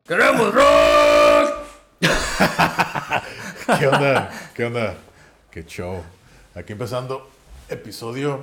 ¡Queremos rock! ¿Qué onda? ¿Qué onda? Qué show. Aquí empezando episodio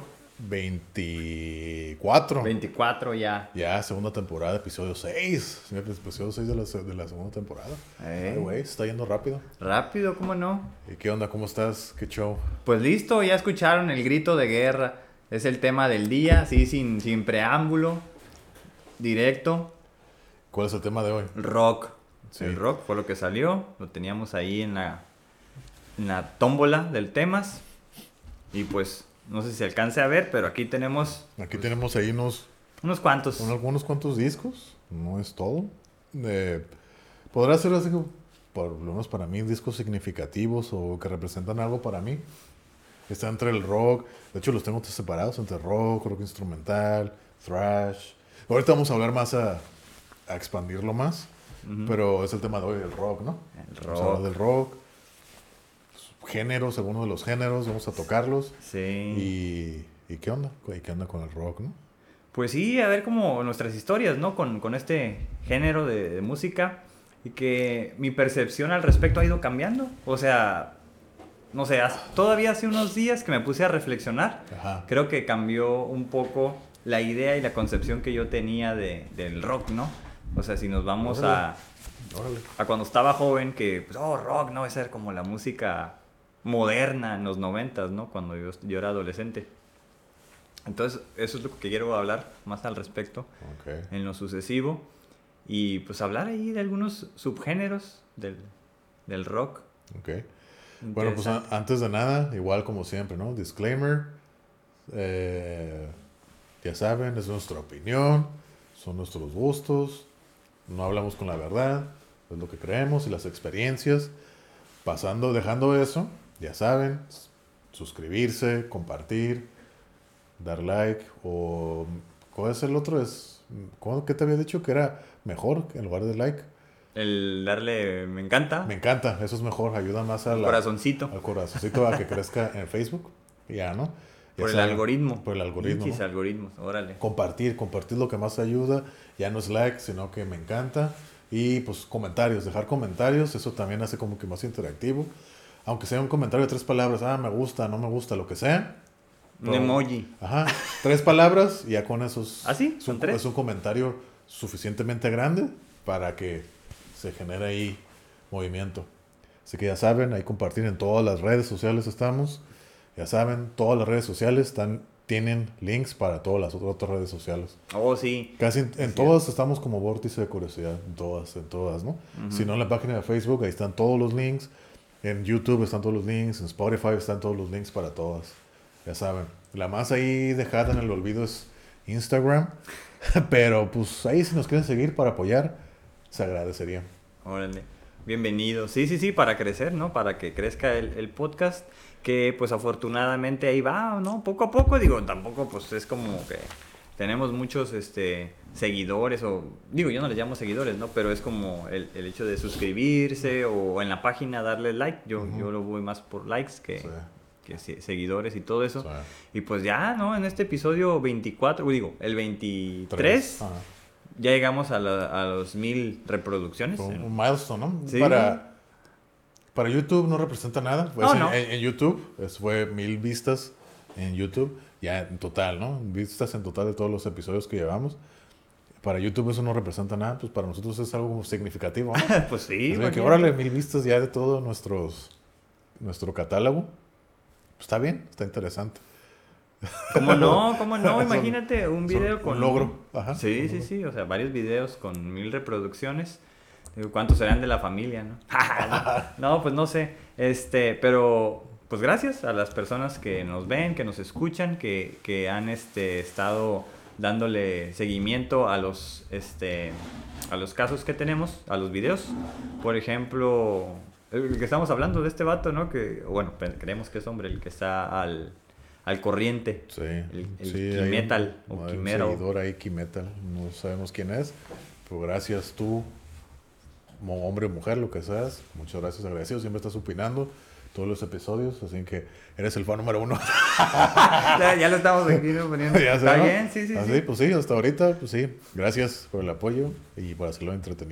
24. 24 ya. Ya, segunda temporada, episodio 6. Episodio 6 de la segunda temporada. Ay, güey, se está yendo rápido. Rápido, ¿cómo no? ¿Y qué onda? ¿Cómo estás? ¿Qué show? Pues listo, ya escucharon el grito de guerra. Es el tema del día, así sin preámbulo. Directo. ¿Cuál es el tema de hoy? Rock. Sí. El rock fue lo que salió. Lo teníamos ahí en la tómbola del temas. Y pues, no sé si se alcance a ver, pero aquí tenemos... Aquí tenemos ahí unos cuantos. algunos cuantos discos. No es todo. Podrá ser así, por lo menos para mí, discos significativos o que representan algo para mí. Está entre el rock. De hecho, los tengo separados entre rock instrumental, thrash. Ahorita vamos a hablar más a expandirlo más. Pero es el tema de hoy, el rock, ¿no? El Vamos a hablar rock. del rock. Géneros, algunos de los géneros, vamos a tocarlos. Sí. ¿Y qué onda? ¿Y qué onda con el rock, no? Pues sí, a ver como nuestras historias, ¿no? Con este género de música. Y que mi percepción al respecto ha ido cambiando. O sea, no sé, todavía hace unos días que me puse a reflexionar. Ajá. Creo que cambió un poco la idea y la concepción que yo tenía del rock, ¿no? O sea, si nos vamos Órale. a cuando estaba joven, que, pues, rock, ¿no? Esa era como la música moderna en los 90s, ¿no? Cuando yo era adolescente. Entonces, eso es lo que quiero hablar más al respecto Okay. en lo sucesivo. Y pues hablar ahí de algunos subgéneros del rock. Ok. Bueno, pues Interesante. antes de nada, igual como siempre, ¿no? Disclaimer. Ya saben, es nuestra opinión, son nuestros gustos, no hablamos con la verdad, es lo que creemos y las experiencias. Dejando eso, ya saben, suscribirse, compartir, dar like o... ¿Cuál es el otro? ¿Qué te había dicho que era mejor en lugar de like? El darle me encanta, Me encanta, eso es mejor, ayuda más corazoncito, al corazoncito a que crezca en Facebook. Ya, ¿no? Ya por el saben, algoritmo. Por el algoritmo. Pinches ¿no? algoritmos, órale. Compartir lo que más ayuda. Ya no es like, sino que me encanta. Y pues comentarios, dejar comentarios, eso también hace como que más interactivo. Aunque sea un comentario de 3 palabras, me gusta, no me gusta, lo que sea. Un emoji. Ajá, 3 palabras y ya con esos... ¿Ah, sí? ¿Son 3? Es un comentario suficientemente grande para que se genere ahí movimiento. Así que ya saben, ahí compartir en todas las redes sociales estamos. Ya saben, todas las redes sociales tienen links para todas las otras redes sociales. Oh, sí. Casi en todas estamos como Vórtice de Curiosidad. En todas, ¿no? Si no, en la página de Facebook, ahí están todos los links. En YouTube están todos los links. En Spotify están todos los links para todas. Ya saben. La más ahí dejada en el olvido es Instagram. Pero pues ahí si nos quieren seguir para apoyar, se agradecería. Órale. Bienvenido. Sí, para crecer, ¿no? Para que crezca el podcast. Que pues afortunadamente ahí va, ¿no? Poco a poco, digo, tampoco pues es como que tenemos muchos seguidores o... Digo, yo no les llamo seguidores, ¿no? Pero es como el hecho de suscribirse o en la página darle like. Yo lo voy más por likes que seguidores y todo eso. Sí. Y pues ya, ¿no? En este episodio 24, el 23... Ajá. Ya llegamos a los 1000 reproducciones. Un milestone, ¿no? Sí. Para YouTube no representa nada. Pues No. En YouTube fue 1000 vistas en YouTube. Ya en total, ¿no? Vistas en total de todos los episodios que llevamos. Para YouTube eso no representa nada. Pues para nosotros es algo significativo, ¿no? Pues sí. Así que órale, 1000 vistas ya de todo nuestro catálogo. Pues está bien, está interesante. ¿Cómo no? Imagínate un video con... Un logro. Ajá, Sí, un sí, logro. sí. O sea, varios videos con 1000 reproducciones. Digo, ¿cuántos serán de la familia, no? No, pues no sé. Pero, pues gracias a las personas que nos ven, que nos escuchan, que han estado dándole seguimiento a los casos que tenemos, a los videos. Por ejemplo, el que estamos hablando de este vato, ¿no? Que, bueno, creemos que es hombre, el que está al corriente. Sí. El Sí, Kimetal hay o un Kimero. seguidor ahí, Kimetal. No sabemos quién es. Pero gracias tú, como hombre o mujer, lo que seas. Muchas gracias, agradecido. Siempre estás opinando todos los episodios. Así que eres el fan número 1. Ya lo estamos aquí, ¿no? Poniendo. Ya sé, ¿Está ¿no? bien? Sí. Así, pues sí, hasta ahorita, pues sí. Gracias por el apoyo y por hacerlo entretenido.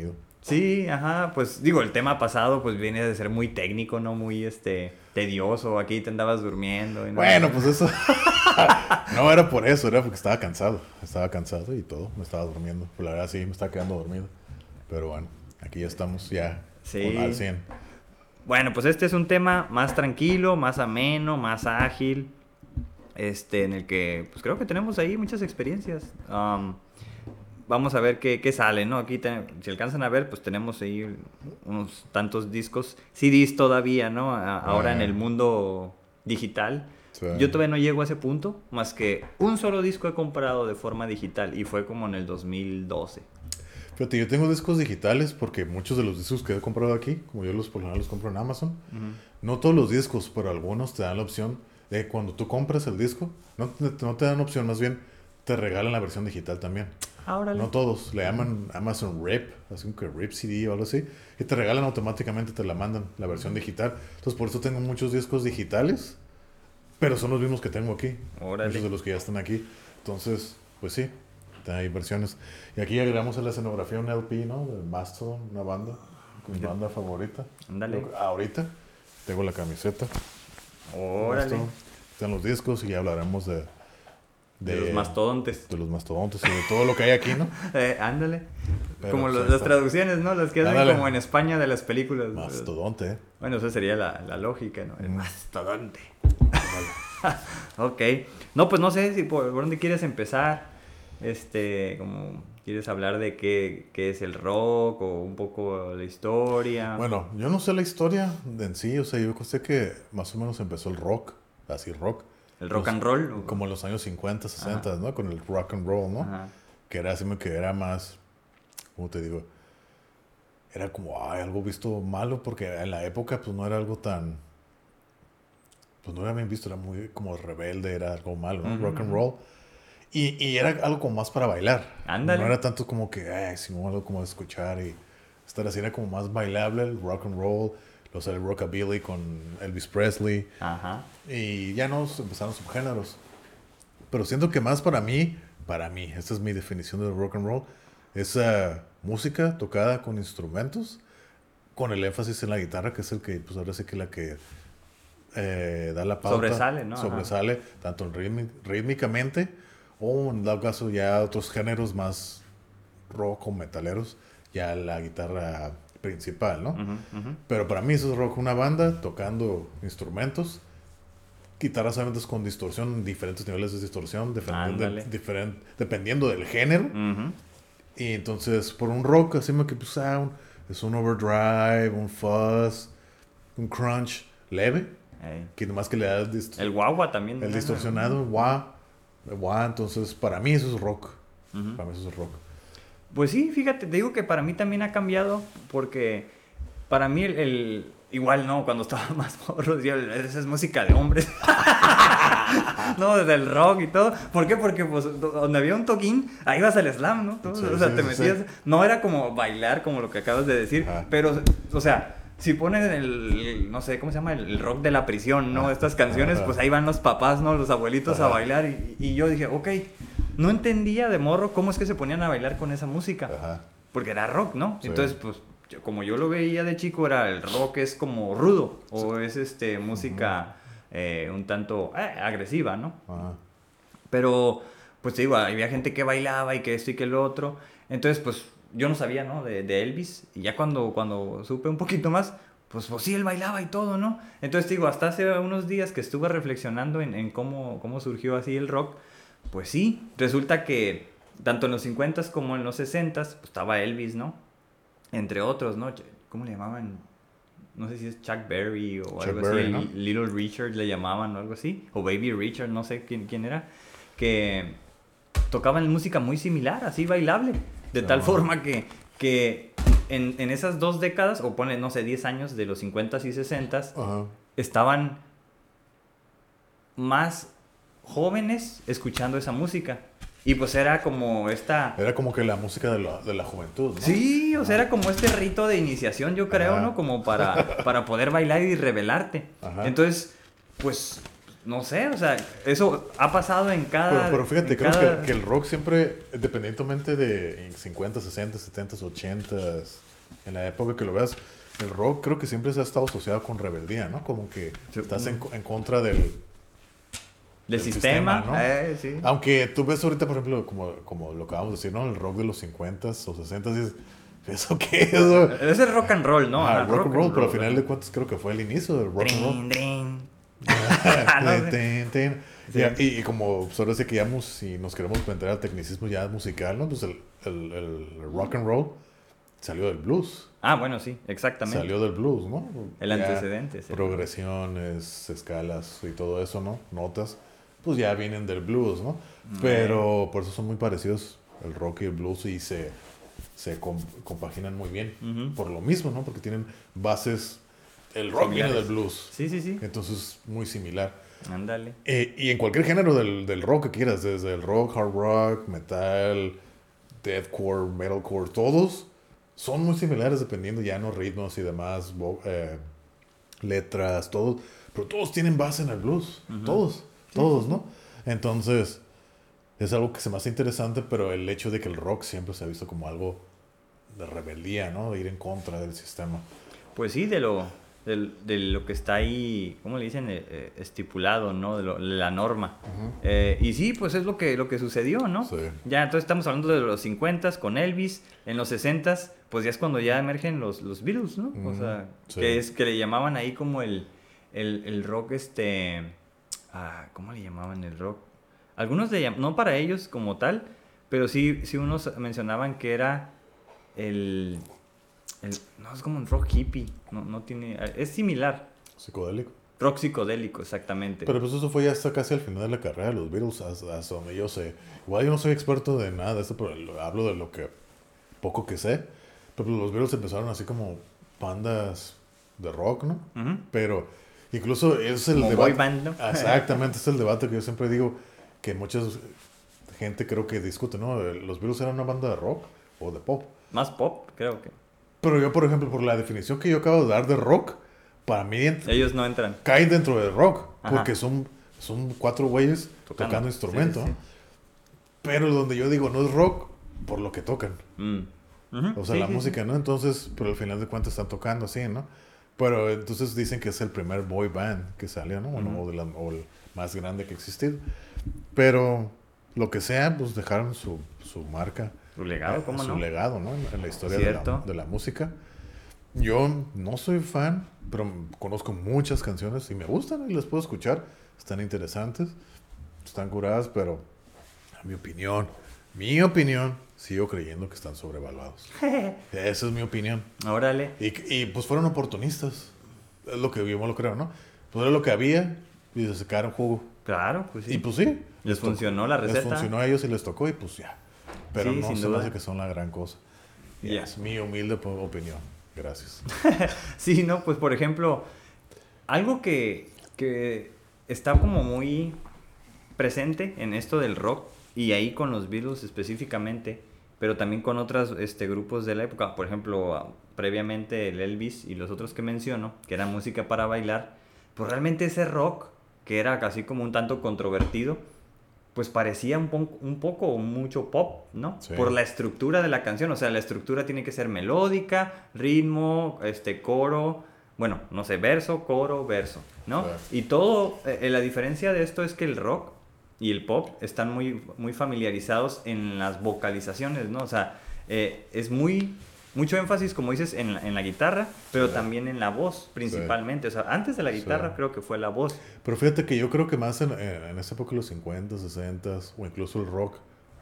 Sí, ajá, pues digo, el tema pasado pues viene de ser muy técnico, ¿no? Muy, tedioso, aquí te andabas durmiendo y no. Bueno, pues eso. No era por eso, era porque estaba cansado. Estaba cansado y todo, me estaba durmiendo. Pues la verdad sí, me estaba quedando dormido. Pero bueno, aquí ya estamos ya al Sí. 100. Bueno, pues este es un tema más tranquilo, más ameno, más ágil, en el que pues creo que tenemos ahí muchas experiencias. Vamos a ver qué sale, ¿no? Aquí, si alcanzan a ver, pues tenemos ahí unos tantos discos, CDs todavía, ¿no? Ahora en el mundo digital. Sí. Yo todavía no llego a ese punto, más que un solo disco he comprado de forma digital y fue como en el 2012. Fíjate, yo tengo discos digitales porque muchos de los discos que he comprado aquí, como yo por lo general los compro en Amazon, no todos los discos, pero algunos te dan la opción de cuando tú compras el disco, no te dan opción, más bien te regalan la versión digital también. Órale. No todos, le llaman Amazon Rip, así como que Rip CD o algo así, y te regalan automáticamente, te la mandan, la versión digital. Entonces por eso tengo muchos discos digitales, pero son los mismos que tengo aquí. Órale. Muchos de los que ya están aquí. Entonces, pues sí, hay versiones. Y aquí agregamos a la escenografía un LP, ¿no? De Mastodon, una banda, mi banda favorita. Ándale. Ahorita tengo la camiseta. Órale. Mastodon. Están los discos y ya hablaremos De los mastodontes. de los mastodontes y de todo lo que hay aquí, ¿no? Ándale. Pero, Como pues, ahí las está. traducciones, ¿no? Las que hacen Ándale. como en España de las películas. Mastodonte, ¿eh? Bueno, esa sería la lógica, ¿no? El Mm. mastodonte. Ok. No, pues no sé si por dónde quieres empezar. Como quieres hablar de qué es el rock o un poco la historia. Bueno, yo no sé la historia en sí, o sea, yo sé que más o menos empezó el rock, así rock. El rock and roll. Como en los años 50, 60, ¿no? Con el rock and roll, ¿no? Ajá. Que era así que era más, ¿cómo te digo? Era como algo visto malo porque en la época pues no era algo tan, pues no era bien visto, era muy como rebelde, era algo malo, ¿no? Rock and roll. Y era algo como más para bailar. Ándale. No era tanto como que, sino algo como de escuchar y estar así, era como más bailable el rock and roll, el rockabilly con Elvis Presley. Ajá. Y ya nos empezaron subgéneros. Pero siento que más para mí, esta es mi definición de rock and roll, es música tocada con instrumentos, con el énfasis en la guitarra, que es el que, pues ahora sí que la que da la pauta. Sobresale, ¿no? Sobresale, tanto rítmicamente, o en dado caso ya otros géneros más rock o metaleros, ya la guitarra principal, ¿no? Pero para mí eso es rock, una banda tocando instrumentos, guitarras solamente con distorsión, diferentes niveles de distorsión, dependiendo del género. Y entonces, por un rock, así que pues, es un overdrive, un fuzz, un crunch leve, que nomás que le da el guagua también. el distorsionado, wah, entonces para mí eso es rock. Para mí eso es rock. Pues sí, fíjate, te digo que para mí también ha cambiado, porque para mí igual, ¿no? Cuando estaba más morro, decía, esa es música de hombres. No, desde el rock y todo. ¿Por qué? Porque pues donde había un toquín, ahí vas al slam, ¿no? Sí, o sea, te metías... sí. No era como bailar, como lo que acabas de decir, pero, o sea... Si ponen no sé, ¿cómo se llama? El rock de la prisión, ¿no? Estas canciones, pues ahí van los papás, ¿no? Los abuelitos a bailar. Y yo dije, ok, no entendía de morro cómo es que se ponían a bailar con esa música. Porque era rock, ¿no? Sí. Entonces, pues, como yo lo veía de chico, era el rock es como rudo. O es música un tanto agresiva, ¿no? Pero, pues te digo, había gente que bailaba y que esto y que lo otro. Entonces, pues... Yo no sabía, ¿no? De Elvis. Y ya cuando supe un poquito más, pues sí, él bailaba y todo, ¿no? Entonces, digo, hasta hace unos días que estuve reflexionando en cómo surgió así el rock, pues sí, resulta que tanto en los 50s como en los 60s, pues estaba Elvis, ¿no? Entre otros, ¿no? ¿Cómo le llamaban? No sé si es Chuck Berry o algo así. ¿No? Little Richard le llamaban o algo así. O Baby Richard, no sé quién era. Que tocaban música muy similar, así bailable. De tal forma que en esas 2 décadas, o pone, no sé, 10 años de los 50s y 60s, estaban más jóvenes escuchando esa música. Y pues era como Era como que la música de la juventud, ¿no? Sí, o sea, era como este rito de iniciación, yo creo, ¿no? Como para poder bailar y revelarte. Entonces, pues... No sé, o sea, eso ha pasado en cada... Pero fíjate, creo que el rock siempre, independientemente de 50, 60, 70, 80, en la época que lo veas, el rock creo que siempre se ha estado asociado con rebeldía, ¿no? Como que estás en contra del sistema, ¿no? Sí. Aunque tú ves ahorita, por ejemplo, como lo acabamos de decir, ¿no? El rock de los 50s o 60s, dices, ¿eso qué es? Es el rock and roll, ¿no? Ajá, rock and roll, pero al final de cuentas creo que fue el inicio del rock and roll. No sé. Sí. Y como pues ahora sí que ya si nos queremos meter al tecnicismo ya musical, ¿no? Pues el rock and roll salió del blues. Bueno, sí, exactamente. Salió del blues, ¿no? El antecedente. Sí. Progresiones, escalas y todo eso, ¿no? Notas, pues ya vienen del blues, ¿no? Pero por eso son muy parecidos el rock y el blues y se compaginan muy bien. Por lo mismo, ¿no? Porque tienen bases. El rock viene del blues. Sí. Entonces, muy similar. Ándale. Y en cualquier género del rock que quieras, desde el rock, hard rock, metal, deathcore, metalcore, todos son muy similares dependiendo ya no ritmos y demás, letras, todos, pero todos tienen base en el blues, todos, ¿no? Entonces, es algo que se me hace interesante, pero el hecho de que el rock siempre se ha visto como algo de rebeldía, ¿no? De ir en contra del sistema. Pues sí, de lo que está ahí, ¿cómo le dicen? Estipulado, ¿no? De la norma. Y sí, pues es lo que sucedió, ¿no? Sí. Ya, entonces estamos hablando de los 50s con Elvis, en los 60s, pues ya es cuando ya emergen los Beatles, ¿no? O sea, sí. que le llamaban ahí como el rock, ¿cómo le llamaban el rock? Algunos no para ellos como tal, pero sí unos mencionaban que era no, es como un rock hippie, no tiene, es similar. Psicodélico. Rock psicodélico, exactamente. Pero pues eso fue ya hasta casi al final de la carrera de los Beatles, hasta donde yo sé. Igual yo no soy experto de nada de esto, pero hablo de lo que poco que sé. Pero pues los Beatles empezaron así como bandas de rock, ¿no? Pero incluso es el como debate. Boy band, ¿no? Exactamente, es el debate que yo siempre digo, que mucha gente creo que discute, ¿no? ¿Los Beatles eran una banda de rock o de pop? Más pop, creo que. Pero yo, por ejemplo, por la definición que yo acabo de dar de rock, para mí ellos no entran. caen dentro del rock, Ajá. porque son 4 güeyes tocando instrumento. Sí. Pero donde yo digo, no es rock por lo que tocan. O sea, la música, ¿no? Entonces, pero al final de cuentas están tocando así, ¿no? Pero entonces dicen que es el primer boy band que salió, ¿no? Bueno, o el más grande que ha existido. Pero lo que sea, pues dejaron su marca. Su legado, ¿cómo no? Su legado, ¿no? En la historia de la música. Yo no soy fan, pero conozco muchas canciones y me gustan y las puedo escuchar. Están interesantes, están curadas, pero a mi opinión, sigo creyendo que están sobrevaluados. Esa es mi opinión. Órale. Y pues fueron oportunistas. Es lo que yo me lo creo, ¿no? Pues era lo que había y se sacaron jugo. Claro, pues sí. Y pues sí. Les funcionó la receta. Les funcionó a ellos y les tocó y pues ya. Pero sí, no se me hace que son la gran cosa. Yeah. Es mi humilde opinión. Gracias. Sí, no, pues por ejemplo, algo que está como muy presente en esto del rock y ahí con los Beatles específicamente, pero también con otros grupos de la época, por ejemplo, previamente el Elvis y los otros que menciono, que era música para bailar, pues realmente ese rock, que era casi como un tanto controvertido, pues parecía un poco o mucho pop, ¿no? Sí. Por la estructura de la canción, o sea, la estructura tiene que ser melódica, ritmo, coro, bueno, no sé, verso, coro, verso, ¿no? Sí. Y todo, la diferencia de esto es que el rock y el pop están muy, muy familiarizados en las vocalizaciones, ¿no? O sea, es mucho énfasis, como dices, en la guitarra, pero también en la voz, principalmente. O sea, antes de la guitarra creo que fue la voz. Pero fíjate que yo creo que más en esa época, los 50, 60, o incluso el rock,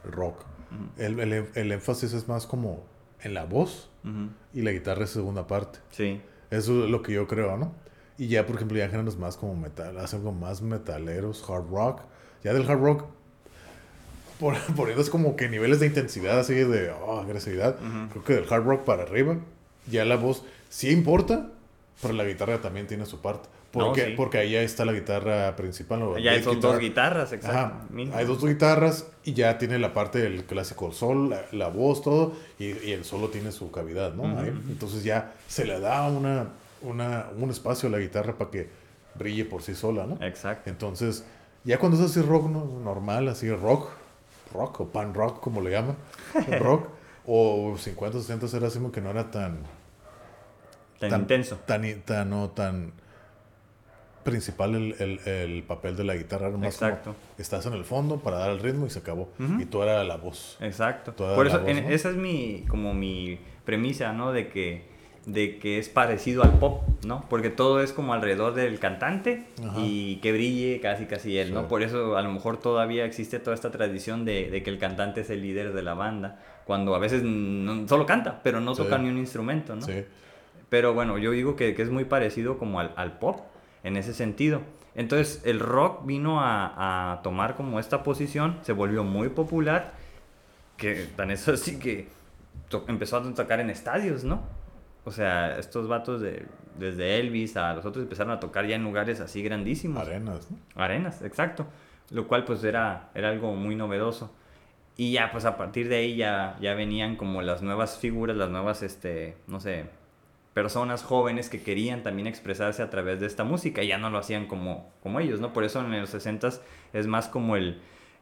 el énfasis es más como en la voz y la guitarra es segunda parte. Sí. Eso es lo que yo creo, ¿no? Y ya, por ejemplo, ya géneros más como metal, hacen algo más metaleros, hard rock. Ya del hard rock, poniendo como que niveles de intensidad así de agresividad. Creo que del hard rock para arriba ya la voz sí importa, pero la guitarra también tiene su parte. Porque ahí ya está la guitarra principal. Ya son dos guitarras, exacto. Hay dos guitarras y ya tiene la parte del clásico sol, la voz, todo, y el solo tiene su cavidad, ¿no? Entonces ya se le da un espacio a la guitarra para que brille por sí sola, ¿no? Exacto. Entonces, ya cuando es así rock normal, así rock o pan rock, como le llaman, rock, O 50, 60 era así como que no era tan Intenso. tan principal el papel de la guitarra. Era más Exacto. como estás en el fondo para dar el ritmo y se acabó. Y tú eras la voz. Exacto. Toda Por la eso, voz, ¿no? esa es mi premisa, ¿no? De que es parecido al pop, ¿no? Porque todo es como alrededor del cantante Ajá. y que brille casi él, Sí. ¿no? Por eso a lo mejor todavía existe toda esta tradición de que el cantante es el líder de la banda, cuando a veces solo canta, pero no Sí. toca ni un instrumento, ¿no? Sí. Pero bueno, yo digo que es muy parecido como al pop en ese sentido. Entonces el rock vino a tomar como esta posición, se volvió muy popular, que tan es así que empezó a tocar en estadios, ¿no? O sea, estos vatos desde Elvis a los otros empezaron a tocar ya en lugares así grandísimos. Arenas, ¿no? Arenas, exacto. Lo cual pues era algo muy novedoso. Y ya pues a partir de ahí ya venían como las nuevas figuras, las nuevas, no sé, personas jóvenes que querían también expresarse a través de esta música y ya no lo hacían como ellos, ¿no? Por eso en los 60s es más como el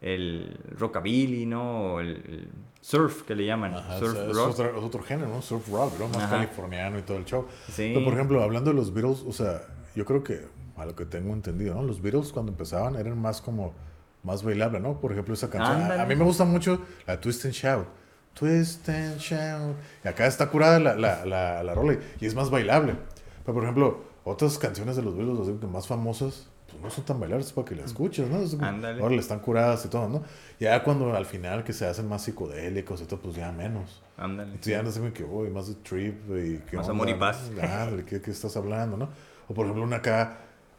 rockabilly, ¿no? O el surf, que le llaman. Ajá, Surf o sea, rock. es otro género, ¿no? Surf rock, ¿no? Más Ajá. californiano y todo el show. Sí. Pero, por ejemplo, hablando de los Beatles, o sea, yo creo que, a lo que tengo entendido, ¿no? Los Beatles cuando empezaban eran más como, más bailable, ¿no? Por ejemplo, esa canción. A mí me gusta mucho la Twist and Shout. Twist and Shout. Y acá está curada la rola y es más bailable. Pero, por ejemplo, otras canciones de los Beatles, así que más famosas, pues no son tan bailables, es para que la escuches, ¿no? Es como, Ándale. ahora le están curadas y todo, ¿no? Ya cuando al final que se hacen más psicodélicos y todo, pues ya menos. Ándale. Entonces ya no sé que, uy, más de trip y que Más amor y paz. ¿qué estás hablando, no? O por ejemplo una acá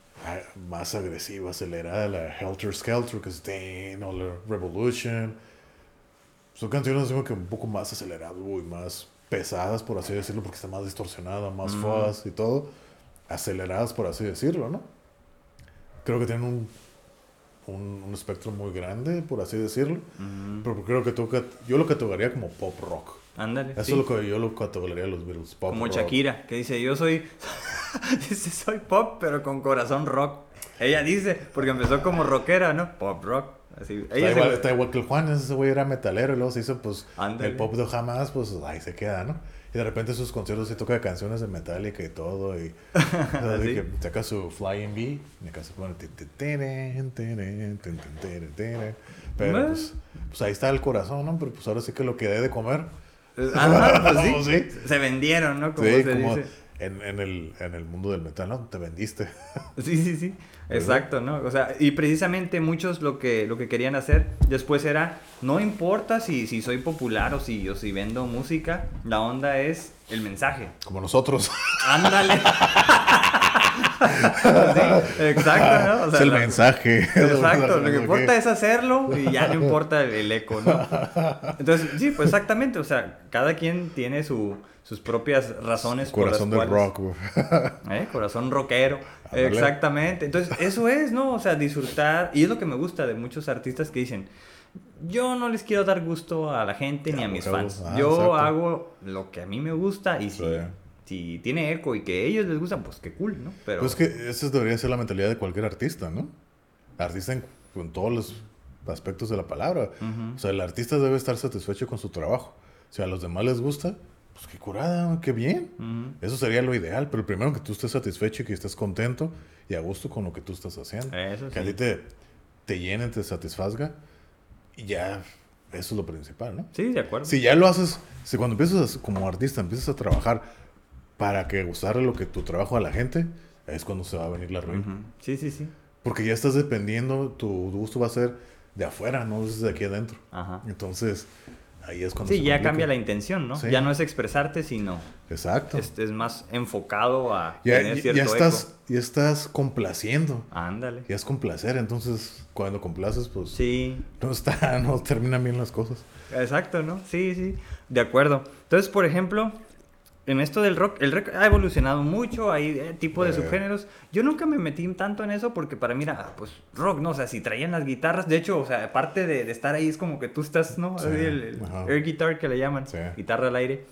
más agresiva, acelerada, la Helter Skelter, que es Dane, o la Revolution. Son canciones como que un poco más aceleradas, uy, más pesadas, por así decirlo, porque está más distorsionada, más fuzz y todo. Aceleradas, por así decirlo, ¿no? Creo que tienen un espectro muy grande, por así decirlo. Pero creo que yo lo catalogaría como pop rock. Ándale. Eso sí. es lo que yo lo catalogaría a los Beatles. Pop Como rock. Shakira, que dice, yo soy dice, soy pop, pero con corazón rock. Ella dice, porque empezó como rockera, ¿no? Pop rock. Así. Está igual que el Juan, ese güey era metalero y luego se hizo pues Ándale. el pop de jamás, pues ahí se queda, ¿no? Y de repente sus conciertos se toca canciones de Metallica y todo y ¿Sí? que saca su Flying Bee y acá se pone pero pues ahí está el corazón, ¿no? Pero pues ahora sí que lo que dé de comer. Ajá, pues sí. Sí. Se vendieron, ¿no? Como Sí, se como dice. en el mundo del metal, ¿no? Te vendiste. Sí. Exacto, ¿no? O sea, y precisamente muchos lo que querían hacer después era, no importa si soy popular o si vendo música, la onda es el mensaje. Como nosotros. Ándale. Sí, exacto, ¿no? O sea, es el mensaje. Exacto, lo que importa es hacerlo y ya no importa el eco, ¿no? Entonces, sí, pues exactamente, o sea, cada quien tiene sus propias razones Corazón por del las rock, güey. Corazón rockero. Ándale. Exactamente. Entonces, eso es, ¿no? O sea, disfrutar. Y es lo que me gusta de muchos artistas que dicen, yo no les quiero dar gusto a la gente ni a mis fans. Yo exacto. hago lo que a mí me gusta y Sí. si tiene eco y que a ellos les gusta, pues qué cool, ¿no? Pero Pues que esa debería ser la mentalidad de cualquier artista, ¿no? Artista en todos los aspectos de la palabra. O sea, el artista debe estar satisfecho con su trabajo. Si a los demás les gusta, pues qué curada, qué bien. Eso sería lo ideal, pero primero que tú estés satisfecho y que estés contento y a gusto con lo que tú estás haciendo. Eso Que a sí. ti te llene, te satisfazga y ya, eso es lo principal, ¿no? Sí, de acuerdo. Si ya lo haces, si cuando empiezas como artista, empiezas a trabajar para que gustarle lo que tu trabajo a la gente, es cuando se va a venir la ruina. Sí. Porque ya estás dependiendo, tu gusto va a ser de afuera, no desde aquí adentro. Ajá. Entonces, ahí es cuando Sí, se ya complica. cambia la intención, ¿no? Sí. Ya no es expresarte, sino Exacto. es más enfocado a Ya, tener cierto ya estás complaciendo. eco. Ándale. Ya es complacer, entonces cuando complaces, pues Sí, no terminan bien las cosas. exacto, ¿no? Sí, de acuerdo. Entonces, por ejemplo, en esto del rock, el rock ha evolucionado mucho, hay tipo de subgéneros. Yo nunca me metí tanto en eso porque para mí era, pues, rock, ¿no? O sea, si traían las guitarras, de hecho, o sea, aparte de estar ahí, es como que tú estás, ¿no? Sí, Así el ajá. air guitar que le llaman, Sí. guitarra al aire,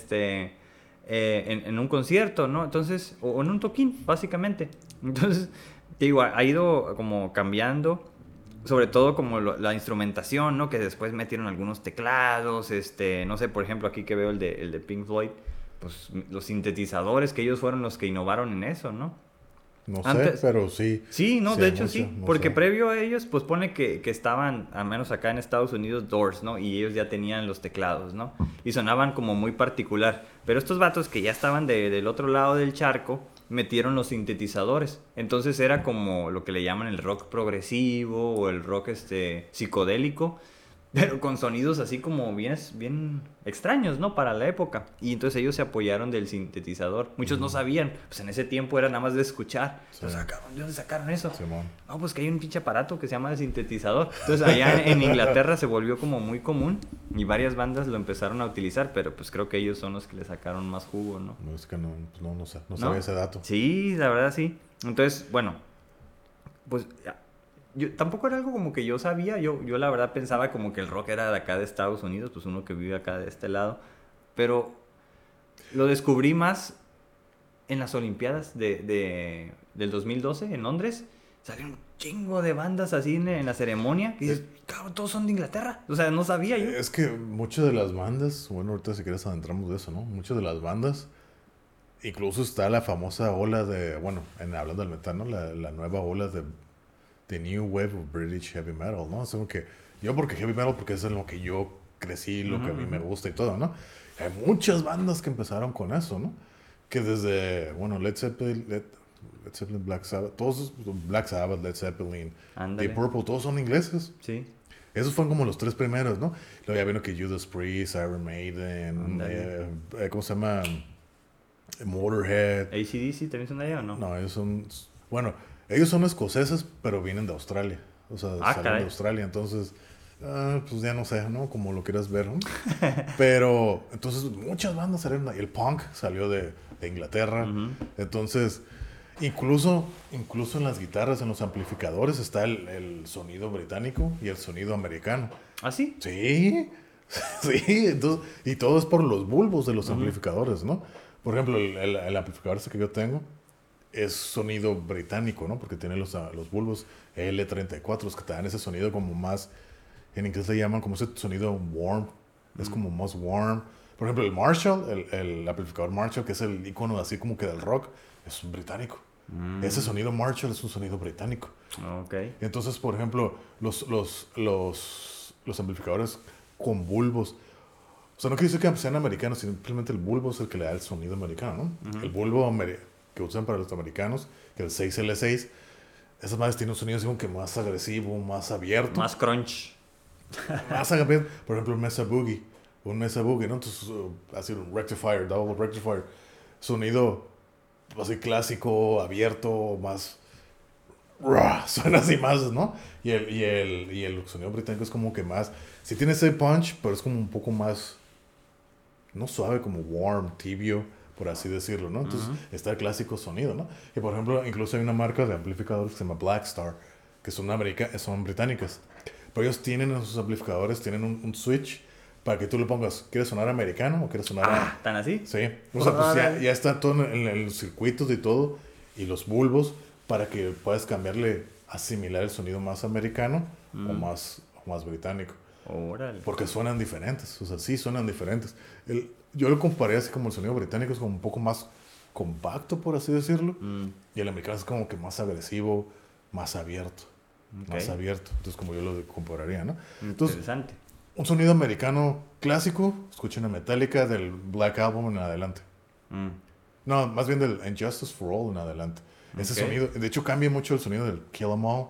en un concierto, ¿no? Entonces, o en un toquín, básicamente. Entonces, te digo, ha ido como cambiando sobre todo como la instrumentación, ¿no? Que después metieron algunos teclados, no sé, por ejemplo, aquí que veo el de Pink Floyd, pues los sintetizadores, que ellos fueron los que innovaron en eso, ¿no? No sé, Antes, pero sí. sí, no, Sí de hay hecho mucho, sí, no porque sé. previo a ellos, pues pone que estaban, al menos acá en Estados Unidos, Doors, ¿no? Y ellos ya tenían los teclados, ¿no? Y sonaban como muy particular. Pero estos vatos que ya estaban del otro lado del charco, metieron los sintetizadores. Entonces era como lo que le llaman el rock progresivo o el rock psicodélico, pero con sonidos así como bien, bien extraños, ¿no? Para la época. Y entonces ellos se apoyaron del sintetizador. Muchos no sabían, pues en ese tiempo era nada más de escuchar. Sí. Entonces, ¿de dónde sacaron eso? Simón. No, pues que hay un pinche aparato que se llama el sintetizador. Entonces allá en Inglaterra se volvió como muy común y varias bandas lo empezaron a utilizar, pero pues creo que ellos son los que le sacaron más jugo, ¿no? No, es que no, pues no sé, no ¿No? sabía ese dato. Sí, la verdad sí. Entonces, bueno, pues yo tampoco era algo como que yo sabía. Yo la verdad pensaba como que el rock era de acá de Estados Unidos, pues uno que vive acá de este lado. Pero lo descubrí más en las Olimpiadas del 2012 en Londres. Salieron un chingo de bandas así en la ceremonia. Y dices, cabrón, todos son de Inglaterra. O sea, no sabía yo. Es que muchas de las bandas, bueno, ahorita si quieres adentramos de eso, ¿no? Muchas de las bandas, incluso está la famosa ola de, bueno, hablando del metal, ¿no? La nueva ola de New Wave of British Heavy Metal, ¿no? Es como que, yo porque Heavy Metal, porque es en lo que yo crecí, lo que a mí me gusta y todo, ¿no? Hay muchas bandas que empezaron con eso, ¿no? Que desde, bueno, Led Zeppelin, Black Sabbath, todos, Black Sabbath, Led Zeppelin, Ándale. Deep Purple, todos son ingleses. Sí. Esos fueron como los tres primeros, ¿no? Luego ya vino que Judas Priest, Iron Maiden, Ándale. ¿cómo se llama? Motorhead. AC/DC también son de allá o no. No, ellos son, bueno, ellos son escoceses, pero vienen de Australia. O sea, salen caray. de Australia, entonces, pues ya no sé, ¿no? Como lo quieras ver, ¿no? Pero, entonces, muchas bandas salieron, y el punk salió de Inglaterra. Entonces, incluso en las guitarras, en los amplificadores, está el sonido británico y el sonido americano. ¿Ah, sí? Sí, sí, entonces, y todo es por los bulbos de los amplificadores, ¿no? Por ejemplo, el amplificador ese que yo tengo es sonido británico, ¿no? Porque tiene los bulbos L34 que te dan ese sonido como más, en inglés le llaman como ese sonido warm, es como más warm. Por ejemplo, el Marshall, el amplificador Marshall, que es el icono así como que del rock, es un británico. Ese sonido Marshall es un sonido británico. Ok. Entonces, por ejemplo, los amplificadores con bulbos, o sea, no quiere decir que sean americanos, simplemente el bulbo es el que le da el sonido americano, ¿no? El bulbo que usan para los americanos, que es el 6L6, esas madres tienen un sonido así como que más agresivo, más abierto. Más crunch. Más abierto. Por ejemplo, un Mesa Boogie, ¿no? Entonces, así un rectifier, double rectifier, sonido así clásico, abierto, más... suena así más, ¿no? Y el sonido británico es como que más... Sí tiene ese punch, pero es como un poco más... No suave, como warm, tibio, por así decirlo, ¿no? Entonces está el clásico sonido, ¿no? Y por ejemplo, incluso hay una marca de amplificadores que se llama Blackstar, que son británicas. Pero ellos tienen en sus amplificadores, tienen un switch para que tú le pongas, ¿quieres sonar americano o quieres sonar... ¿Tan así? Sí. O sea, pues ya está todo en los circuitos y todo, y los bulbos, para que puedas cambiarle, asimilar el sonido más americano o más británico. Órale. Porque suenan diferentes, o sea, sí suenan diferentes. Yo lo comparé así como el sonido británico es como un poco más compacto, por así decirlo, y el americano es como que más agresivo, más abierto. Okay. Más abierto, entonces como yo lo compararía, ¿no? Entonces, interesante. un sonido americano clásico, escuchen a Metallica del Black Album en adelante. No, más bien del Injustice for All en adelante. Ese sonido, de hecho cambia mucho el sonido del Kill 'Em All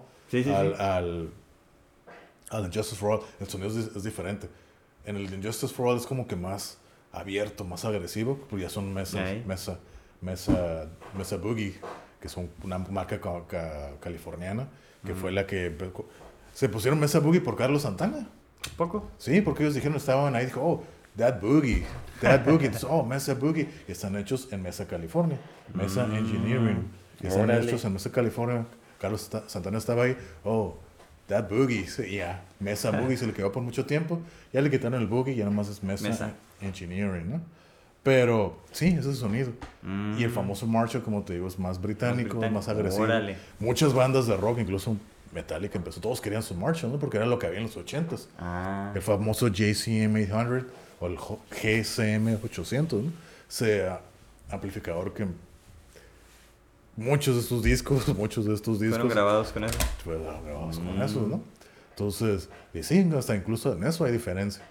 al Injustice for All. El sonido es diferente. En el Injustice for All es como que más abierto, más agresivo, porque ya son Mesa Boogie, que son una marca californiana, que fue la que se pusieron Mesa Boogie por Carlos Santana. ¿Poco? Sí, porque ellos dijeron, estaban ahí, dijo, oh, That Boogie. Entonces, oh, Mesa Boogie. Y están hechos en Mesa, California. Mesa Engineering. Y están hechos en Mesa, California. Carlos Santana estaba ahí, oh, That Boogie. Sí, ya, Mesa Boogie se le quedó por mucho tiempo. Ya le quitaron el Boogie, ya nomás es Mesa Engineering, ¿no? Pero sí, ese es el sonido. Y el famoso Marshall, como te digo, es más británico, más agresivo. Órale. Muchas bandas de rock, incluso Metallica empezó, todos querían su Marshall, ¿no? Porque era lo que había en los 80s. Ah, El famoso JCM 800 o el GCM 800, ¿no? Ese amplificador que muchos de estos discos fueron grabados con eso. fueron grabados con esos, ¿no? Entonces, y sí, hasta incluso en eso hay diferencia.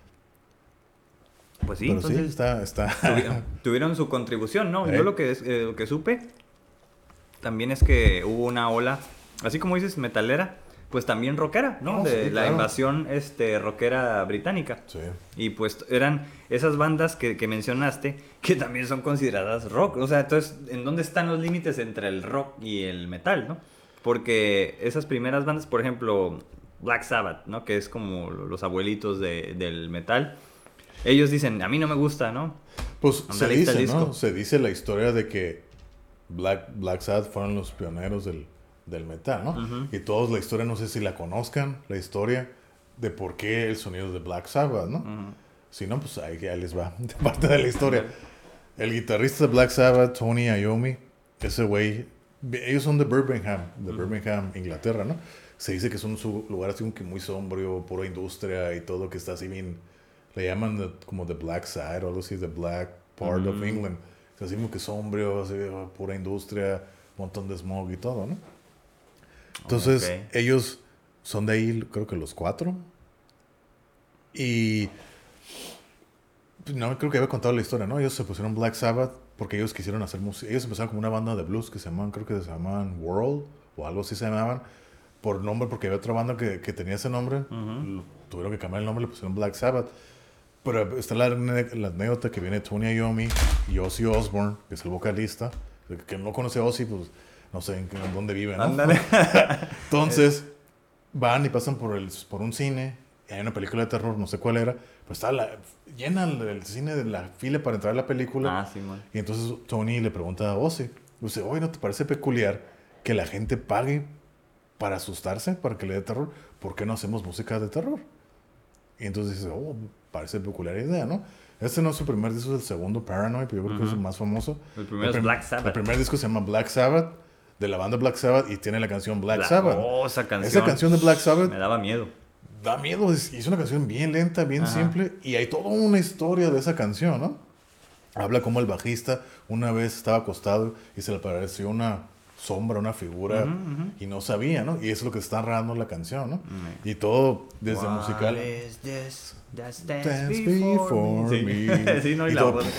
Pues sí, Pero entonces sí, está. tuvieron su contribución, ¿no? Yo lo que supe también es que hubo una ola, así como dices, metalera, pues también rockera, ¿no? Oh, De sí, la claro. invasión rockera británica. Sí. Y pues eran esas bandas que mencionaste que también son consideradas rock. O sea, entonces, ¿en dónde están los límites entre el rock y el metal, no? Porque esas primeras bandas, por ejemplo, Black Sabbath, ¿no? Que es como los abuelitos del metal. Ellos dicen, a mí no me gusta, ¿no? Pues se Ándale, ahí está el dice, ¿no? disco. Se dice la historia de que Black Sabbath fueron los pioneros del metal, ¿no? Ujú. Y todos la historia, no sé si la conozcan, la historia de por qué el sonido de Black Sabbath, ¿no? Ujú. Si no, pues ahí ya les va parte de la historia. El guitarrista de Black Sabbath, Tony Iommi, ese güey, ellos son de Birmingham, Inglaterra, ¿no? Se dice que son un lugar así como que muy sombrío, pura industria y todo, que está así bien, le llaman como the Black Side o algo así, the Black Part of England. O sea, así como que sombrío, así, pura industria, montón de smog y todo, ¿no? Entonces, Ok. ellos son de ahí, creo que los 4. Y pues, no, creo que había contado la historia, ¿no? Ellos se pusieron Black Sabbath porque ellos quisieron hacer música. Ellos empezaron como una banda de blues que se llamaban, creo que se llamaban World o algo así se llamaban por nombre, porque había otra banda que tenía ese nombre. Tuvieron que cambiar el nombre, le pusieron Black Sabbath. Pero está la anécdota que viene Tony Iommi y Ozzy Osbourne, que es el vocalista. Que no conoce a Ozzy, pues no sé en dónde vive, ¿no? Ándale. Entonces, van y pasan por un cine, y hay una película de terror, no sé cuál era, pues está llena el cine de la fila para entrar a la película. Ah, sí, man. Y entonces Tony le pregunta a Ozzy, dice, oye, ¿no te parece peculiar que la gente pague para asustarse, para que le dé terror? ¿Por qué no hacemos música de terror? Y entonces dice, oh, parece peculiar idea, ¿no? Este no es su primer disco, es el segundo, Paranoid, pero yo creo que es el más famoso. El primero es Black Sabbath. El primer disco se llama Black Sabbath, de la banda Black Sabbath, y tiene la canción Black Sabbath. Oh, esa canción. Esa canción de Black Sabbath Me daba miedo. da miedo, es una canción bien lenta, bien Ajá. simple, y hay toda una historia de esa canción, ¿no? Habla como el bajista una vez estaba acostado y se le apareció una sombra, una figura, y no sabía, ¿no? Y eso es lo que está narrando la canción, ¿no? Y todo desde What musical. is this that Dance stands before Sí. me. Sí, no, y Y la todo, voz.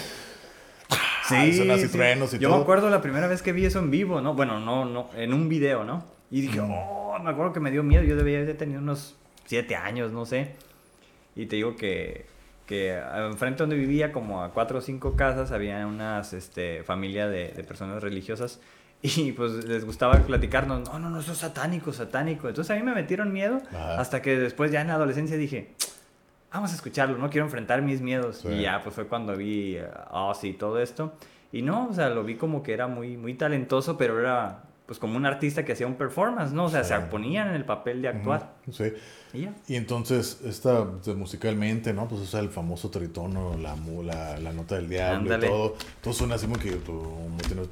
son así truenos y Yo todo. me acuerdo la primera vez que vi eso en vivo, ¿no? Bueno, no, en un video, ¿no? Y dije, oh, me acuerdo que me dio miedo. Yo debía haber tenido unos 7 años, no sé. Y te digo que enfrente donde vivía, como a 4 o 5 casas, había unas familia de personas religiosas. Y pues les gustaba platicarnos, no, eso es satánico, satánico. Entonces a mí me metieron miedo. Ajá. Hasta que después ya en la adolescencia dije, vamos a escucharlo, no quiero enfrentar mis miedos. Sí. Y ya, pues fue cuando vi Ozzy y todo esto. Y no, o sea, lo vi como que era muy, muy talentoso, pero era pues como un artista que hacía un performance, ¿no? O sea, Sí. se ponían en el papel de actuar. Sí. Y ya. Y entonces, musicalmente, ¿no? Pues usa el famoso tritono, la nota del diablo Ándale. y todo. Todo suena así muy que muy tiene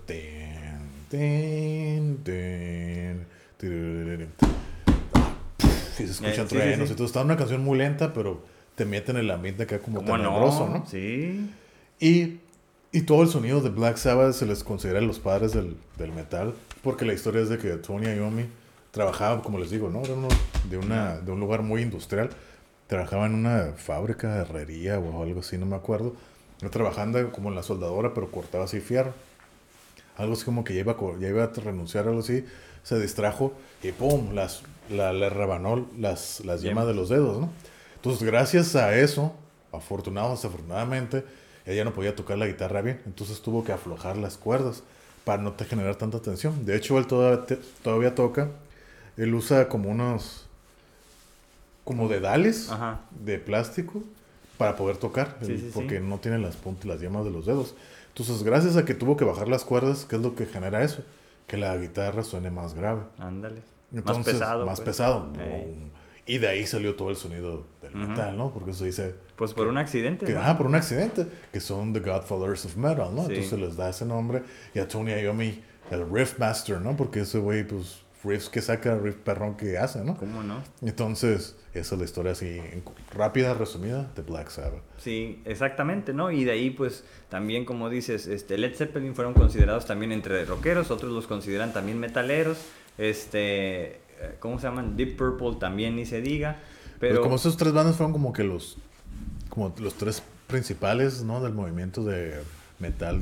y se escuchan Sí, truenos sí. y todo. Está una canción muy lenta, pero te mete en el ambiente acá como ¿Cómo tenebroso, ¿no? Sí. Y todo el sonido de Black Sabbath se les considera los padres del metal, porque la historia es de que Tony Iommi trabajaba, como les digo, ¿no? Era de un lugar muy industrial. Trabajaba en una fábrica de herrería o algo así, no me acuerdo. Yo trabajando como en la soldadora, pero cortaba así fierro. Algo así como que ya iba a renunciar, algo así. Se distrajo y ¡pum! Le rebanó las yemas de los dedos, ¿no? Entonces, gracias a eso, desafortunadamente, ella no podía tocar la guitarra bien. Entonces tuvo que aflojar las cuerdas para no te generar tanta tensión. De hecho, él todavía toca. Él usa como dedales Ajá. de plástico para poder tocar, Sí. porque no tiene las yemas de los dedos. Entonces, gracias a que tuvo que bajar las cuerdas, ¿qué es lo que genera eso? Que la guitarra suene más grave. Ándale. Entonces, más pesado. Más pues. pesado. Ey. Y de ahí salió todo el sonido del metal, ¿no? Porque eso dice... Pues por un accidente. ¿no? por un accidente. Que son The Godfathers of Metal, ¿no? Sí. Entonces les da ese nombre. Y a Tony Iommi, el Riff Master, ¿no? Porque ese güey, pues, riffs que saca, riff perrón que hace, ¿no? ¿Cómo no? Entonces, esa es la historia así, rápida, resumida, de Black Sabbath. Sí, exactamente, ¿no? Y de ahí, pues, también, como dices, Led Zeppelin fueron considerados también entre rockeros, otros los consideran también metaleros, ¿cómo se llaman? Deep Purple también, ni se diga, pero... Pues como esas tres bandas fueron como los tres principales, ¿no? Del movimiento de metal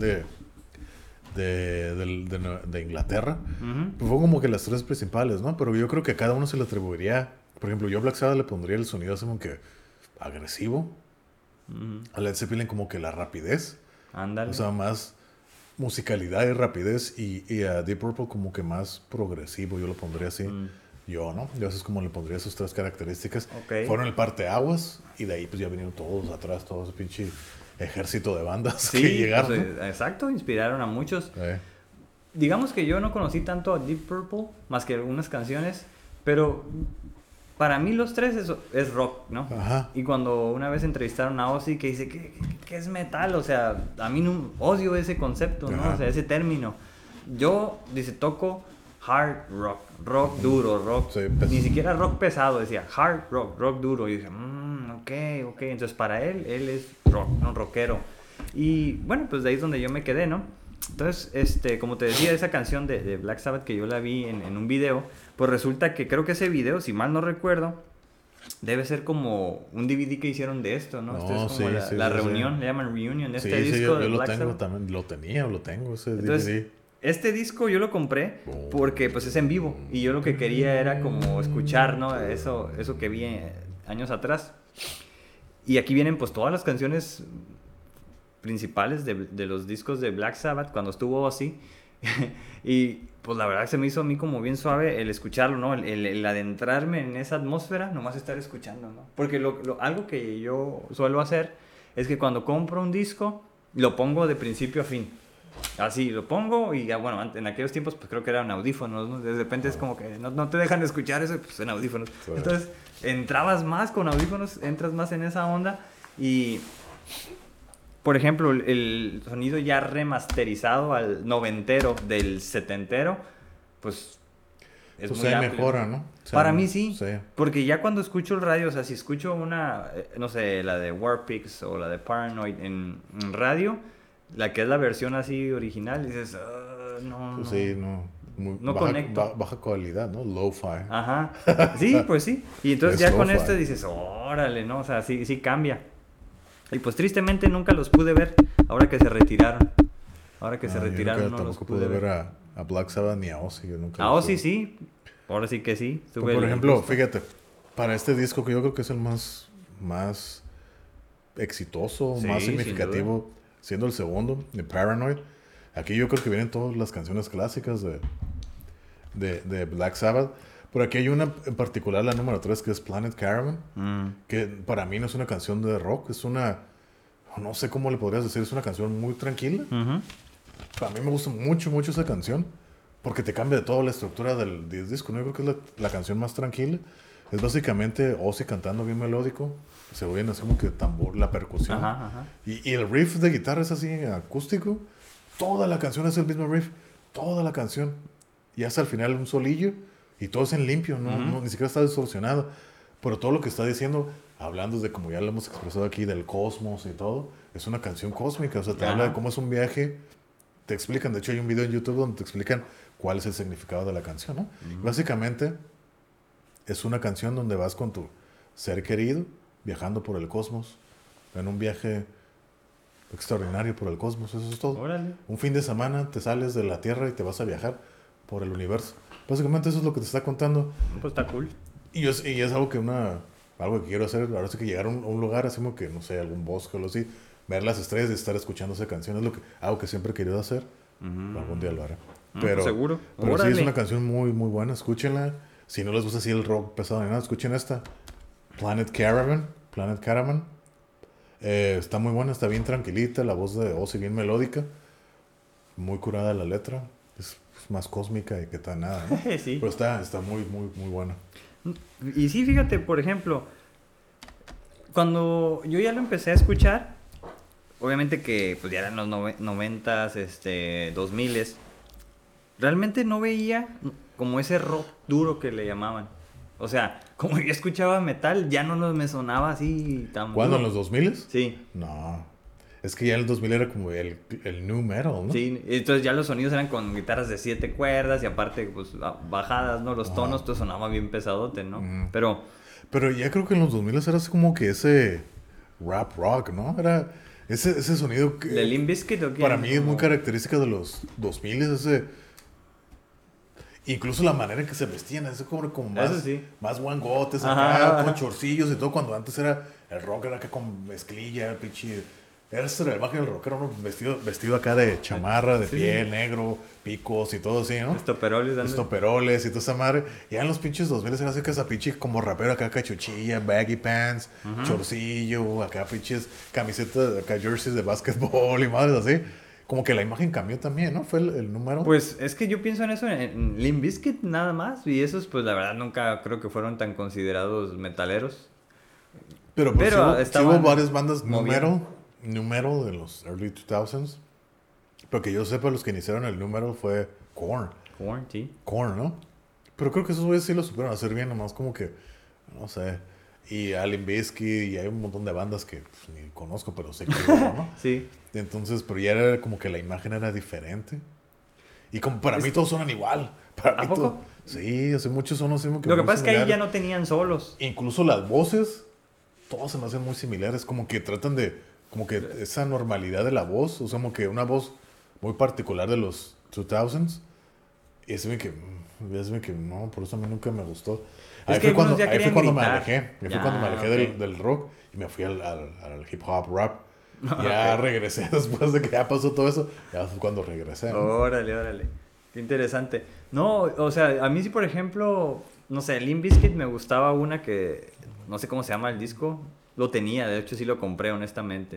de Inglaterra. Uh-huh. Pues fue como que las tres principales, ¿no? Pero yo creo que a cada uno se le atribuiría, por ejemplo, yo a Black Sabbath le pondría el sonido así como que agresivo, Uh-huh. a Led Zeppelin como que la rapidez, Ándale. o sea, más musicalidad y rapidez, y a Deep Purple como que más progresivo, yo lo pondría así. Yo, ¿no? Yo así es como le pondría esas tres características. Ok. Fueron el parteaguas, y de ahí pues ya vinieron todos atrás, todo ese pinche ejército de bandas Sí, que llegaron. pues, ¿no? exacto, inspiraron a muchos. Digamos que yo no conocí tanto a Deep Purple, más que algunas canciones, pero para mí los tres es rock, ¿no? Ajá. Y cuando una vez entrevistaron a Ozzy que dice que es metal, o sea, a mí no, odio ese concepto, ¿no? Ajá. O sea, ese término. Yo, dice, toco hard rock, rock duro, rock, Sí, ni siquiera rock pesado, decía hard rock, rock duro. Y dije, ok. Entonces para él es rock, no rockero. Y bueno, pues de ahí es donde yo me quedé, ¿no? Entonces, como te decía, esa canción de Black Sabbath que yo la vi en un video, pues resulta que creo que ese video, si mal no recuerdo, debe ser como un DVD que hicieron de esto, ¿no? No, Esto es como sí, la sí, reunión, sí. le llaman reunion de Sí, este sí, disco yo de lo Black tengo Sabbath. también, lo tengo ese Entonces, DVD. este disco yo lo compré porque pues es en vivo y yo lo que quería era como escuchar, ¿no? Eso que vi años atrás. Y aquí vienen pues todas las canciones principales de los discos de Black Sabbath cuando estuvo así. Y pues la verdad se me hizo a mí como bien suave el escucharlo, ¿no? El adentrarme en esa atmósfera, nomás estar escuchando, ¿no? Porque algo que yo suelo hacer es que cuando compro un disco lo pongo de principio a fin. Así, lo pongo y ya, bueno, en aquellos tiempos pues creo que eran audífonos, ¿no? De repente es como que no te dejan escuchar eso, pues en audífonos. Sí. Entonces, entrabas más con audífonos, entras más en esa onda y, por ejemplo, el sonido ya remasterizado al noventero del setentero, pues es Pues muy ahí amplio. mejora, ¿no? O sea, Para mí sí, sí. porque ya cuando escucho el radio, o sea, si escucho una, no sé, la de Warpix o la de Paranoid en radio, la que es la versión así original, dices, no, Pues no. sí, no. No conecto. Baja calidad, ¿no? Lo-fi. Ajá, sí, pues sí. Y entonces Es ya con lo-fi. esto dices, órale, ¿no? O sea, sí cambia. Y pues tristemente nunca los pude ver ahora que se retiraron. Ahora que se Yo retiraron nunca no los tampoco pude pude ver ver. a Black Sabbath ni a Ozzy. Yo nunca A los Ozzy vi. sí, ahora sí que sí. Pero, Tuve por el ejemplo, gusto. fíjate, para este disco que yo creo que es el más exitoso, Sí, más sin significativo, siendo el segundo, de Paranoid. Aquí yo creo que vienen todas las canciones clásicas de Black Sabbath. Pero aquí hay una en particular, la número 3, que es Planet Caravan, que para mí no es una canción de rock, es una, no sé cómo le podrías decir, es una canción muy tranquila. Ujú. A mí me gusta mucho esa canción, porque te cambia de toda la estructura del disco, ¿no? Yo creo que es la canción más tranquila. Es básicamente Ozzy cantando bien melódico, se oyen así como que tambor, la percusión. Ajá. Y el riff de guitarra es así acústico. Toda la canción es el mismo riff. Toda la canción. Y hasta al final un solillo. Y todo es en limpio. Ni siquiera está distorsionado. Pero todo lo que está diciendo, hablando de, como ya lo hemos expresado aquí, del cosmos y todo, es una canción cósmica. O sea, te habla de cómo es un viaje. Te explican. De hecho, hay un video en YouTube donde te explican cuál es el significado de la canción, ¿no? Básicamente, es una canción donde vas con tu ser querido, viajando por el cosmos, en un viaje extraordinario por el cosmos, eso es todo. Órale. Un fin de semana te sales de la Tierra y te vas a viajar por el universo. Básicamente eso es lo que te está contando. Pues está cool. Y es algo algo que quiero hacer. Ahora sí que llegar a un lugar, así como que, no sé, algún bosque o algo así, ver las estrellas y estar escuchando esa canción. Es algo que siempre he querido hacer. Algún día lo haré. Pero, seguro. Pero sí, Órale. es una canción muy muy buena. Escúchenla. Si no les gusta así el rock pesado ni nada, escuchen esta. Planet Caravan. Está muy buena, está bien tranquilita. La voz de Ozzy bien melódica. Muy curada la letra. Es más cósmica y que tal nada, ¿no? Sí. Pero está muy buena. Y sí, fíjate, por ejemplo, cuando yo ya lo empecé a escuchar, obviamente que pues ya eran los 90s, 2000s, realmente no veía como ese rock duro que le llamaban. O sea, como yo escuchaba metal, ya no me sonaba así tan ¿Cuándo? duro. ¿En los 2000? Sí. No. Es que ya en el 2000 era como el new metal, ¿no? Sí, entonces ya los sonidos eran con guitarras de 7 cuerdas y aparte, pues, bajadas, ¿no? Los tonos, todo sonaba bien pesadote, ¿no? Pero ya creo que en los 2000 era así como que ese rap rock, ¿no? Era ese sonido que... ¿De Limp Bizkit o qué? Para mí es muy característica de los 2000, ese... Incluso la manera en que se vestían, es como más, Eso sí. más guangotes Ajá, acá, con ajá. chorcillos y todo, cuando antes era el rock era acá con mezclilla, pinche... Era la imagen del rockero, ¿no? Vestido acá de chamarra, de Sí. piel, negro, picos y todo así, ¿no? Estoperoles, dale. Estoperoles y toda esa madre. Ya en los pinches 2000 era así que esa pinche como rapero acá, cachuchilla, baggy pants, chorcillo, acá pinches camisetas, acá jerseys de básquetbol y madres así. Como que la imagen cambió también, ¿no? Fue el número. Pues es que yo pienso en eso en Limp Bizkit nada más. Y esos, pues la verdad, nunca creo que fueron tan considerados metaleros. Pero pues pero sí hubo estaban varias bandas moviendo. número de los early 2000s. Pero que yo sepa, los que iniciaron el número fue Korn. Korn, sí. Korn, ¿no? Pero creo que esos güeyes sí lo supieron hacer bien, nomás como que, no sé. Y Limp Bizkit, y hay un montón de bandas que pues, ni conozco, pero sé que hubo, ¿no? Sí. Entonces, pero ya era como que la imagen era diferente. Y como para mí todos suenan igual. Para ¿A mí poco? todo- Sí, hace muchos son así como que Lo que muy pasa es que ahí similares. ya no tenían solos. Incluso las voces, todas se me hacen muy similares. Como que tratan de, como que esa normalidad de la voz, o sea, como que una voz muy particular de los 2000s. Y es que no, por eso a mí nunca me gustó. Es que algunos ya Ahí fue querían cuando me gritar. alejé. Ahí fue Ya, cuando me alejé ok. del rock y me fui al hip hop rap. Ya regresé después de que ya pasó todo eso. Ya fue cuando regresé, ¿no? Órale, órale. Qué interesante. No, o sea, a mí sí, por ejemplo, no sé, Limp Bizkit me gustaba una que, no sé cómo se llama el disco. Lo tenía, de hecho sí lo compré, honestamente.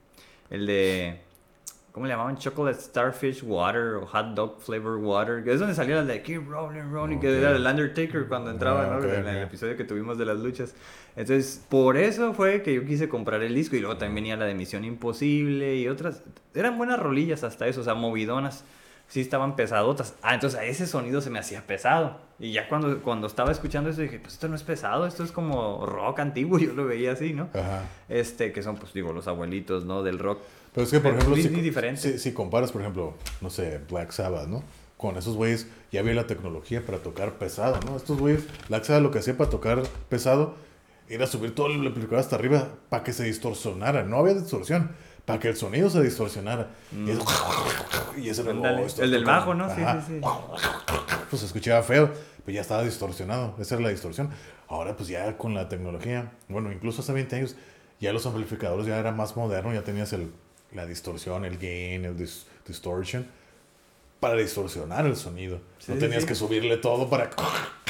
El de, ¿cómo le llamaban? Chocolate Starfish Water o Hot Dog Flavor Water. Que es donde salía la de Keep Rolling, Rolling, que Ok. era el Undertaker cuando entraba, ¿no? Ok, En el ok. episodio que tuvimos de las luchas. Entonces, por eso fue que yo quise comprar el disco. Y luego también venía la de Misión Imposible y otras. Eran buenas rolillas hasta eso, o sea, movidonas. Sí estaban pesadotas. Ah, entonces a ese sonido se me hacía pesado. Y ya cuando estaba escuchando eso dije, pues esto no es pesado, esto es como rock antiguo. Yo lo veía así, ¿no? Ajá. Que son, pues digo, los abuelitos, ¿no? Del rock. Pero es que, por Pero ejemplo, muy diferente. si comparas, por ejemplo, no sé, Black Sabbath, ¿no? Con esos güeyes ya había la tecnología para tocar pesado, ¿no? Estos güeyes, Black Sabbath lo que hacía para tocar pesado era subir todo el amplificador hasta arriba para que se distorsionara. No había distorsión, para que el sonido se distorsionara. Y ese era Ándale. El del bajo, ¿no? Sí, Ajá. sí, sí. Pues se escuchaba feo, pero ya estaba distorsionado. Esa era la distorsión. Ahora, pues ya con la tecnología, bueno, incluso hace 20 años, ya los amplificadores ya eran más modernos, ya tenías la distorsión, el gain, el distortion, para distorsionar el sonido. Sí, no tenías sí. que subirle todo para que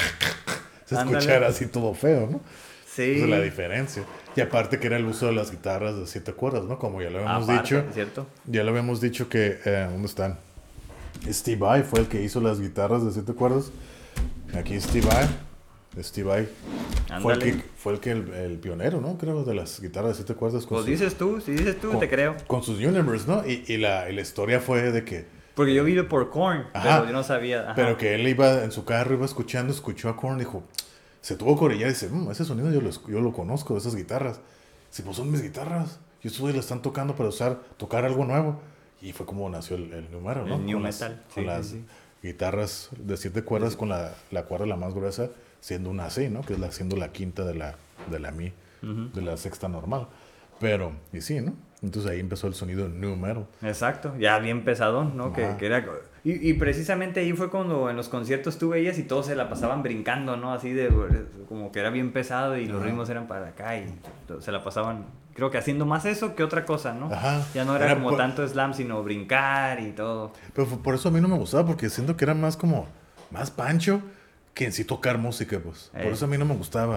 se Ándale. escuchara así todo feo, ¿no? Sí. Esa es la diferencia. Y aparte que era el uso de las guitarras de 7 cuerdas, ¿no? Como ya lo habíamos Aparte, dicho. ¿cierto? Ya lo habíamos dicho que... ¿dónde están? Steve Vai fue el que hizo las guitarras de 7 cuerdas. Aquí Steve Vai. Steve Vai Ándale. fue el pionero, ¿no? Creo, de las guitarras de 7 cuerdas. Pues dices tú, si dices tú, con- te creo. Con sus Universe, ¿no? Y la historia fue de que... Porque yo vi por Korn, Ajá. pero yo no sabía. Ajá. Pero que él iba en su carro, iba escuchando, escuchó a Korn, dijo... Se tuvo que orillar y dice, ese sonido yo lo conozco, esas guitarras. Sí, pues son mis guitarras. Y estos güeyes la están tocando para tocar algo nuevo. Y fue como nació el número, ¿no? El new Con metal. con Sí, las sí, sí. guitarras de 7 cuerdas, con la cuerda la más gruesa, siendo una C, ¿no? Que es siendo la quinta de la mi, de la sexta normal. Pero, y sí, ¿no? Entonces ahí empezó el sonido new metal. Exacto, ya bien pesadón, ¿no? Ajá. Que era... Y precisamente ahí fue cuando en los conciertos tú veías y todos se la pasaban brincando, ¿no? Así de... Como que era bien pesado y los Ajá. ritmos eran para acá y se la pasaban... Creo que haciendo más eso que otra cosa, ¿no? Ajá. Ya no era Era como por- tanto slam, sino brincar y todo. Pero por eso a mí no me gustaba, porque siento que era más como, más pancho que en sí tocar música, pues. Por eso a mí no me gustaba.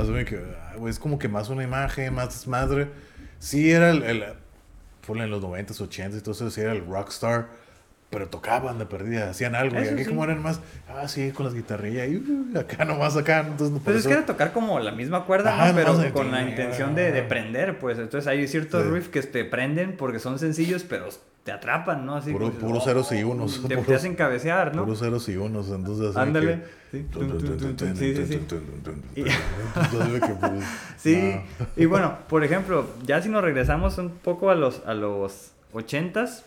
Es como que más una imagen, más desmadre. Sí era ponle en los 90s, 80s, entonces sí era el rockstar, pero tocaban de perdida, hacían algo. Y Eso aquí sí. como eran más, sí, con las guitarrillas, y acá nomás acá. Entonces, por Pues es eso- que era tocar como la misma cuerda, Ajá, ¿no? Pero nomás de- con la intención de prender, pues. Entonces hay ciertos Sí. riffs que te prenden porque son sencillos, pero te atrapan, ¿no? Así Puro, como, puro ceros y unos. te hacen cabecear, ¿no? Puros ceros y unos, entonces así Ándale. que... Sí. Sí, sí, sí. Y- Entonces, que, pues, Sí, no. y bueno, por ejemplo, ya si nos regresamos un poco a los 80s,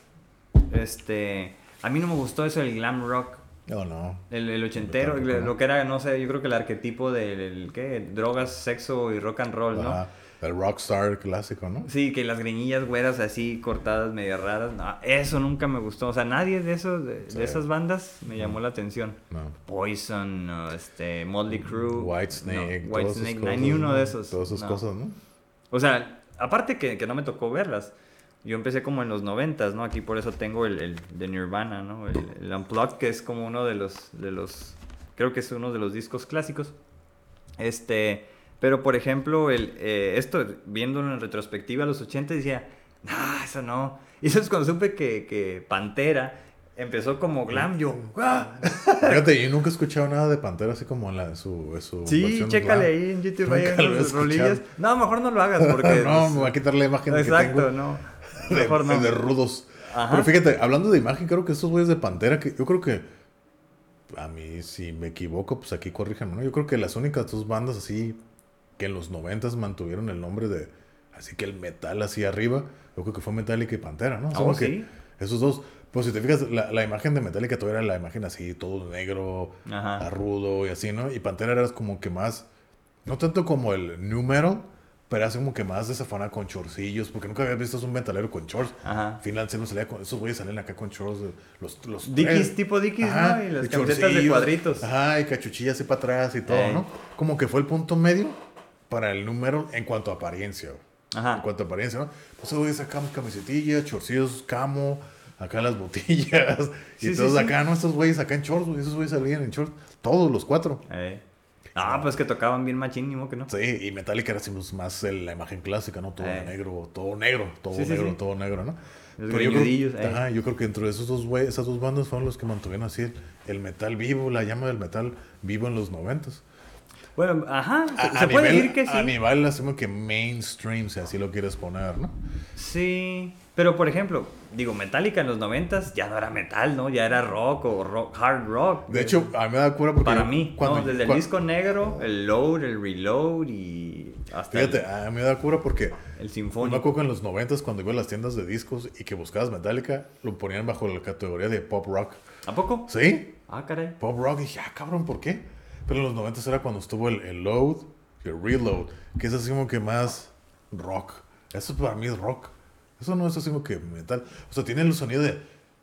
a mí no me gustó eso del glam rock, No, no. el ochentero, Tampoco, ¿no? lo que era, no sé, yo creo que el arquetipo del, ¿qué? Drogas, sexo y rock and roll, ¿no? Ajá. El rockstar clásico, ¿no? Sí, que las greñillas güeras así cortadas, medio raras, no, eso nunca me gustó, o sea, nadie de esos, Sí. de esas bandas me llamó la atención. No. Poison, no, Motley Crue, Whitesnake, no, todas Whitesnake, esas no hay cosas, ni uno ¿no? de esos. Todas esas No. cosas, ¿no? O sea, aparte que no me tocó verlas. Yo empecé como en los 90s, ¿no? Aquí por eso tengo el de Nirvana, ¿no? El Unplugged, que es como uno de los... Creo que es uno de los discos clásicos. Pero por ejemplo, esto, viéndolo en retrospectiva a los 80, decía, no, eso no. Y eso es cuando supe que Pantera empezó como glam, yo, ¡ah! Fíjate, yo nunca he escuchado nada de Pantera así como en su Sí, versión chécale glam. ahí en YouTube, Nunca ahí lo en he las escuchado. rolillas. No, mejor no lo hagas porque... No, me va a quitar la imagen que Exacto, tengo no. de, Mejor no. de rudos. Ajá. Pero fíjate, hablando de imagen, creo que estos güeyes de Pantera, que yo creo que, a mí, si me equivoco, pues aquí corríjanme, ¿no? Yo creo que las únicas dos bandas así que en los 90s mantuvieron el nombre de, así que el metal así arriba, yo creo que fue Metallica y Pantera, ¿no? O sea, Oh, como que sí. esos dos, pues si te fijas, la imagen de Metallica todavía era la imagen así, todo negro, Ajá. rudo y así, ¿no? Y Pantera era como que más, no tanto como el nu metal, pero así como que más desafanada con chorcillos, porque nunca había visto un metalero con shorts. Ajá. Finland siempre salía con, esos güeyes salen acá con shorts, los Dickies, tres. tipo Dickies, Ajá, ¿no? Y las y camisetas de chorcillos, cuadritos. Ajá, y cachuchillas así para atrás y todo, ¿no? Como que fue el punto medio para el número en cuanto a apariencia, güey. En Ajá. cuanto a apariencia, ¿no? Pues esos güeyes sacamos camisetillas, chorcillos, camo, acá las botillas, y Sí, sí, todos sí. acá, ¿no? Estos güeyes acá en shorts, güey, esos güeyes salían en shorts, todos los cuatro. Ah, pues que tocaban bien machín, ni modo que no. Sí, y Metallica era así, pues, más la imagen clásica, ¿no? Todo negro, todo negro, todo Sí, sí, negro, sí. todo negro, ¿no? Los Pero yo greñudillos, creo, ajá, yo creo que dentro de esos dos güeyes, esas dos bandas fueron los que mantuvieron así el metal vivo, la llama del metal vivo en los 90s. Bueno, ajá. A Se puede nivel- decir que A sí. nivel así como que mainstream, si así lo quieres poner, ¿no? Sí. Pero por ejemplo, digo, Metallica en los 90s ya no era metal, ¿no? Ya era rock o hard rock. De hecho, a mí me da cura porque... Para yo- mí, cuando- ¿no? Desde el cua- disco negro, el load, el reload y hasta Fíjate, a mí me da cura porque... el Yo me sinfónico. acuerdo que en los 90s cuando iba a las tiendas de discos y que buscabas Metallica, lo ponían bajo la categoría de pop rock. ¿A poco? ¿Sí? Ah, caray. Pop rock, y dije, ah, cabrón, ¿por qué? Pero en los 90 era cuando estuvo el load y el reload, que es así como que más rock. Eso para mí es rock. Eso no es así como que metal. O sea, tiene el sonido de...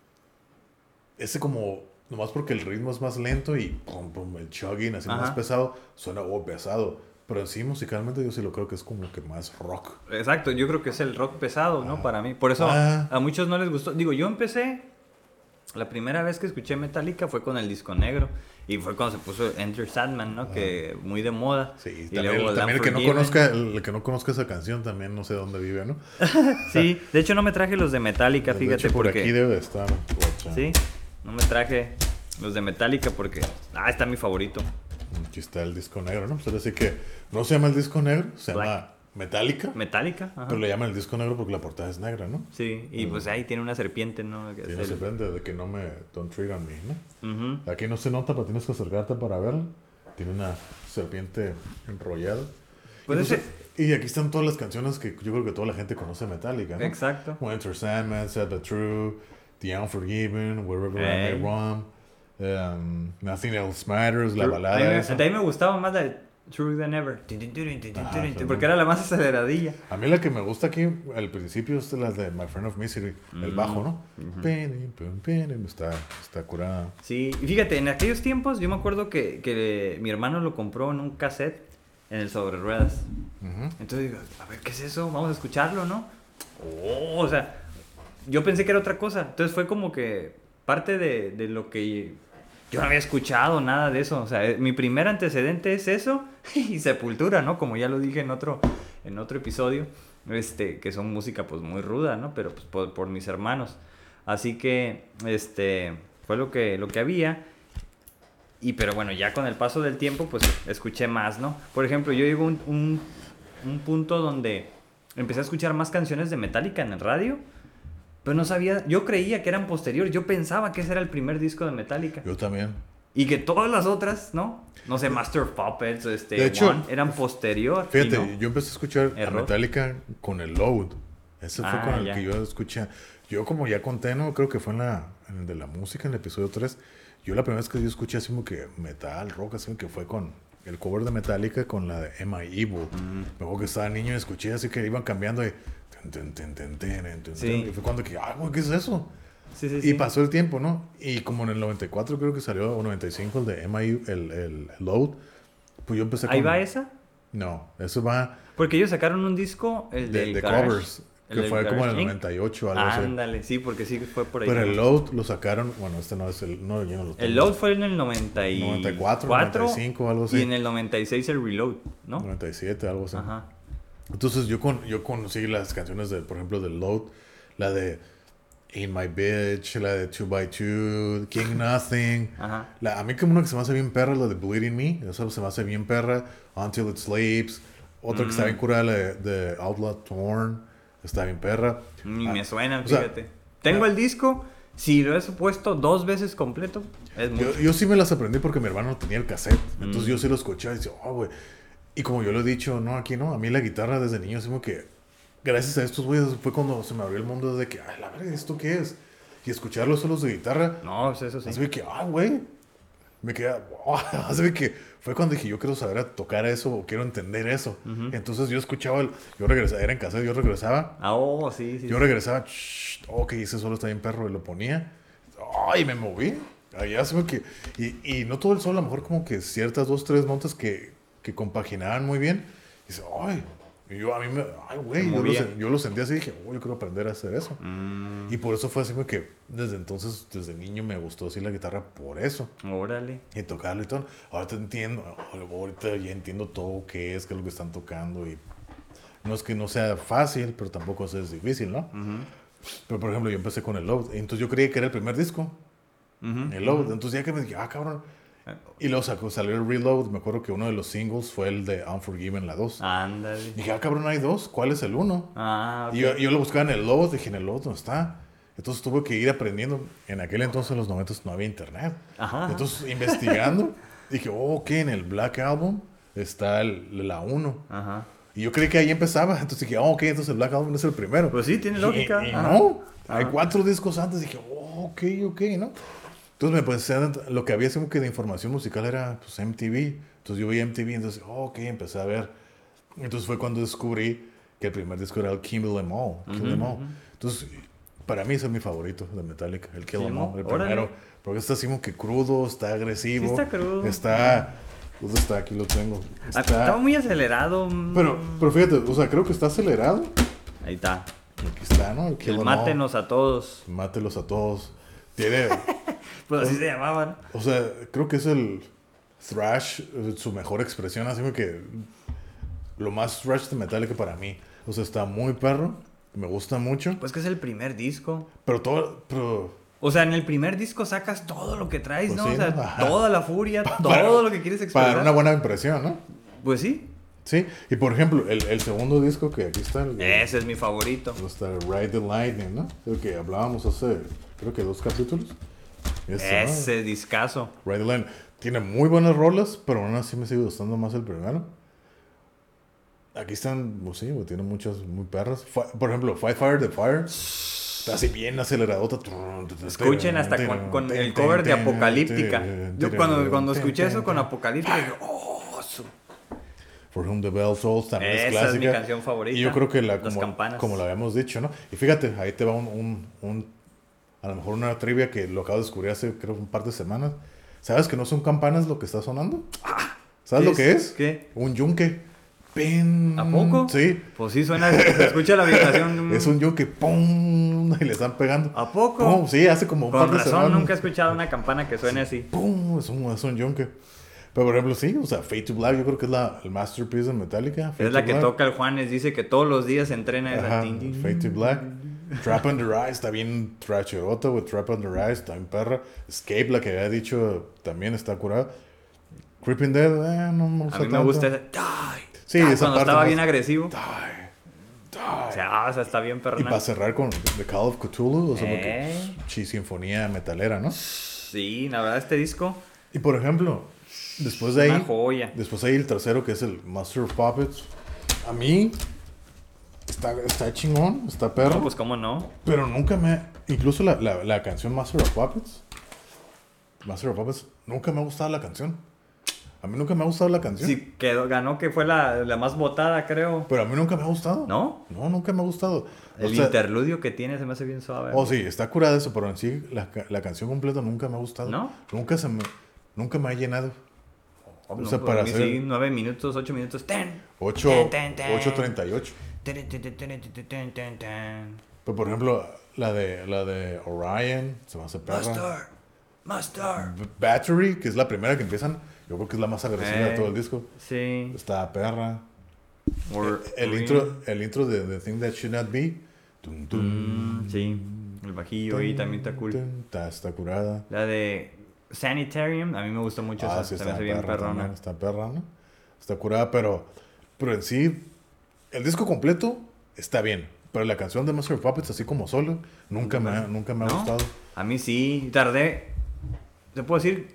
Ese como... Nomás porque el ritmo es más lento y pum, pum, el chugging así más Ajá. pesado, suena pesado. Pero en sí, musicalmente, yo sí lo creo que es como que más rock. Exacto, yo creo que es el rock pesado, ¿no? Para mí. Por eso Ah. a muchos no les gustó. Digo, yo empecé, la primera vez que escuché Metallica fue con el disco negro. Y fue cuando se puso Enter Sandman, ¿no? Que muy de moda. Sí, Y también, luego también el que no Unforgiven. conozca, el que no conozca esa canción también no sé dónde vive, ¿no? Sí, de hecho no me traje los de Metallica, De fíjate, hecho, por porque... aquí debe de estar. guacha. Sí, no me traje los de Metallica porque... Ah, está mi favorito. Aquí está el disco negro, ¿no? Pues ahora sí que no se llama el disco negro, se Black. llama Metallica, Metallica, ajá. pero le llaman el disco negro porque la portada es negra, ¿no? Sí, y pues ahí tiene una serpiente, ¿no? Que Y es no se el- prende de que no me don't treat on me, ¿no? Ujú. Aquí no se nota, pero tienes que acercarte para verla. Tiene una serpiente enrollada. Pues y, ese- y aquí están todas las canciones que yo creo que toda la gente conoce Metallica, ¿no? Exacto. Como Enter Sandman, Sad But True, The Unforgiven, Wherever I May Roam, Nothing Else Matters, la A balada mí, esa. a mí me gustaba más la de True Than Ever. Porque era la más aceleradilla. A mí la que me gusta aquí al principio es la de My Friend of Misery, el bajo, ¿no? Está curada. Sí, y fíjate, en aquellos tiempos yo me acuerdo que mi hermano lo compró en un cassette en el sobre ruedas. Ujú. Entonces digo, a ver, ¿qué es eso? Vamos a escucharlo, ¿no? Oh, o sea, yo pensé que era otra cosa. Entonces fue como que parte de lo que yo no había escuchado, nada de eso. O sea, mi primer antecedente es eso y Sepultura, ¿no? Como ya lo dije en otro episodio, que son música pues muy ruda, ¿no? Pero pues por mis hermanos. Así que, fue lo que había. Y pero bueno, ya con el paso del tiempo, pues escuché más, ¿no? Por ejemplo, yo llego a un punto donde empecé a escuchar más canciones de Metallica en el radio Pero no sabía, yo creía que eran posteriores, yo pensaba que ese era el primer disco de Metallica. Yo también. Y que todas las otras, ¿no? No sé, Master of Puppets, De hecho, One, eran posterior. Fíjate, y no. yo empecé a escuchar a Error. Metallica con el Load. Ese fue con el ya. que yo escuché. Yo como ya conté, ¿no? Creo que fue en el de la música, en el episodio 3. Yo la primera vez que yo escuché así como que metal, rock, así como que fue con el cover de Metallica con la de Am I Evil. Me acuerdo que estaba niño y escuché así que iban cambiando de... Sí. Y fue cuando que, ay, güey, ¿qué es eso? Sí, sí, Y sí. pasó el tiempo, ¿no? Y como en el 94 creo que salió, o 95 el de MI, el Load, pues yo empecé ¿Ahí con... va esa? No, eso va Porque ellos sacaron un disco, el del de Garage, covers, el que del fue como en Garage el Inc. 98 o algo así. Ándale, sí, porque sí fue por ahí. Pero ¿no? el Load lo sacaron, bueno, este no es el... No, yo no lo tengo. El Load fue en el 94, 95, algo así. Y en el 96 el Reload, ¿no? 97, algo así. Ajá. Entonces yo conocí las canciones, de, por ejemplo, del Load, la de In My Bitch, la de 2x2, King Nothing. Ajá. A mí como una que se me hace bien perra, la de Bleeding Me, esa se me hace bien perra, Until It Sleeps. Otra que está bien curada, la de Outlaw Torn, está bien perra. Ni me suenan, o sea, fíjate. Tengo el disco, si lo he puesto 2 veces completo, es mucho. Yo sí me las aprendí porque mi hermano tenía el cassette. Entonces yo sí lo escuchaba y decía, oh, güey. Y como yo lo he dicho, no, aquí no. A mí la guitarra desde niño, así como que, gracias a estos güeyes, fue cuando se me abrió el mundo de que, ay, la verdad, ¿esto qué es? Y escuchar los solos de guitarra, No, pues eso sí. así que, ah, güey. Me queda, oh, así que fue cuando dije, yo quiero saber tocar eso o quiero entender eso. Entonces yo escuchaba, yo regresaba, era en cassette, yo regresaba. Ah, oh, sí, sí. Yo sí. regresaba, ok, ese solo está bien perro, y lo ponía. Ay, me moví. Allá se me que... Y no todo el solo, a lo mejor como que ciertas 2, 3 notas que compaginaban muy bien. Y dice, ay, y yo a mí me... Ay, güey, yo lo sentía así y dije, oh, yo quiero aprender a hacer eso. Y por eso fue así como que desde entonces, desde niño me gustó así la guitarra por eso. Órale. Y tocarlo y todo. Ahorita entiendo, ahorita ya entiendo todo qué es lo que están tocando. Y no es que no sea fácil, pero tampoco es difícil, ¿no? Pero por ejemplo, yo empecé con el Load. Entonces yo creí que era el primer disco. El Load. Entonces ya que me dije, ah, cabrón. Y luego salió el Reload. Me acuerdo que uno de los singles fue el de Unforgiven, la 2. Ándale. Dije, ah, cabrón, hay 2. ¿Cuál es el 1? Ah, ok. Y yo lo buscaba en el Load. Dije, en el Load no está. Entonces tuve que ir aprendiendo. En aquel entonces, en los 90 no había internet. Ajá. Entonces, investigando, dije, oh, ok, en el Black Album está la 1. Ajá. Y yo creí que ahí empezaba. Entonces dije, oh, ok, entonces el Black Album es el primero. Pues sí, tiene lógica. Y Ajá. no, hay Ajá. 4 discos antes. Dije, oh, ok, ¿no? Entonces me pensé, lo que había como que de información musical era pues MTV. Entonces yo veía MTV, entonces, oh, ok, empecé a ver. Entonces fue cuando descubrí que el primer disco era el Kill 'Em All. Kill 'Em All. Entonces, para mí ese es mi favorito de Metallica, el Kill 'Em All, el Órale. primero. Porque está así como que crudo, está agresivo. Sí está crudo. Está... ¿Dónde está? Aquí lo tengo. Estaba muy acelerado. Pero fíjate, o sea, creo que está acelerado. Ahí está. Aquí está, ¿no? El Kill El 'Em All. mátenos a todos. Mátelos a todos. Tiene... Pues así se llamaban. O sea, creo que es el thrash, su mejor expresión, así como que lo más thrash de Metallica para mí. O sea, está muy perro, me gusta mucho, Pues que es el primer disco. pero O sea, en el primer disco sacas todo lo que traes, Pues ¿no? sí, o sea, ¿no? Ajá. toda la furia, para- todo lo que quieres expresar. para una buena impresión, ¿no? Pues sí. Sí, y por ejemplo, el segundo disco que aquí está, Ese es mi favorito. está Ride the Lightning, ¿no? El que hablábamos hace, creo que 2 capítulos. Ese, ¿no? Ese discazo. Ride the Lightning. Tiene muy buenas rolas, pero aún así me sigue gustando más el primero. Aquí están, pues sí, tiene muchas muy perras. Por ejemplo, Fight Fire the Fire. Está así bien aceleradota. Escuchen hasta con el cover de Apocalíptica. Yo cuando escuché eso con Apocalíptica, dije, oh, For Whom the Bell Tolls también es esa clásica. es mi canción favorita. Y yo creo que Las como, campanas. como lo habíamos dicho, ¿no? Y fíjate, ahí te va a lo mejor una trivia que lo acabo de descubrir hace, creo, un par de semanas. ¿Sabes que no son campanas lo que está sonando? ¿Sabes ¿qué lo que es? ¿Qué? Un yunque. ¡Pin! ¿A poco? Sí. Pues sí, suena, se escucha la vibración. Es un yunque. ¡Pum! Y le están pegando. ¿A poco? ¡Pum! Sí, hace como un Con par de razón, semanas. nunca he escuchado una campana que suene así. ¡Pum! Es un yunque. Pero por ejemplo, sí, o sea, Fade to Black yo creo que es el masterpiece de Metallica. Fade Es la to que Black. toca el Juanes, dice que todos los días entrena esa. Ajá, Fade to Black. Trap Under Rise está bien trasherota, güey. Trap Under Rise está bien perra. Escape, la que había dicho, también está curada. Creeping Dead, no me gusta A mí me tanto. gusta esa. ¡Ay! Sí, esa Cuando parte estaba más- bien agresivo. Ay. O sea, está bien Y perrona. para cerrar con The Call of Cthulhu, o sea, porque sinfonía metalera, ¿no? Sí, la verdad, este disco, Y por ejemplo, después de una ahí, joya. después de ahí el tercero, que es el Master of Puppets, a mí está chingón, está perro. No, pues cómo no. Pero nunca incluso la canción Master of Puppets, nunca me ha gustado la canción. A mí nunca me ha gustado la canción. Sí, ganó que fue la más votada, creo. Pero a mí nunca me ha gustado. ¿No? No, nunca me ha gustado. El interludio que tiene se me hace bien suave. Oh, sí, está curada eso, pero en sí la canción completa nunca me ha gustado. ¿No? Nunca me ha llenado. Oh, O no, sea, pues, para a mí hacer sí, 9 minutos, 8 minutos. 8:38. Pero por ejemplo, la de Orion, se me hace perra. Master. Battery, que es la primera que empiezan, yo creo que es la más agresiva de todo el disco. Sí. Está perra. Or- El intro de The Thing That Should Not Be. Tum, tum, sí. El bajillo ahí también está cool. Está curada. La de Sanitarium, a mí me gustó mucho esa. Sí, Se me está hace bien perra perrona. también, está perra, ¿no? Está curada, pero en sí, el disco completo está bien. Pero la canción de Master of Puppets, así como solo, nunca me ha ¿No? gustado. A mí sí. Tardé, te puedo decir,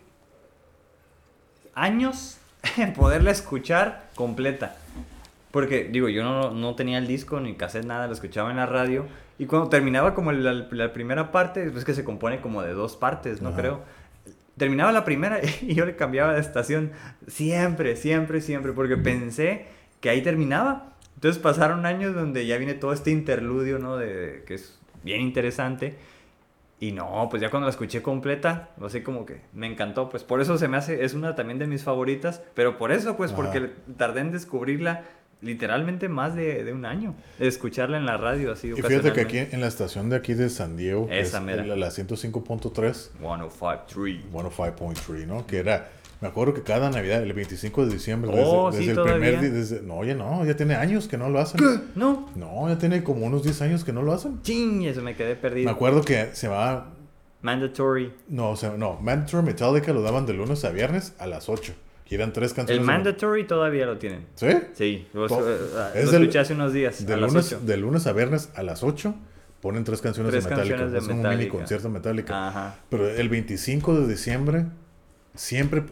años en poderla escuchar completa. Porque, digo, yo no tenía el disco ni cassette, nada, lo escuchaba en la radio. Y cuando terminaba como la primera parte, es que se compone como de 2 partes, ¿no? Ajá. Creo. Terminaba la primera y yo le cambiaba de estación. Siempre, porque pensé que ahí terminaba. Entonces pasaron años donde ya viene todo este interludio, ¿no? Que es bien interesante. Y no, pues ya cuando la escuché completa, así como que me encantó. Pues por eso se me hace, es una también de mis favoritas. Pero por eso, pues, porque tardé en descubrirla literalmente más de un año. De escucharla en la radio, así Y fíjate que aquí ocasionalmente. en la estación de aquí de San Diego, que Esa es mera. la 105.3, 105.3. 105.3, ¿no? Que era, me acuerdo que cada Navidad, el 25 de diciembre, Oh, desde sí, el todavía. primer día, no, ya tiene años que no lo hacen. No, No, ya tiene como unos 10 años que no lo hacen. ching, eso me quedé perdido. Me acuerdo que se llamaba, Mandatory. Mandatory Metallica lo daban de lunes a viernes a las 8. Y eran 3 canciones. El Mandatory todavía lo tienen. ¿Sí? Sí, lo Es escuché hace unos días. De a las lunes, 8. de lunes a viernes a las 8 ponen 3 canciones Tres de Metallica. canciones de Es como un mini Metallica. concierto Metallica. Ajá. Pero el 25 de diciembre, siempre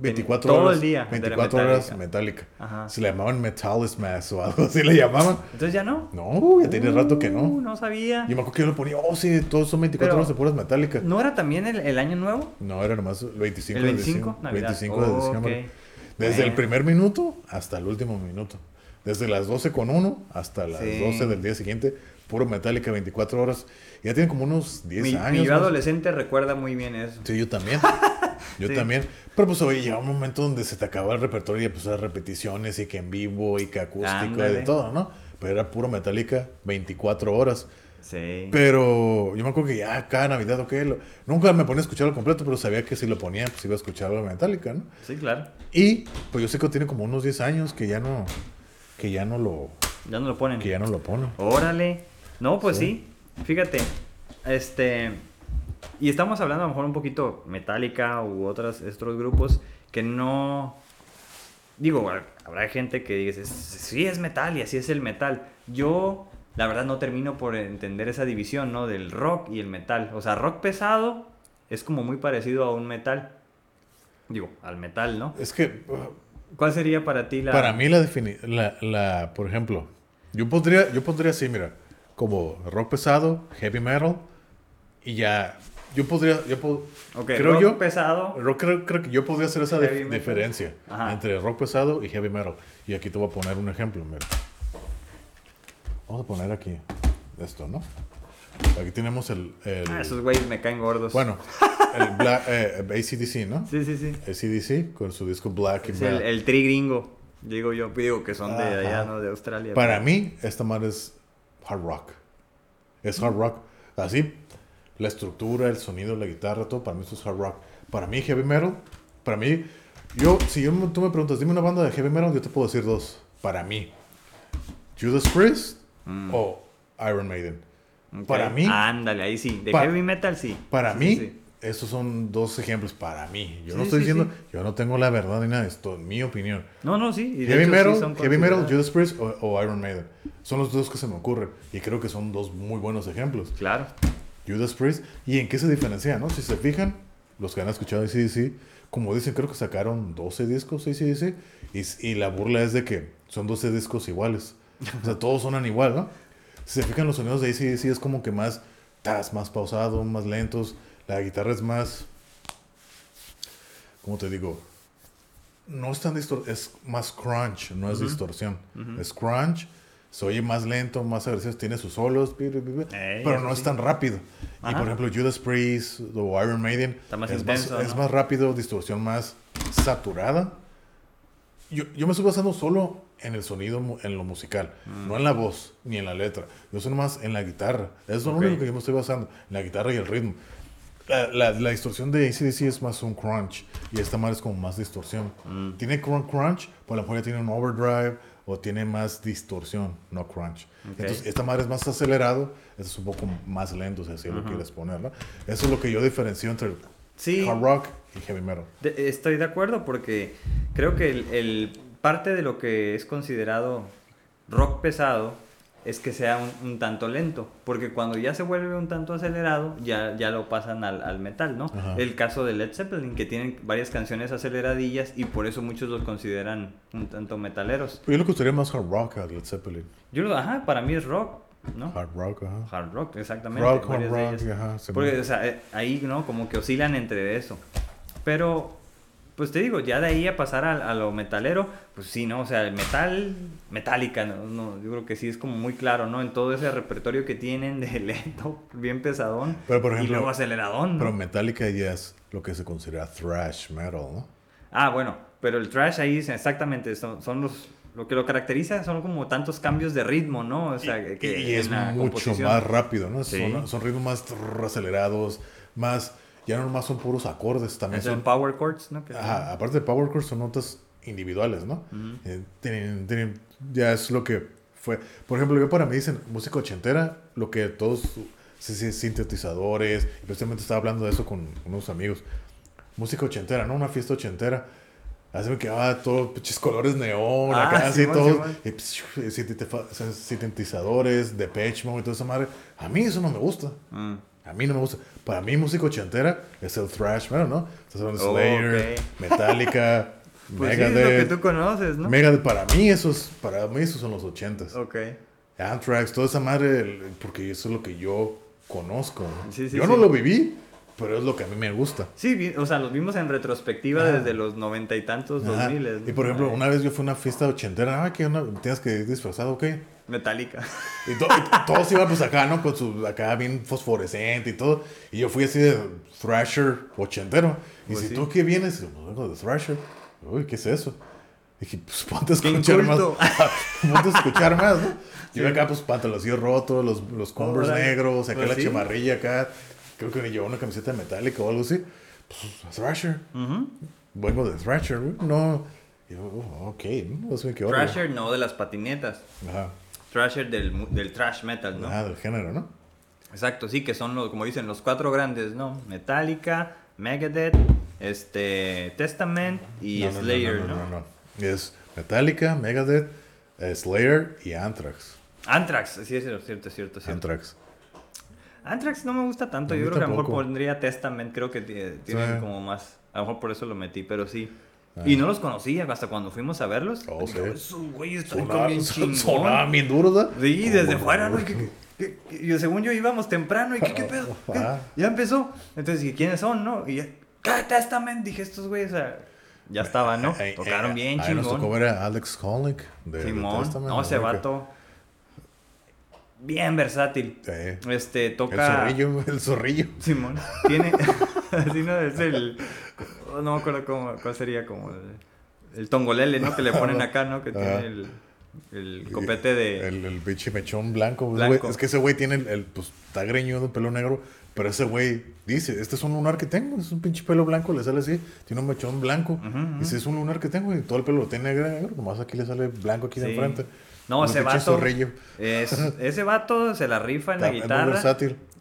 24 todo horas. el día. 24 de horas Metallica. Metallica. Ajá. Se le llamaban Metallismas o algo así le llamaban. Entonces ya no. No, ya tiene rato que no. No sabía. Yo me acuerdo que yo lo ponía, sí, todos son 24 Pero, horas de puras Metallica. ¿No era también el año nuevo? No, era nomás el 25 ¿El de 25? diciembre. Navidad. 25 de diciembre. Ok. Desde el Bueno. primer minuto hasta el último minuto. Desde las 12:01 hasta las Sí. 12 del día siguiente. Puro Metallica, 24 horas. Ya tienen como unos 10 años. Mi yo más. adolescente recuerda muy bien eso. Sí, yo también. Yo Sí. también. Pero pues oye, llega un momento donde se te acaba el repertorio y pues las repeticiones y que en vivo y que acústico y de Ándale. todo, ¿no? Pero era puro Metallica, 24 horas. Sí. Pero yo me acuerdo que ya cada Navidad, nunca me ponía a escucharlo completo, pero sabía que si lo ponía, pues iba a escuchar algo de Metallica, ¿no? Sí, claro. Y pues yo sé que tiene como unos 10 años que ya no lo Ya no lo ponen. ponen. Órale. No, pues Sí. sí. Fíjate. Y estamos hablando a lo mejor un poquito Metallica u otros grupos que no... Digo, habrá gente que dice, sí es metal y así es el metal. Yo, la verdad, no termino por entender esa división, ¿no? Del rock y el metal. O sea, rock pesado es como muy parecido a un metal. Digo, al metal, ¿no? Es que ¿Cuál sería para ti la... para mí por ejemplo, yo podría así, mira, como rock pesado, heavy metal y ya Ok, creo rock yo pesado. creo que yo podría hacer esa Heavy metal. diferencia Ajá. entre rock pesado y heavy metal. Y aquí te voy a poner un ejemplo, mira. Vamos a poner aquí esto, ¿no? Aquí tenemos el Esos güeyes me caen gordos. bueno, el AC/DC, ¿no? Sí, sí, sí. AC/DC con su disco Black y Es Brown. el tri gringo. Digo que son de allá, Ajá. ¿no? De Australia. Para mí, esta madre es hard rock. Es hard rock. Así, la estructura, el sonido, la guitarra, todo, para mí eso es hard rock. Para mí, heavy metal, para mí, tú me preguntas, dime una banda de heavy metal, yo te puedo decir 2. Para mí, Judas Priest o Iron Maiden. Ok. Para mí, Ándale, ahí sí. De Pa- heavy metal sí. para Sí, mí, sí, sí. Estos son dos ejemplos para mí. Yo no Sí, estoy sí, diciendo, sí. yo no tengo la verdad ni nada, esto es mi opinión. No, sí. Y de Heavy hecho Metal, sí son Heavy Metal, considerados. Judas Priest o Iron Maiden. Son los dos que se me ocurren. Y creo que son dos muy buenos ejemplos. Claro. Judas Priest. ¿Y en qué se diferencia, no? Si se fijan, los que han escuchado AC/DC, como dicen, creo que sacaron 12 discos AC/DC. Y la burla es de que son 12 discos iguales. O sea, todos sonan igual, ¿no? Si se fijan, los sonidos de AC/DC es como que más pausado, más lentos. La guitarra es más, ¿cómo te digo? No es tan es más crunch, no es distorsión. Es crunch, se oye más lento, más agresivo, tiene sus solos, pero no es tan rápido. Y por ejemplo, Judas Priest o Iron Maiden Está más es, intenso, es ¿no? más rápido, distorsión más saturada. Yo me estoy basando solo en el sonido, en lo musical, no en la voz ni en la letra. Yo estoy más en la guitarra. Eso es lo único que yo me estoy basando, en la guitarra y el ritmo. La distorsión de AC/DC es más un crunch y esta madre es como más distorsión. Tiene crunch, pero a lo mejor ya tiene un overdrive o tiene más distorsión, no crunch. Entonces, esta madre es más acelerado, este es un poco más lento, si así lo quieres poner, ¿no? Eso es lo que yo diferencio entre hard rock y heavy metal. Estoy de acuerdo porque creo que el parte de lo que es considerado rock pesado es que sea un tanto lento, porque cuando ya se vuelve un tanto acelerado, ya lo pasan al metal, ¿no? Ajá. El caso de Led Zeppelin, que tienen varias canciones aceleradillas y por eso muchos los consideran un tanto metaleros. Yo le gustaría más hard rock a Led Zeppelin. Para mí es rock, ¿no? Hard rock, ajá. Hard rock, exactamente. Rock, hard varias de rock, ellas. ajá. Porque, o sea, ahí, ¿no? Como que oscilan entre eso. Pero, pues te digo, ya de ahí a pasar a lo metalero, pues sí, ¿no? O sea, el metal, Metallica, ¿no? Yo creo que sí es como muy claro, ¿no? En todo ese repertorio que tienen de lento, bien pesadón, Pero, por ejemplo, y luego aceleradón, ¿no? Pero Metallica ya es lo que se considera thrash metal, ¿no? Bueno, pero el thrash ahí, exactamente, son los... Lo que lo caracteriza son como tantos cambios de ritmo, ¿no? O sea, Y es mucho más rápido, ¿no? Sí. Son ritmos más acelerados, más... Ya no más son puros acordes, también son... power chords, ¿no? Ajá, aparte de power chords son notas individuales, ¿no? Ya es lo que fue... Por ejemplo, yo para mí dicen música ochentera, lo que todos... sintetizadores, y precisamente estaba hablando de eso con unos amigos. Música ochentera, ¿no? Una fiesta ochentera. Hacen que todos pinches colores neón, acá así todos. Sintetizadores, Depeche Mode y toda esa madre. A mí eso no me gusta. A mí no me gusta. Para mí, música ochentera es el thrash metal, ¿no? Estás hablando de Slayer, Metallica, pues Megadeth. Sí, es lo que tú conoces, ¿no? Megadeth, para mí esos son los 80s. Ok. Anthrax, toda esa madre, porque eso es lo que yo conozco. Yo no lo viví, pero es lo que a mí me gusta. Sí, o sea, los vimos en retrospectiva desde los 90 y tantos, 2000. ¿No? Y por ejemplo, una vez yo fui a una fiesta ochentera, tienes que ir disfrazado, ¿ok? Metallica. Y todos iban pues acá, ¿no? Con su, acá bien fosforescente y todo. Y yo fui así de thrasher ochentero. Y pues si tú qué vienes, pues vengo de thrasher. Uy, ¿qué es eso? Y dije, pues ponte a escuchar más. Ponte a escuchar más, ¿no? Yo acá pues pantaloncillos rotos, los Converse negros, acá la chamarrilla acá. Creo que me llevó una camiseta metálica o algo así. Pues thrasher. Vengo de thrasher, güey. No. Yo, ok, no sé qué hora. Thrasher no de las patinetas. Ajá. Thrasher del thrash metal, ¿no? Del género, ¿no? Exacto, sí, que son, como dicen, los 4 grandes, ¿no? Metallica, Megadeth, Testament y Slayer, ¿no? No. Es Metallica, Megadeth, Slayer y Anthrax. Anthrax, sí, es cierto. Anthrax no me gusta tanto, yo creo que a lo mejor pondría Testament, creo que tienen como más, a lo mejor por eso lo metí, pero sí. Y no los conocía hasta cuando fuimos a verlos. Sí. Esos güeyes están bien chingón. Sonaban bien duros, ¿no? Sí, desde fuera, ¿no? Y según yo íbamos temprano, ¿y qué pedo? Ya empezó. Entonces dije, ¿quiénes son, no? Y ya, ¿qué Testament? Dije, estos güeyes, o sea, ya estaban, ¿no? Tocaron bien chingón. Nos tocó ver a Alex Holnick de Testament. No, ese vato... Bien versátil. Sí. Toca... El zorrillo. Simón. Tiene... Así no, es el... No me acuerdo cuál sería como el tongolele, ¿no? Que le ponen acá, ¿no? Que tiene el copete de... El pinche mechón blanco. Blanco. Es que ese güey tiene pues está greñudo, pelo negro. Pero ese güey dice, este es un lunar que tengo. Es un pinche pelo blanco, le sale así. Tiene un mechón blanco. Dice, es un lunar que tengo. Y todo el pelo lo tiene negro. Nomás aquí le sale blanco aquí de enfrente. No, ese vato... Ese vato se la rifa en la guitarra. Muy versátil.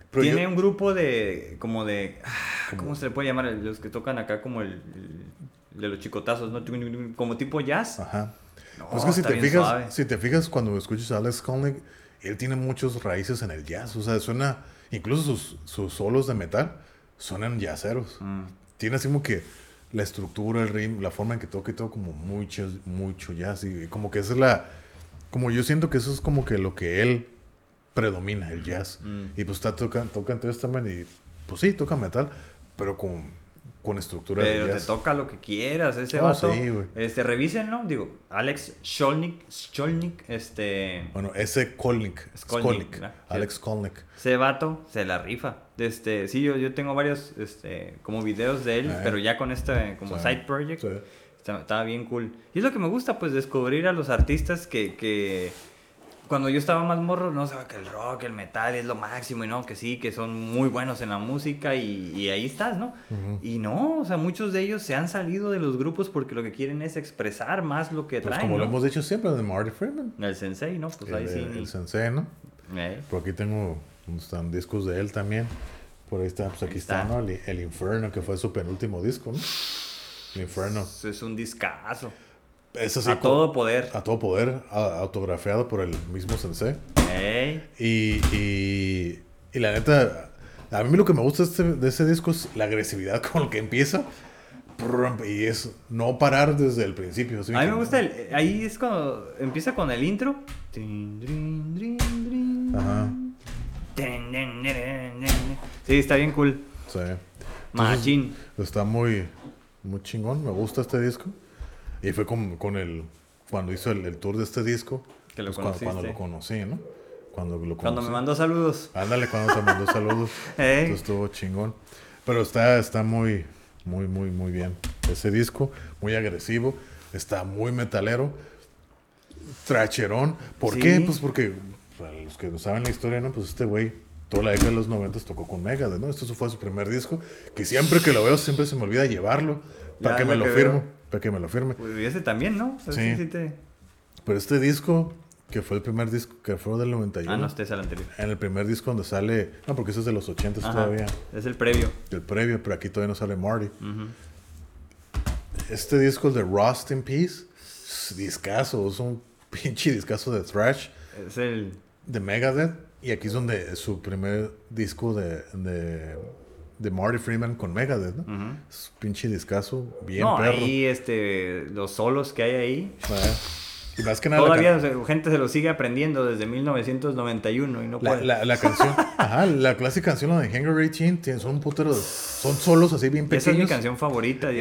Pero Tiene yo- un grupo de, como de, Como- ¿cómo se le puede llamar? Los que tocan acá como el de los chicotazos, ¿no? Como tipo jazz. Ajá. No, Pues que si está te bien fijas, suave. si te fijas cuando escuchas a Alex Skolnick, él tiene muchas raíces en el jazz. O sea, suena, incluso sus solos de metal suenan jazzeros. Mm. Tiene así como que la estructura, el ritmo, la forma en que toca y todo como mucho jazz. Y como que esa es como yo siento que eso es como que lo que él predomina, el jazz. Y pues toca entonces también y pues sí, toca metal, pero con estructura Pero de te jazz. toca lo que quieras, ese Oh, vato. sí, güey. Revísenlo, digo, Alex Skolnick, Bueno, ese Skolnick, Skolnick, ¿verdad? Alex Skolnick. ese vato se la rifa. Sí, yo tengo varios, como videos de él, pero ya con como Sí, side project. sí. Estaba bien cool. Y es lo que me gusta, pues, descubrir a los artistas que cuando yo estaba más morro, no sabía que el rock, el metal es lo máximo y no, que sí, que son muy buenos en la música y ahí estás, ¿no? Y no, o sea, muchos de ellos se han salido de los grupos porque lo que quieren es expresar más lo que Pues traen, como lo ¿no? hemos dicho siempre, de Marty Friedman. El sensei, ¿no? Pues ahí sí. El sensei, ¿no? Eh, Por aquí tengo, están discos de él también. Por ahí está, pues aquí Ahí está, está. ¿no? El Inferno, que fue su penúltimo disco, ¿no? El Inferno. es un discazo. Es así, A todo poder. a todo poder, autografiado por el mismo sensei. Ey. Y la neta, a mí lo que me gusta de ese disco es la agresividad con la que empieza. Y es no parar desde el principio. Así A mí que- me gusta ahí es cuando empieza con el intro. Trin, trin, trin, trin. Ajá, Trin, trin, trin, trin. Sí, está bien cool. sí. Machín. Está muy chingón, me gusta este disco. Y fue cuando hizo el tour de este disco, Que lo pues cuando conociste. lo conocí, ¿no? Cuando lo conocí. Cuando me mandó saludos. Ándale, cuando te mandó saludos. Ey. Entonces estuvo chingón. Pero está muy bien. Ese disco, muy agresivo, está muy metalero, tracherón. ¿Por Sí. qué? Pues porque, para los que no saben la historia, ¿no? Pues este güey, toda la década de los 90 tocó con Megadeth, ¿no? Esto fue su primer disco, que siempre que lo veo, siempre se me olvida llevarlo, para Ya, que me lo lo que firme, veo. para que me lo firme. Pues, y ese también, ¿no? O sea, Sí. Pero este disco, que fue el primer disco, que fue del 91, Ah, no, este es el anterior. en el primer disco donde sale, no, porque ese es de los 80 Ajá, todavía, es el previo. del previo, pero aquí todavía no sale Marty. Ujú. Este disco, el de Rust in Peace, es discazo, es un pinche discazo de thrash Es el... de Megadeth. Y aquí es donde es su primer disco de Marty Freeman con Megadeth, ¿no? Ujú. Es un pinche discazo, bien No, perro. ahí, los solos que hay ahí. Y más que nada Todavía o sea, gente se lo sigue aprendiendo desde 1991 y no puede. la canción, ajá, la clásica canción, la de Hangar 18, son un putero, son solos así bien pequeños. Esa es mi canción favorita.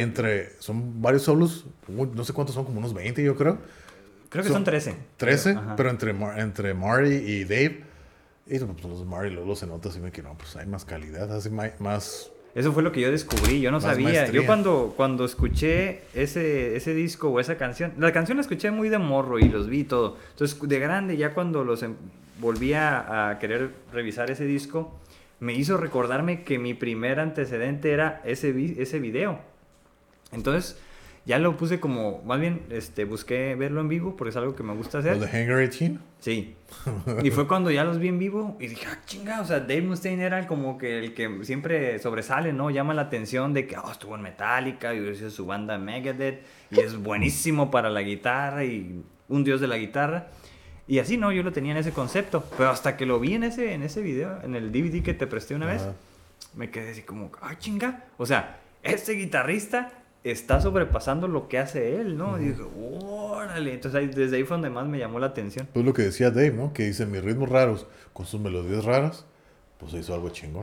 Son varios solos, no sé cuántos son, como unos 20 yo creo. Creo que son 13. 13, Ajá. pero entre Marty y Dave. Y pues los Marty luego se nota así que no, pues hay más calidad, así más. Eso fue lo que yo descubrí, yo no Más sabía. maestría. Yo cuando escuché ese disco o esa canción, la canción la escuché muy de morro y los vi y todo. Entonces, de grande, ya cuando volví a querer revisar ese disco, me hizo recordarme que mi primer antecedente era ese video. Entonces, ya lo puse como, más bien, busqué verlo en vivo porque es algo que me gusta hacer. Los de Hangar 18. Sí. Y fue cuando ya los vi en vivo y dije, ah, chinga, o sea, Dave Mustaine era como que el que siempre sobresale, ¿no? Llama la atención de que, estuvo en Metallica y hizo su banda Megadeth y es buenísimo para la guitarra y un dios de la guitarra. Y así, ¿no? Yo lo tenía en ese concepto. Pero hasta que lo vi en ese video, en el DVD que te presté una vez, Ajá. me quedé así como, chinga. O sea, este guitarrista está sobrepasando lo que hace él, ¿no? Y dije, órale. Entonces desde ahí fue donde más me llamó la atención. Pues lo que decía Dave, ¿no? Que dice mis ritmos raros con sus melodías raras, pues hizo algo chingón.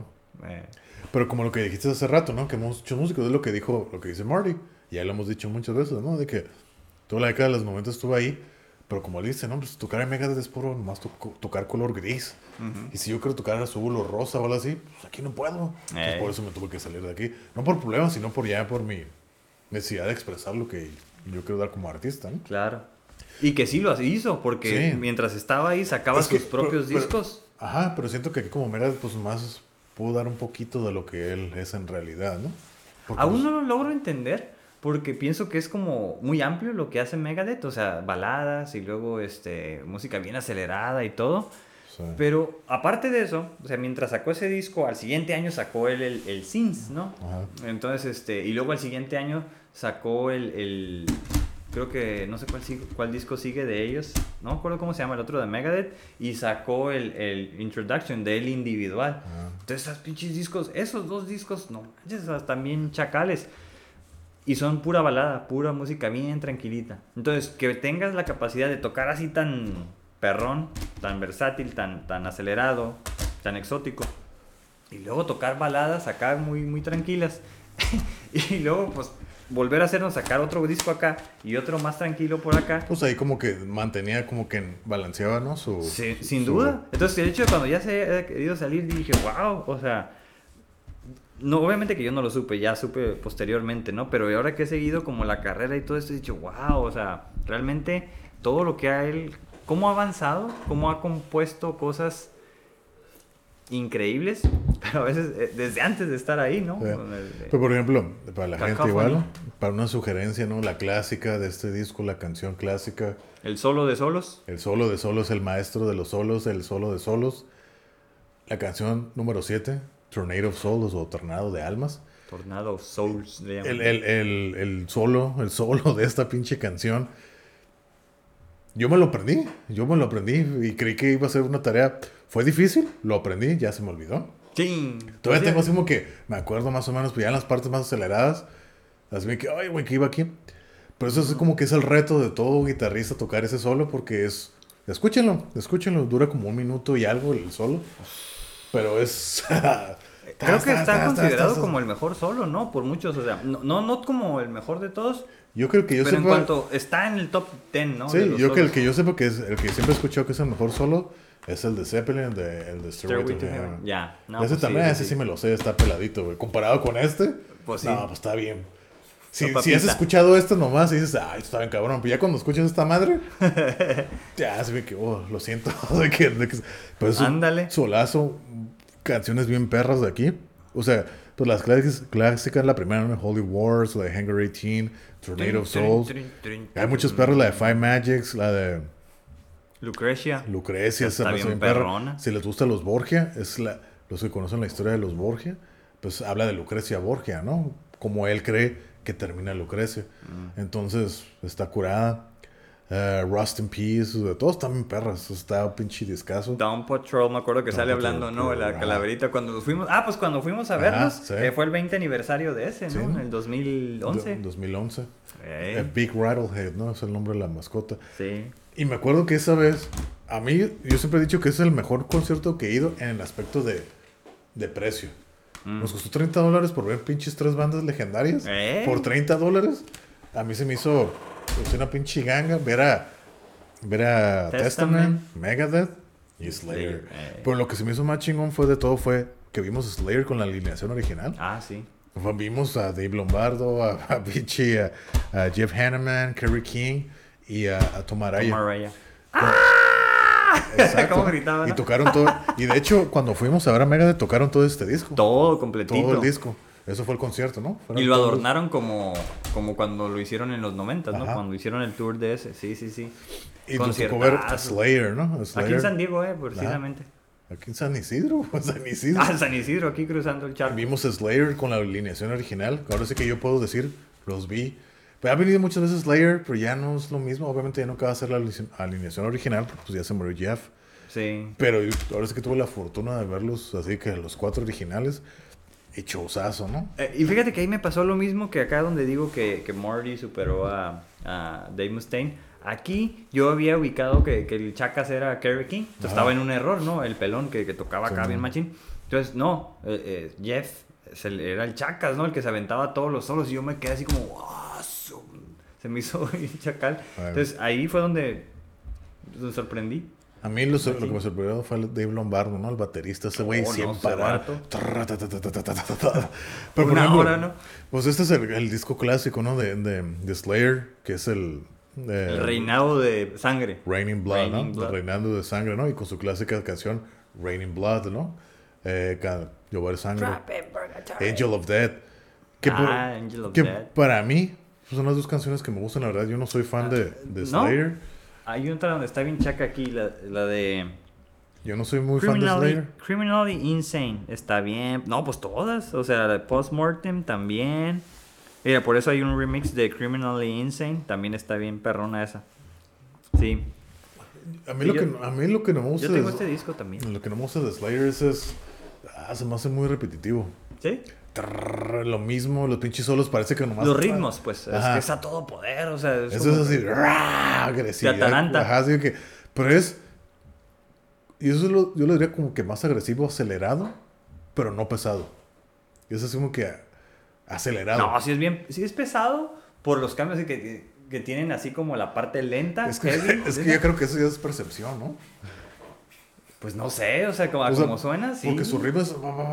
Pero como lo que dijiste hace rato, ¿no? Que muchos músicos es lo que dice Marty. Y ya lo hemos dicho muchas veces, ¿no? De que toda la década de los 90 estuvo ahí. Pero como él dice, ¿no? Pues tocar en Megadeth es puro nomás tocar color gris. Y si yo quiero tocar azul o rosa o algo así, pues aquí no puedo. Entonces por eso me tuve que salir de aquí. No por problemas, sino por mi necesidad de expresar lo que yo quiero dar como artista, ¿no? Claro. Y que sí lo hizo, porque Sí. mientras estaba ahí sacaba Es que, sus propios discos. Ajá, pero siento que aquí como Megadeth, pues más pudo dar un poquito de lo que él es en realidad, ¿no? Porque, Aún pues, no lo logro entender, porque pienso que es como muy amplio lo que hace Megadeth, o sea, baladas y luego música bien acelerada y todo. Sí. Pero aparte de eso, o sea, mientras sacó ese disco, al siguiente año sacó el Sins, ¿no? Ajá. Entonces, y luego al siguiente año sacó creo que no sé cuál disco sigue de ellos, no me acuerdo cómo se llama, el otro de Megadeth, y sacó el Introduction de él individual. Ajá. Entonces, esos pinches discos, esos dos discos, no manches, también chacales. Y son pura balada, pura música bien tranquilita. Entonces, que tengas la capacidad de tocar así tan perrón, tan versátil, tan acelerado, tan exótico. Y luego tocar baladas acá muy, muy tranquilas. Y luego, pues, volver a hacernos sacar otro disco acá y otro más tranquilo por acá. Pues ahí como que mantenía, como que balanceaba, ¿no? Sí, sin duda. Entonces, de hecho, cuando ya se ha querido salir, dije, wow, o sea... No, obviamente que yo no lo supe, ya supe posteriormente, ¿no? Pero ahora que he seguido como la carrera y todo esto, he dicho, wow, o sea, realmente todo lo que ha él, cómo ha avanzado, cómo ha compuesto cosas increíbles, pero a veces desde antes de estar ahí, ¿no? Pero por ejemplo, para la gente Cacophony. igual, para una sugerencia, ¿no? La clásica de este disco, la canción clásica. El solo de solos. El solo de solos, el maestro de los solos, el solo de solos. La canción número 7, Tornado of Souls o Tornado de Almas. Tornado of Souls. Le llaman. El solo de esta pinche canción. Yo me lo aprendí y creí que iba a ser una tarea. Fue difícil, lo aprendí, ya se me olvidó. ¡Ching! Todavía O sea, tengo así como que me acuerdo más o menos, pues ya en las partes más aceleradas. Así que, ay, güey, que iba aquí. Pero eso es como que es el reto de todo guitarrista tocar ese solo porque es... Escúchenlo, dura como 1 minuto y algo el solo. Pero es... creo que está considerado como el mejor solo, ¿no? Por muchos, o sea, no como el mejor de todos, Yo creo que yo pero en sepa... cuanto está en el top 10, ¿no? Sí, De los yo que el solos. que yo sepa que es el que siempre he escuchado que es el mejor solo es el de Zeppelin, el de Stairway Stairway to to Heaven. Heaven. Ya. No, Ese pues también, sí, ese sí me lo sé, está peladito, güey. Comparado con este, Pues sí. no, pues está bien. Si Papita. has escuchado este nomás y dices, ay, esto está bien cabrón, pero ya cuando escuchas esta madre, ya se ve que, oh, lo siento. Pero es un Ándale. solazo, canciones bien perras de aquí. O sea, pues las clásicas, la primera, ¿no? Holy Wars, la de Hangar 18, Tornado of Souls. Hay muchos perros, la de Five Magics, la de Lucrecia. Lucrecia, Está esa bien bien perra. perrona. Si les gusta los Borgia, los que conocen la historia de los Borgia, pues habla de Lucrecia Borgia, ¿no? Como él cree que termina Lucrecia. Entonces, está curada. Rust in Peace, todos están bien perras. Está un pinche discazo. Down Patrol, me acuerdo que Down sale Patrol, hablando, ¿no? La ajá. calaverita cuando fuimos. Ah, pues cuando fuimos a Ajá, verlos, sí. fue el 20 aniversario de ese, ¿no? Sí. En el 2011. 2011. Ey, Big Rattlehead, ¿no? Es el nombre de la mascota. sí. Y me acuerdo que esa vez, a mí, yo siempre he dicho que es el mejor concierto que he ido en el aspecto de precio. Nos costó $30 por ver pinches 3 bandas legendarias. Por $30. A mí se me hizo pues, una pinche ganga ver a Testament, Megadeth y Slayer. Pero lo que se me hizo más chingón fue de todo fue que vimos Slayer con la alineación original. Ah, sí. Vimos a Dave Lombardo, a Vichy, a Jeff Hanneman, Kerry King y a Tom Araya. Tom Araya. Exacto. ¿Cómo gritaban? Y tocaron todo. Y de hecho, cuando fuimos a ver a Megadeth, tocaron todo este disco. Todo completito. Todo el disco. Eso fue el concierto, ¿no? Fueron Y lo todos- adornaron como cuando lo hicieron en los 90, ¿no? Ajá. Cuando hicieron el tour de ese. Sí, sí, sí. Y nos tocó ver a Conciertazo. Slayer, ¿no? Aquí en San Diego, precisamente. Aquí en San Isidro. San Isidro. Ah, San Isidro, aquí cruzando el charco. Vimos a Slayer con la alineación original. Ahora sí que yo puedo decir, los vi. Pero ha venido muchas veces Slayer, pero ya no es lo mismo. Obviamente ya no acaba de ser la alineación original, porque pues ya se murió Jeff. Sí. Pero ahora sí que tuve la fortuna de verlos así que los 4 originales. Y showzazo, ¿no? Y fíjate que ahí me pasó lo mismo que acá donde digo que Marty superó a Dave Mustaine. Aquí yo había ubicado que el Chacas era Kerry King. Entonces, Ajá. estaba en un error, ¿no? El pelón que tocaba acá Sí. bien machín. Entonces, no, Jeff era el Chacas, ¿no? El que se aventaba todos los solos. Y yo me quedé así como, ¡wow! Se me hizo bien chacal. Bueno. Entonces, ahí fue donde me sorprendí. A mí lo que me sorprendió fue el Dave Lombardo, ¿no? El baterista, ese güey Oh, no, sin ese parar. vato. Pero por Una ejemplo, hora, ¿no? pues este es el disco clásico, ¿no? De Slayer, que es el Reinado de sangre. Raining Blood, Raining ¿no? Blood. Reinando de sangre, ¿no? Y con su clásica canción Raining Blood, ¿no? Llover sangre. Angel of Death. Que, Angel of que Death. para mí son las dos canciones que me gustan, la verdad. Yo no soy fan de ¿no? Slayer. Hay otra donde está bien chaca aquí, la de Yo no soy muy fan de Slayer. Criminally Insane está bien. No, pues todas. O sea, Postmortem también. Mira, por eso hay un remix de Criminally Insane. También está bien perrona esa. Sí. A mí lo que no me gusta Yo tengo este disco también. Lo que no me gusta de Slayer es se me hace muy repetitivo. ¿Sí? Lo mismo, los pinches solos parece que nomás... Los ritmos, pues, es que es a todo poder, o sea... Eso es así, agresivo. Te ataranta. Ajá, así que... Pero es... Y eso yo lo diría como que más agresivo, acelerado, pero no pesado. Y eso es como que acelerado. No, sí es pesado por los cambios que tienen así como la parte lenta. Es que yo creo que eso ya es percepción, ¿no? Pues no sé, o sea, como suena, sí. Porque su ritmo es...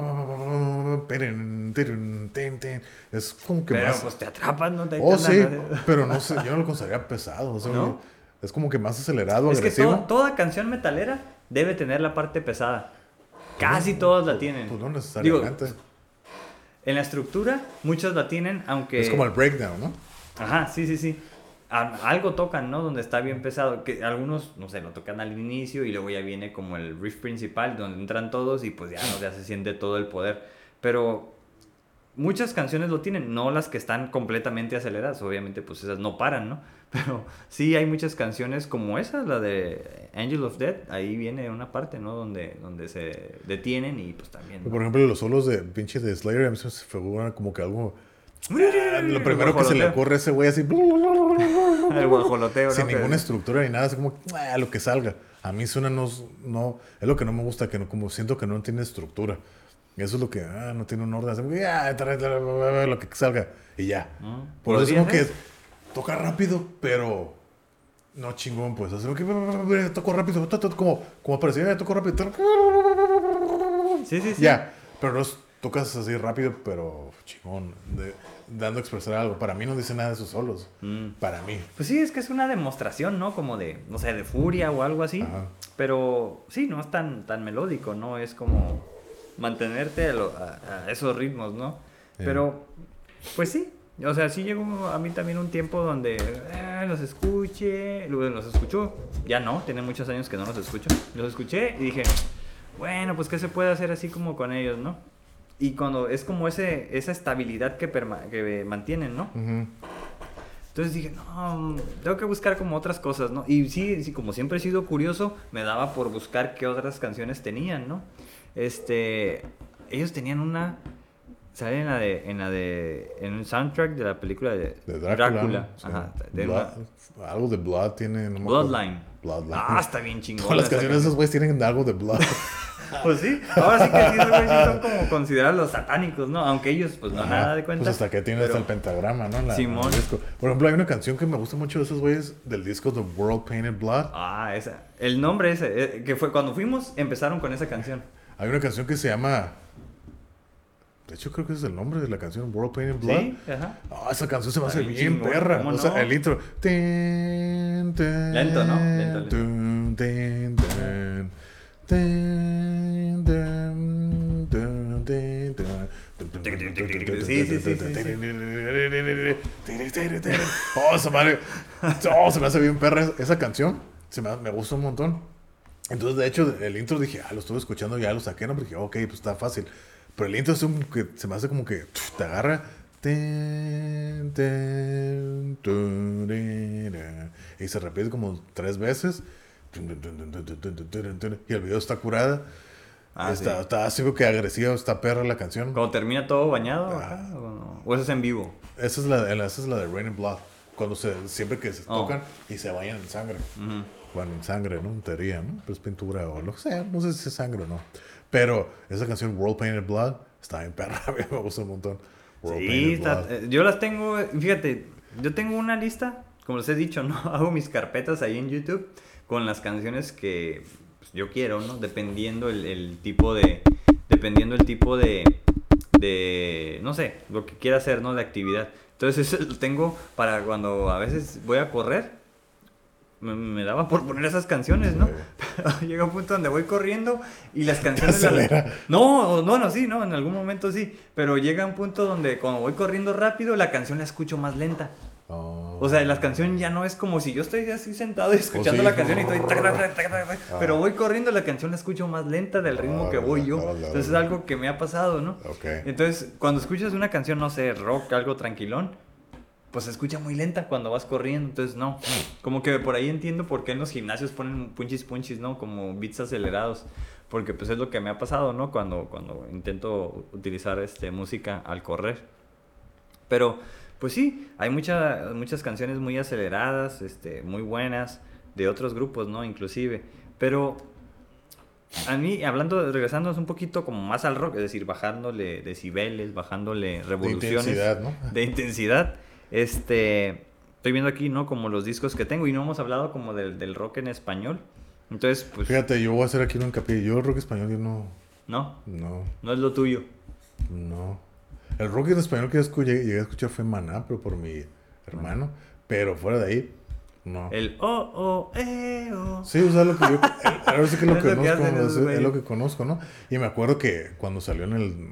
Es como que pero, más... pues te atrapas, ¿no? Sí, pero no sé, yo no lo consideraría pesado. O sea, ¿no? Es como que más acelerado, es agresivo. Que toda canción metalera debe tener la parte pesada. Casi todas la tienen. Pues no necesariamente. Digo, en la estructura, muchos la tienen, aunque... Es como el breakdown, ¿no? Ajá, sí. Algo tocan, ¿no? Donde está bien pesado. Que algunos, no sé, lo tocan al inicio y luego ya viene como el riff principal donde entran todos y pues ya se siente todo el poder. Pero muchas canciones lo tienen, no las que están completamente aceleradas. Obviamente, pues esas no paran, ¿no? Pero sí hay muchas canciones como esa, la de Angel of Death. Ahí viene una parte, ¿no? Donde se detienen y pues también, ¿no? Por ejemplo, los solos de pinche de Slayer a mí se figuran como que algo... Lo primero que se le ocurre a ese güey así... El guajoloteo, ¿no? Sin ninguna estructura ni nada, así como lo que salga. A mí suena no... Es lo que no me gusta, que no, como siento que no tiene estructura. Eso es lo que... no tiene un orden. Así como lo que salga. Y ya. Por eso es como que toca rápido, pero... No chingón, pues. Así que toco rápido. Como parecía, toco rápido. Sí. Ya. Pero no tocas así rápido, pero chingón. Dando a expresar algo. Para mí no dice nada de esos solos. Para mí. Pues sí, es que es una demostración, ¿no? Como de, no sé, de furia o algo así. Ajá. Pero sí, no es tan melódico, ¿no? Es como mantenerte a esos ritmos, ¿no? Pero, pues sí. O sea, sí llegó a mí también un tiempo donde los escuché, luego los escucho. Ya no, tiene muchos años que no los escucho. Los escuché y dije, bueno, pues ¿qué se puede hacer así como con ellos, no? Y cuando es como esa estabilidad que mantienen, ¿no? Uh-huh. Entonces dije, no, tengo que buscar como otras cosas, ¿no? Y sí, como siempre he sido curioso, me daba por buscar qué otras canciones tenían, ¿no? Ellos tenían una... Sale en un soundtrack de la película de Drácula. Sí. Ajá. Algo de Blood tiene... No Bloodline. Bloodline. Está bien chingón. Todas las canciones de esos güeyes tienen algo de Blood. Pues sí, ahora sí que sí, esos güeyes sí son como considerados los satánicos, ¿no? Aunque ellos, pues no, nada de cuenta. Pues hasta que tiene hasta el pentagrama, ¿no? Simón. En el disco. Por ejemplo, hay una canción que me gusta mucho de esos güeyes del disco The World Painted Blood. Esa. El nombre ese, que fue cuando fuimos, empezaron con esa canción. Hay una canción que se llama... De hecho, creo que ese es el nombre de la canción, World Painted Blood. Sí, ajá. Esa canción se me hace bien chingón, perra. ¿cómo O sea, no? el intro. Lento, ¿no? Lento. Esa madre. Se me hace bien perra esa canción. Me gusta un montón. Entonces, de hecho, el intro dije, lo estuve escuchando, ya lo saqué, ¿no? Porque dije, ok, pues está fácil. Pero el intro es que se me hace como que te agarra. Y se repite como 3 veces. Y el video está curada. Está así como que agresiva, está perra la canción. Cuando termina todo bañado, acá, o eso es en vivo. Esa es la de Rain and Blood. Cuando siempre que se tocan y se bañan en sangre. Uh-huh. Bueno, en sangre, ¿no? En teoría, ¿no? Pero es pintura o lo que sea. No sé si es sangre o no. Pero esa canción, World Painted Blood, está bien perra. A mí me gusta un montón. Sí, yo las tengo, fíjate, yo tengo una lista, como les he dicho, ¿no? Hago mis carpetas ahí en YouTube con las canciones que pues, yo quiero, ¿no? Dependiendo el tipo de, no sé, lo que quiera hacer, ¿no? De actividad. Entonces eso lo tengo para cuando a veces voy a correr. Me daba por poner esas canciones, ¿no? Pero llega un punto donde voy corriendo y las canciones... No, en algún momento sí. Pero llega un punto donde cuando voy corriendo rápido, la canción la escucho más lenta. Oh. O sea, la canción ya no es como si yo estoy así sentado y escuchando sí, la canción y no. estoy... Pero voy corriendo, la canción la escucho más lenta del ritmo que voy yo. Entonces es algo que me ha pasado, ¿no? Okay. Entonces, cuando escuchas una canción, no sé, rock, algo tranquilón, pues se escucha muy lenta cuando vas corriendo. Entonces, no. Como que por ahí entiendo por qué en los gimnasios ponen punchis, ¿no? Como beats acelerados. Porque pues es lo que me ha pasado, ¿no? Cuando intento utilizar música al correr. Pero, pues sí, hay muchas canciones muy aceleradas, muy buenas, de otros grupos, ¿no? Inclusive. Pero a mí, regresándonos un poquito como más al rock, es decir, bajándole decibeles, bajándole revoluciones. De intensidad, ¿no? De intensidad. Estoy viendo aquí, ¿no? Como los discos que tengo y no hemos hablado como del rock en español. Entonces, pues... Fíjate, yo voy a hacer aquí un hincapié. Yo el rock español, yo no... ¿No? No. No es lo tuyo. No. El rock en español que llegué a escuchar fue Maná, pero por mi hermano. Pero fuera de ahí, no. El oh. Sí, o sea, lo que yo... Ahora sí que lo Es lo que conozco, hacen esos es güeyes. lo que conozco, ¿no? Y me acuerdo que cuando salió en el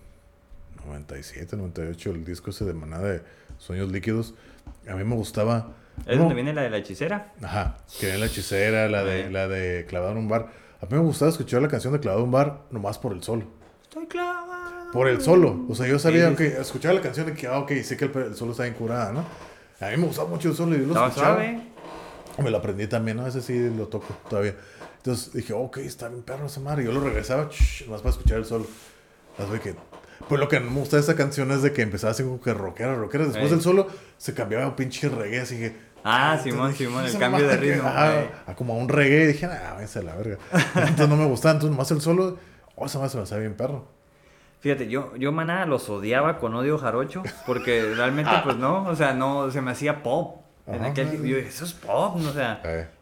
97, 98, el disco ese de Maná de Sueños Líquidos, a mí me gustaba... ¿Es donde viene la de la hechicera? Ajá, que era la hechicera, la de Clavado en un bar. A mí me gustaba escuchar la canción de Clavado en un bar nomás por el solo. Estoy clavado. Por el solo. O sea, yo sabía, Sí, sí, que escuchaba la canción y que, ok, sé que el solo está bien curada, ¿no? A mí me gustaba mucho el solo y yo lo Estaba escuchaba. suave. Me lo aprendí también, ¿no? Ese sí lo toco todavía. Entonces dije, ok, está bien perro esa madre. Y yo lo regresaba, más para escuchar el solo. Así que... Pues lo que me gusta de esa canción es de que empezaba así como que rockera. Después del solo se cambiaba a un pinche reggae, así que... Simón, el cambio de ritmo. Como a un reggae. Y dije, váyanse a la verga. Entonces no me gustaba. Entonces nomás el solo, esa más se me hacía bien perro. Fíjate, yo Maná los odiaba con odio jarocho, porque realmente, pues no, o sea, no, se me hacía pop. En aquel, yo, eso es pop, ¿no? O sea,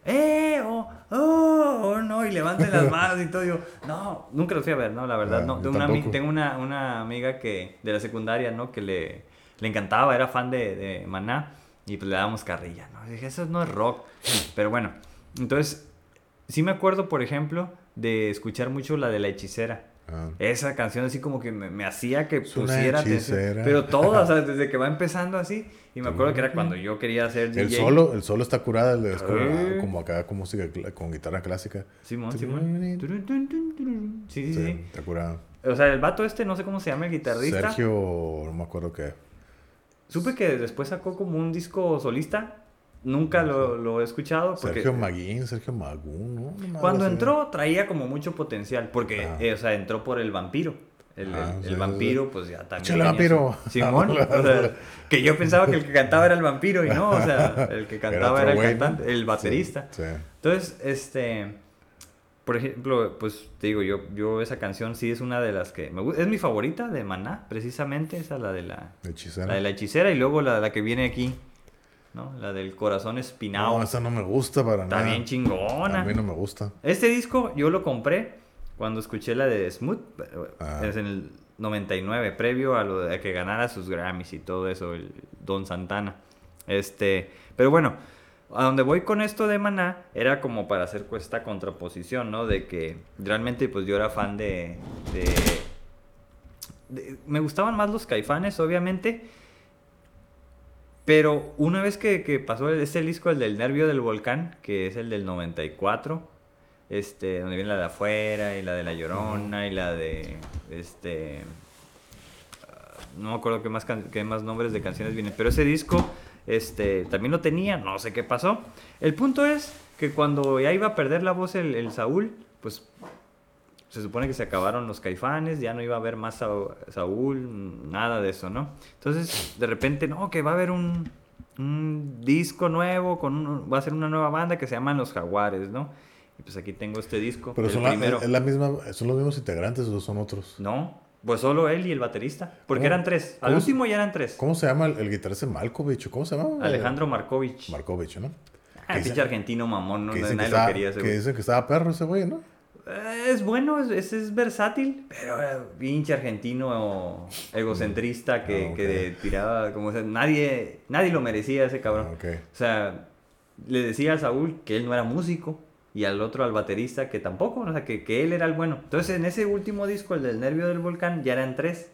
no, y levanten las manos y todo. Yo, no, nunca los fui a ver, ¿no? La verdad, no. Tengo una amiga de la secundaria, ¿no? Que le encantaba, era fan de Maná, y pues le dábamos carrilla, ¿no? Y dije, eso no es rock. Pero bueno, entonces, sí me acuerdo, por ejemplo, de escuchar mucho la de la hechicera. Esa canción así como que me hacía que pusiera atención. Pero toda, o sea, desde que va empezando así. Y me acuerdo que era cuando yo quería hacer DJ. El solo está curada, es como acá con música, con guitarra clásica. Simón. Sí. Está curada. O sea, el vato no sé cómo se llama el guitarrista. Sergio, no me acuerdo qué. Supe que después sacó como un disco solista. Nunca lo he escuchado. Porque Sergio Magún, ¿no? Cuando entró traía como mucho potencial. Porque, o sea, entró por el vampiro. El vampiro, pues ya también. El vampiro. Simón. O sea, que yo pensaba que el que cantaba era el vampiro y no, o sea, el que cantaba era el cantante, el baterista. Sí. Entonces, por ejemplo, pues te digo, yo esa canción sí es una de las que me gusta. Es mi favorita de Maná, precisamente, esa la de la hechicera y luego la que viene aquí. ¿No? La del corazón espinado. No, esa no me gusta para nada. Está bien chingona. A mí no me gusta. Este disco yo lo compré cuando escuché la de Smooth. Es en el 99, previo a que ganara sus Grammys y todo eso, el Don Santana. Pero bueno, a donde voy con esto de Maná era como para hacer esta contraposición, ¿no? De que realmente pues yo era fan me gustaban más los Caifanes, obviamente. Pero una vez que pasó este disco, el del Nervio del Volcán, que es el del 94, donde viene la de Afuera y la de La Llorona y la de, no me acuerdo qué más nombres de canciones vienen, pero ese disco, también lo tenía, no sé qué pasó. El punto es que cuando ya iba a perder la voz el Saúl, pues se supone que se acabaron los Caifanes, ya no iba a haber más Saúl, nada de eso, ¿no? Entonces, de repente, no, que va a haber un disco nuevo, va a ser una nueva banda que se llaman Los Jaguares, ¿no? Y pues aquí tengo este disco. Pero son los mismos integrantes o son otros. No, pues solo él y el baterista, porque eran tres. Al último ya eran tres. ¿Cómo se llama el guitarrista Malkovich? ¿Cómo se llama? Alejandro Markovich. Markovich, ¿no? Pinche argentino mamón, nadie lo quería ese güey. Que dicen que estaba perro ese güey, ¿no? Es bueno, es versátil, pero pinche argentino egocentrista que tiraba como... O sea, nadie lo merecía ese cabrón. Okay. O sea, le decía a Saúl que él no era músico y al otro, al baterista, que tampoco, o sea, que él era el bueno. Entonces, en ese último disco, el del Nervio del Volcán, ya eran tres.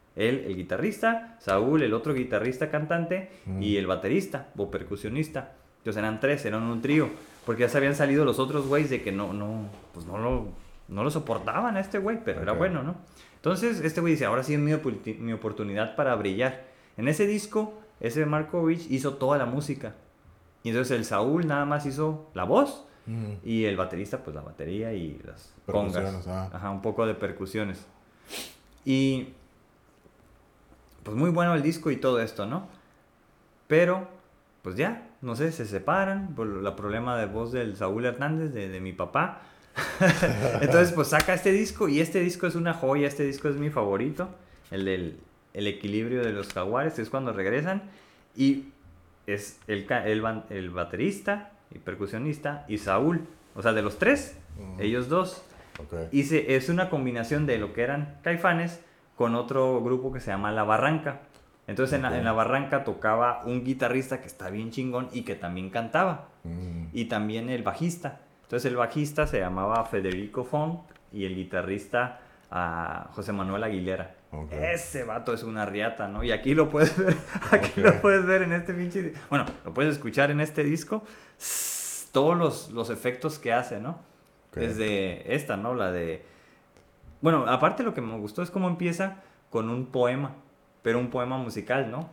Él, el guitarrista, Saúl, el otro guitarrista cantante, y el baterista o percusionista. Entonces eran 3, eran un trío. Porque ya se habían salido los otros güeyes de que pues no lo soportaban a este güey, pero era bueno, ¿no? Entonces este güey dice, ahora sí es mi oportunidad para brillar. En ese disco, ese Markovich hizo toda la música. Y entonces el Saúl nada más hizo la voz, y el baterista pues la batería y las congas. Ajá, un poco de percusiones. Y pues muy bueno el disco y todo esto, ¿no? Pero pues ya, no sé, se separan por el problema de voz del Saúl Hernández, de mi papá. Entonces pues saca este disco, y este disco es una joya, este disco es mi favorito, el equilibrio de los Jaguares, es cuando regresan, y es el baterista y percusionista y Saúl, o sea, de los 3, ellos 2. Okay. Y es una combinación de lo que eran Caifanes con otro grupo que se llama La Barranca. Entonces en la Barranca tocaba un guitarrista que está bien chingón y que también cantaba. Y también el bajista. Entonces el bajista se llamaba Federico Font y el guitarrista José Manuel Aguilera. Okay. Ese vato es una riata, ¿no? Y aquí lo puedes ver, lo puedes ver en este pinche... Bueno, lo puedes escuchar en este disco. Todos los efectos que hace, ¿no? Okay. Desde esta, ¿no? La de... Bueno, aparte lo que me gustó es cómo empieza con un poema, pero un poema musical, ¿no?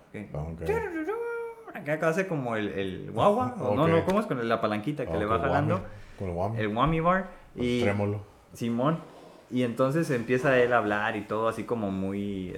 Acá hace como el guagua, no, ¿cómo es? Con la palanquita que le va jalando. Con el whammy. El whammy bar. Y trémolo. Simón. Y entonces empieza él a hablar y todo así como muy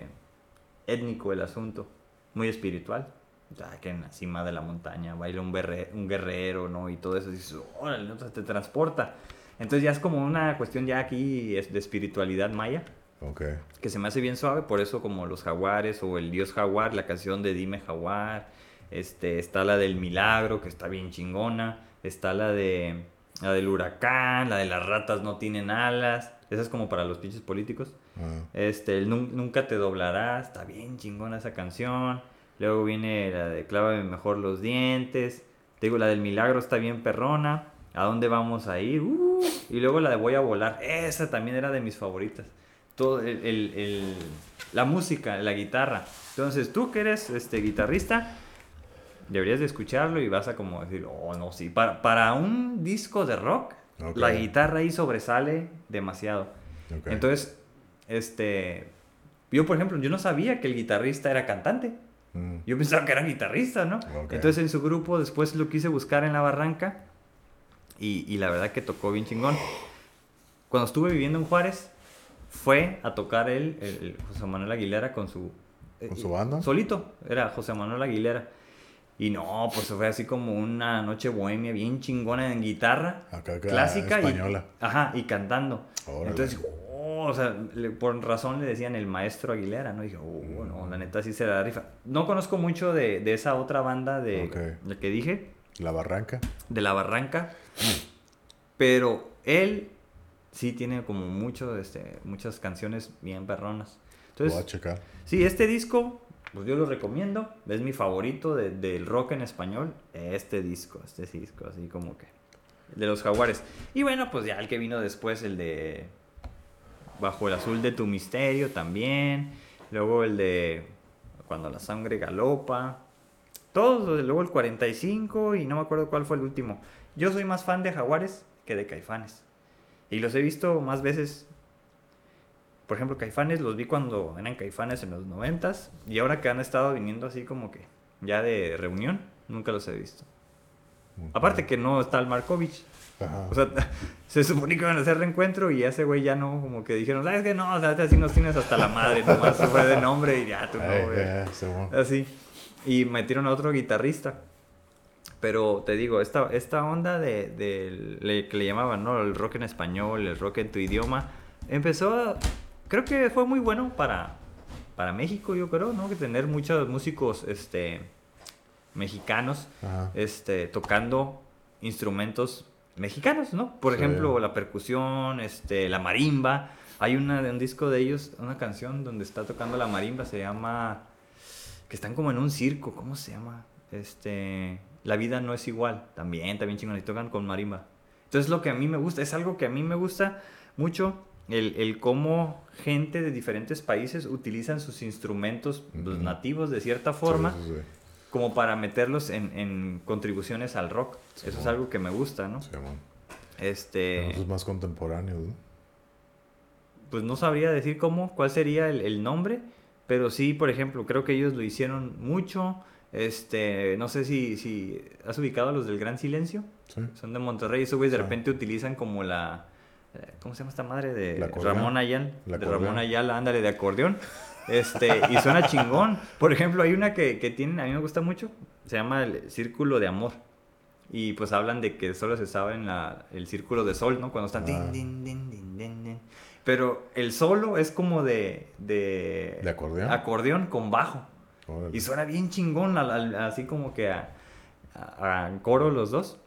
étnico el asunto, muy espiritual. O sea, que en la cima de la montaña baila un guerrero, ¿no? Y todo eso, y dices, órale, ¿no? Te transporta. Entonces ya es como una cuestión ya aquí de espiritualidad maya. Okay. Que se me hace bien suave, por eso como los jaguares o el dios jaguar, la canción de Dime Jaguar. Está la del milagro, que está bien chingona. Está la del huracán, la de las ratas no tienen alas. Esa es como para los pinches políticos. El Nunca te doblarás, está bien chingona esa canción. Luego viene la de Clávame mejor los dientes. Te digo, la del milagro está bien perrona. ¿A dónde vamos a ir? Y luego la de Voy a volar. Esa también era de mis favoritas. Todo la música, la guitarra. Entonces tú que eres guitarrista, deberías de escucharlo y vas a como decir, oh no, sí. Para un disco de rock, la guitarra ahí sobresale demasiado. Okay. Entonces, yo por ejemplo, yo no sabía que el guitarrista era cantante. Yo pensaba que era guitarrista, ¿no? Okay. Entonces en su grupo después lo quise buscar en La Barranca y la verdad que tocó bien chingón. Cuando estuve viviendo en Juárez, fue a tocar el José Manuel Aguilera con su banda. Solito, era José Manuel Aguilera. Y no, pues fue así como una noche bohemia bien chingona en guitarra. Acá, clásica. Española. Y cantando. Órale. Entonces, o sea, por razón le decían el maestro Aguilera, ¿no? Y dije, no, la neta sí se la rifa. No conozco mucho de esa otra banda de que dije. La Barranca. De La Barranca. Pero él sí tiene como muchas canciones bien perronas. Entonces, voy a checar. Sí, este disco, pues yo lo recomiendo. Es mi favorito del rock en español. Este disco, así como que de los Jaguares. Y bueno, pues ya el que vino después, el de Bajo el azul de tu misterio también. Luego el de Cuando la sangre galopa. Todos, luego el 45 y no me acuerdo cuál fue el último. Yo soy más fan de Jaguares que de Caifanes. Y los he visto más veces. Por ejemplo, Caifanes los vi cuando eran Caifanes en los 90s. Y ahora que han estado viniendo así como que ya de reunión, nunca los he visto. Aparte que no está el Markovich. Ajá. O sea, se supone que iban a hacer reencuentro y ese güey ya no, como que dijeron, ¿sabes qué? No, o sea, así nos tienes hasta la madre, nomás fue de nombre y ya, tú no, güey. Así. Y metieron a otro guitarrista. Pero te digo, esta onda que le llamaban, ¿no? El rock en español, el rock en tu idioma, creo que fue muy bueno para México, yo creo, ¿no? Que tener muchos músicos mexicanos tocando instrumentos mexicanos, ¿no? Por ejemplo, la percusión, la marimba. Hay un disco de ellos, una canción donde está tocando la marimba, se llama... Que están como en un circo, ¿cómo se llama? La vida no es igual, también chingón, y tocan con marimba. Entonces lo que a mí me gusta, es algo que a mí me gusta mucho, el cómo gente de diferentes países utilizan sus instrumentos pues, nativos de cierta forma Sí. como para meterlos en contribuciones al rock. Sí, Eso es algo que me gusta, ¿no? Sí, man. Pues Eso es más contemporáneo, ¿no? no sabría decir cuál sería el nombre, pero sí, por ejemplo, creo que ellos lo hicieron mucho. No sé si has ubicado a los del Gran Silencio. Sí. Son de Monterrey. Esos güeyes de Sí. repente utilizan como la... ¿Cómo se llama esta madre? ¿El De acordeón? Ramón Ayala. ¿El De acordeón? Ramón Ayala, ándale, de acordeón. Y suena chingón. Por ejemplo, hay una que tienen, a mí me gusta mucho. Se llama el Círculo de Amor. Y pues hablan de que solo se sabe en el círculo de sol, ¿no? Cuando están... Ah. Din, din, din, din, din, din. Pero el solo es como de ¿De acordeón? acordeón con bajo. Órale. Y suena bien chingón, así como que a coro los dos.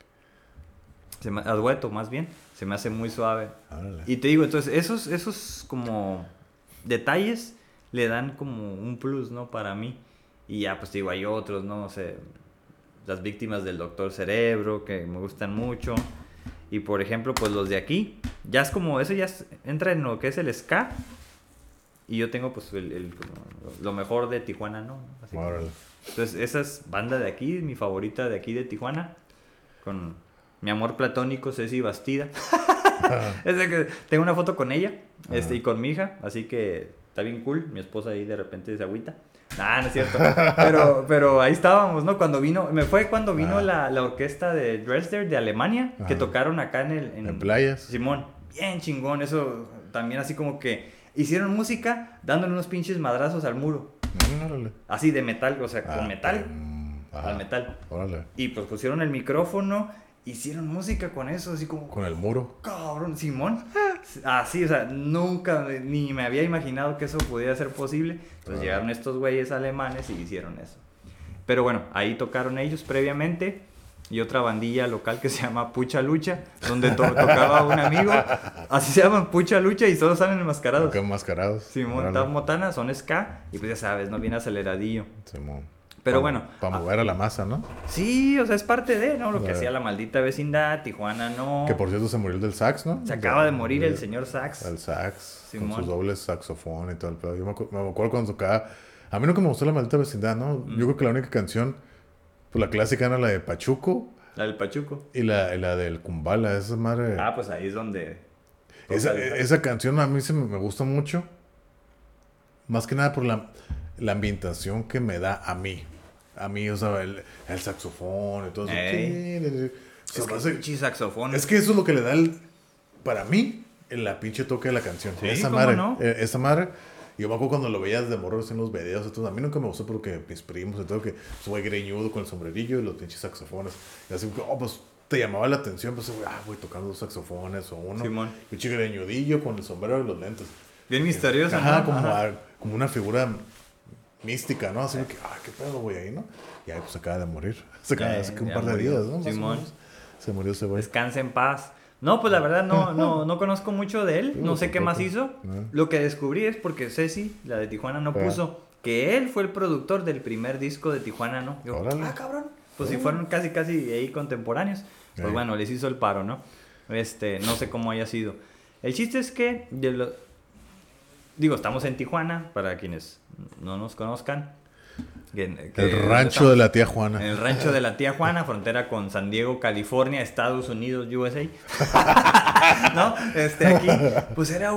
A dueto, más bien. Se me hace muy suave. Órale. Y te digo, entonces, esos como detalles le dan como un plus, ¿no? Para mí. Y ya, pues te digo, hay otros, ¿no? O sea, Las Víctimas del Doctor Cerebro, que me gustan mucho. Y por ejemplo, pues los de aquí, ya es como, eso entra en lo que es el ska. Y yo tengo pues lo mejor de Tijuana, ¿no? Así que, Órale. entonces, esa es banda de aquí, mi favorita de aquí de Tijuana. Con mi amor platónico, Ceci Bastida. Es de que tengo una foto con ella y con mi hija, así que está bien cool. Mi esposa ahí de repente se agüita. No es cierto. Pero ahí estábamos, ¿no? Cuando vino la orquesta de Dresden de Alemania, que tocaron acá en playas. Simón, bien chingón. Eso también así como que hicieron música dándole unos pinches madrazos al muro. Órale. Así de metal, o sea, con metal. Al metal. Órale. Y pues pusieron el micrófono, hicieron música con eso, así como... Con el muro. Cabrón, Simón. Así, o sea, nunca ni me había imaginado que eso pudiera ser posible. Entonces llegaron estos güeyes alemanes y hicieron eso. Pero bueno, ahí tocaron ellos previamente. Y otra bandilla local que se llama Pucha Lucha, donde tocaba un amigo. Así se llaman, Pucha Lucha, y todos salen enmascarados. ¿Qué enmascarados? Simón, Tab Motana, son ska. Y pues ya sabes, no viene aceleradillo. Simón. Pero bueno. Para mover a la masa, ¿no? Sí, o sea, es parte de, ¿no? Lo que hacía la maldita vecindad, Tijuana, no. Que por cierto se murió el del sax, ¿no? Se acaba de morir el señor sax. El sax, Simón. con sus dobles saxofón y todo el pedo. Yo me acuerdo cuando tocaba... A mí nunca me gustó la maldita vecindad, ¿no? Yo creo que la única canción, pues la clásica era la de Pachuco. La del Pachuco. Y la del Kumbala, esa madre... Ah, pues ahí es donde... Esa canción a mí me gusta mucho. Más que nada por la ambientación que me da a mí. A mí, o sea, el saxofón y todo eso. Pinche saxofón. Es que eso es lo que le da para mí la pinche toque de la canción. Sí, esa ¿cómo madre. no? Esa madre. Yo me acuerdo cuando lo veías de morros en los videos. Entonces, a mí nunca me gustó porque mis primos y todo, que su güey greñudo con el sombrerillo y los pinches saxofones. Y así, pues te llamaba la atención. Pues, güey, tocando dos saxofones o uno. Simón. Pinche greñudillo con el sombrero y los lentes. Bien misterioso, Ajá, ¿no? como una figura mística, ¿no? Así que, qué pedo, güey, ahí, ¿no? Y ahí pues acaba de morir. Hace que un par de días, ¿no? Simón. Se murió ese güey. Descansa en paz. No, pues la verdad no conozco mucho de él. No sé qué más hizo. Lo que descubrí es porque Ceci, la de Tijuana, no puso que él fue el productor del primer disco de Tijuana, ¿no? Yo, cabrón. Pues si fueron casi ahí contemporáneos. Pues bueno, les hizo el paro, ¿no? No sé cómo haya sido. El chiste es que digo, estamos en Tijuana, para quienes no nos conozcan. El rancho de la tía Juana. En el rancho de la tía Juana, frontera con San Diego, California, Estados Unidos, USA. ¿No? Aquí, pues era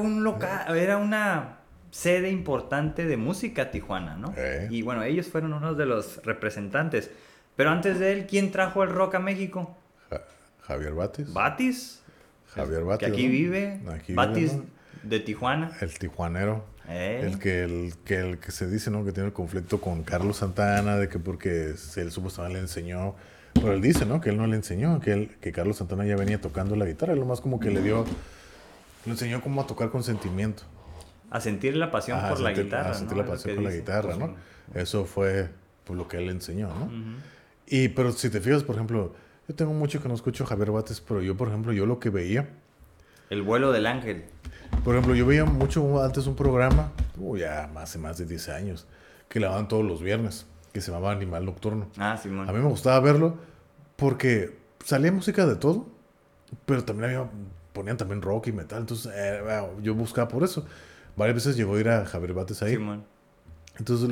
una sede importante de música Tijuana, ¿no? Y bueno, ellos fueron unos de los representantes. Pero antes de él, ¿quién trajo el rock a México? Javier Batis. ¿Batis? Javier Batis. Que aquí vive. Batis, ¿no? De Tijuana. El tijuanero. El que se dice, ¿no? Que tiene el conflicto con Carlos Santana, de que porque él supuestamente le enseñó, pero él dice, ¿no? Que él no le enseñó, que Carlos Santana ya venía tocando la guitarra, lo más como que le enseñó cómo a tocar con sentimiento. A sentir la pasión por la guitarra, a sentir la pasión por la guitarra, ¿no? Eso fue pues, lo que él enseñó, ¿no? Pero si te fijas, por ejemplo, yo tengo mucho que no escucho a Javier Batis, pero yo, por ejemplo, yo lo que veía... El vuelo del ángel. Por ejemplo, yo veía mucho antes un programa, ya hace más de 10 años, que la daban todos los viernes, que se llamaba Animal Nocturno. Simón. A mí me gustaba verlo porque salía música de todo, pero también había ponían también rock y metal, entonces yo buscaba por eso. Varias veces llegó a ir a Javier Bates ahí. Simón. Entonces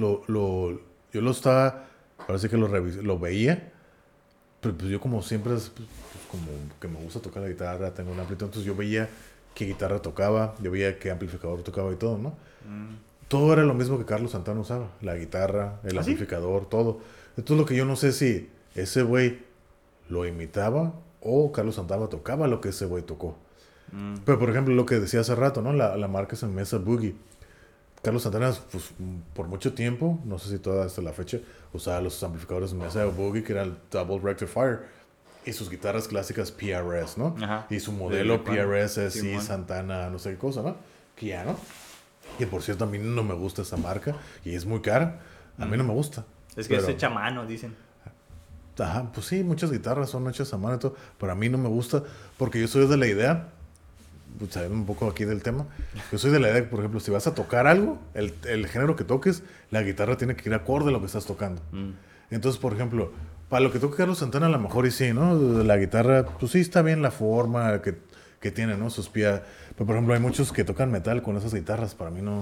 yo lo estaba, parece que lo veía, pero pues yo como siempre, pues, como que me gusta tocar la guitarra, tengo una amplitud, entonces yo veía qué guitarra tocaba, yo veía qué amplificador tocaba y todo, ¿no? Todo era lo mismo que Carlos Santana usaba, la guitarra, el ¿Ah, sí? amplificador, todo. Entonces lo que yo no sé si ese güey lo imitaba o Carlos Santana tocaba lo que ese güey tocó. Pero por ejemplo lo que decía hace rato, ¿no? La marca es en Mesa Boogie. Carlos Santana, pues, por mucho tiempo, no sé si toda hasta la fecha, usaba los amplificadores Mesa Boogie, que era el Double Rectifier, y sus guitarras clásicas PRS, ¿no? Ajá. Y su modelo PRS SC Simón. Santana, no sé qué cosa, ¿no? Que ya, ¿no? Que por cierto, a mí no me gusta esa marca, y es muy cara. A mí no me gusta. Es que pero, es hecha a mano, dicen. ajá, pues sí, muchas guitarras son hechas a mano y todo, pero a mí no me gusta, porque yo soy de la idea, pues, sabiendo un poco aquí del tema, yo soy de la idea que, por ejemplo, si vas a tocar algo, el género que toques, la guitarra tiene que ir acorde a lo que estás tocando. Entonces, por ejemplo, para lo que toca Carlos Santana, a lo mejor y sí, ¿no? La guitarra, pues sí está bien la forma que tiene, ¿no? Sus pies. Pero, por ejemplo, hay muchos que tocan metal con esas guitarras, para mí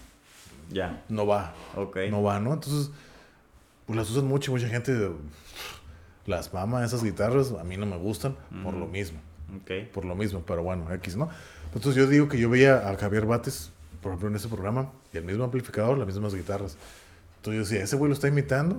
Ya. no va. Ok. No va, ¿no? Entonces, pues las usan mucho, mucha gente las mama esas guitarras, a mí no me gustan por lo mismo. Ok. Por lo mismo, pero bueno, X, ¿no? Entonces yo digo que yo veía a Javier Bates, por ejemplo, en ese programa, y el mismo amplificador, las mismas guitarras. Entonces yo decía, ¿ese güey lo está imitando?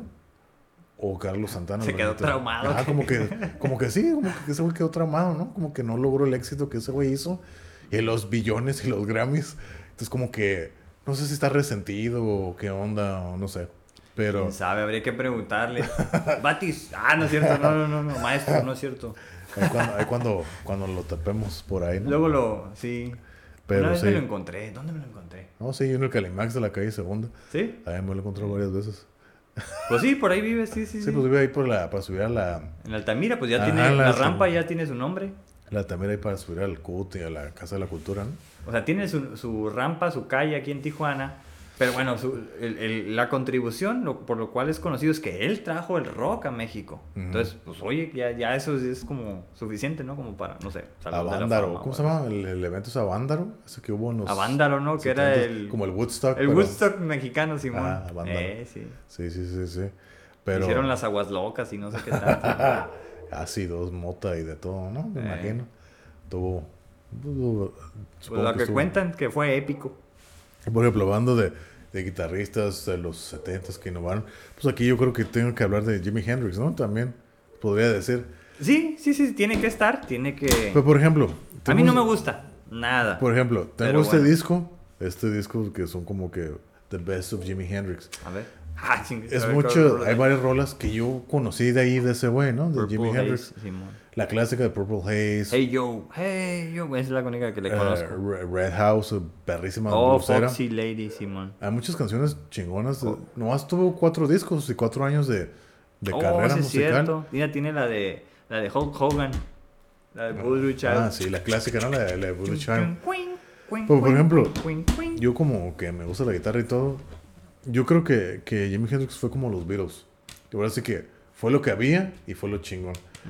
O Carlos Santana. Se lo quedó imita. traumado. Ajá, como que sí, como que ese güey quedó traumado, ¿no? Como que no logró el éxito que ese güey hizo. Y los billones y los Grammys. Entonces como que, no sé si está resentido o qué onda, o no sé. Pero... ¿Quién sabe? Habría que preguntarle. Batis. Ah, no es cierto. No. Maestro, no es cierto. Ahí cuando lo tapemos por ahí, ¿no? Luego sí. Pero Una vez sí. me lo encontré. ¿Dónde me lo encontré? No, sí, en el Calimax de la calle Segunda. ¿Sí? Ahí me lo encontré varias veces. Pues sí, por ahí vive, sí. Sí, pues vive ahí para subir a la... En Altamira, pues ya Ajá, tiene... la La rampa ya tiene su nombre. También ahí para subir al CUT y a la Casa de la Cultura, ¿no? O sea, tiene su rampa, su calle aquí en Tijuana. Pero bueno, la contribución, por lo cual es conocido, es que él trajo el rock a México. Entonces, pues oye, ya eso es como suficiente, ¿no? Como para, no sé, salir de la Avándaro. fama, ¿Cómo güey. se llama? El evento es Avándaro. Ese que hubo en los... Avándaro, ¿no? Que era 70s, como el Woodstock. El pero- Woodstock mexicano, Simón. Ah, Avándaro. Sí. Sí. Pero... Hicieron las aguas locas y no sé qué tanto. ácidos, mota y de todo, ¿no? Me imagino. Tuvo... Pues supongo lo que estuvo- cuentan que fue épico. Por ejemplo, hablando de guitarristas de los 70s que innovaron, pues aquí yo creo que tengo que hablar de Jimi Hendrix, ¿no? También podría decir. Sí, tiene que estar, tiene que... Pero por ejemplo, A mí no me tenemos- gusta, nada. Por ejemplo, tengo Pero este bueno. disco que son como que The Best of Jimi Hendrix. A ver. Ah, Es a ver, mucho, ¿cuál- hay varias rolas que yo conocí de ahí, de ese güey, ¿no? De Purple Jimi Haze, Hendrix. Simón. La clásica de Purple Haze. Hey yo, esa es la única que le conozco. Red House, perrísima Oh, blusera. Foxy Lady, Simón. Hay muchas canciones chingonas. Oh. Nomás tuvo 4 discos y 4 años de carrera sí es musical. cierto. Tiene la de Hulk Hogan. La de Voodoo Child. Ah, sí, la clásica, ¿no? La de Voodoo Child. Pero Pero, por ejemplo, Yo como que me gusta la guitarra y todo, yo creo que Jimi Hendrix fue como los Beatles. Que ahora sí que fue lo que había y fue lo chingón.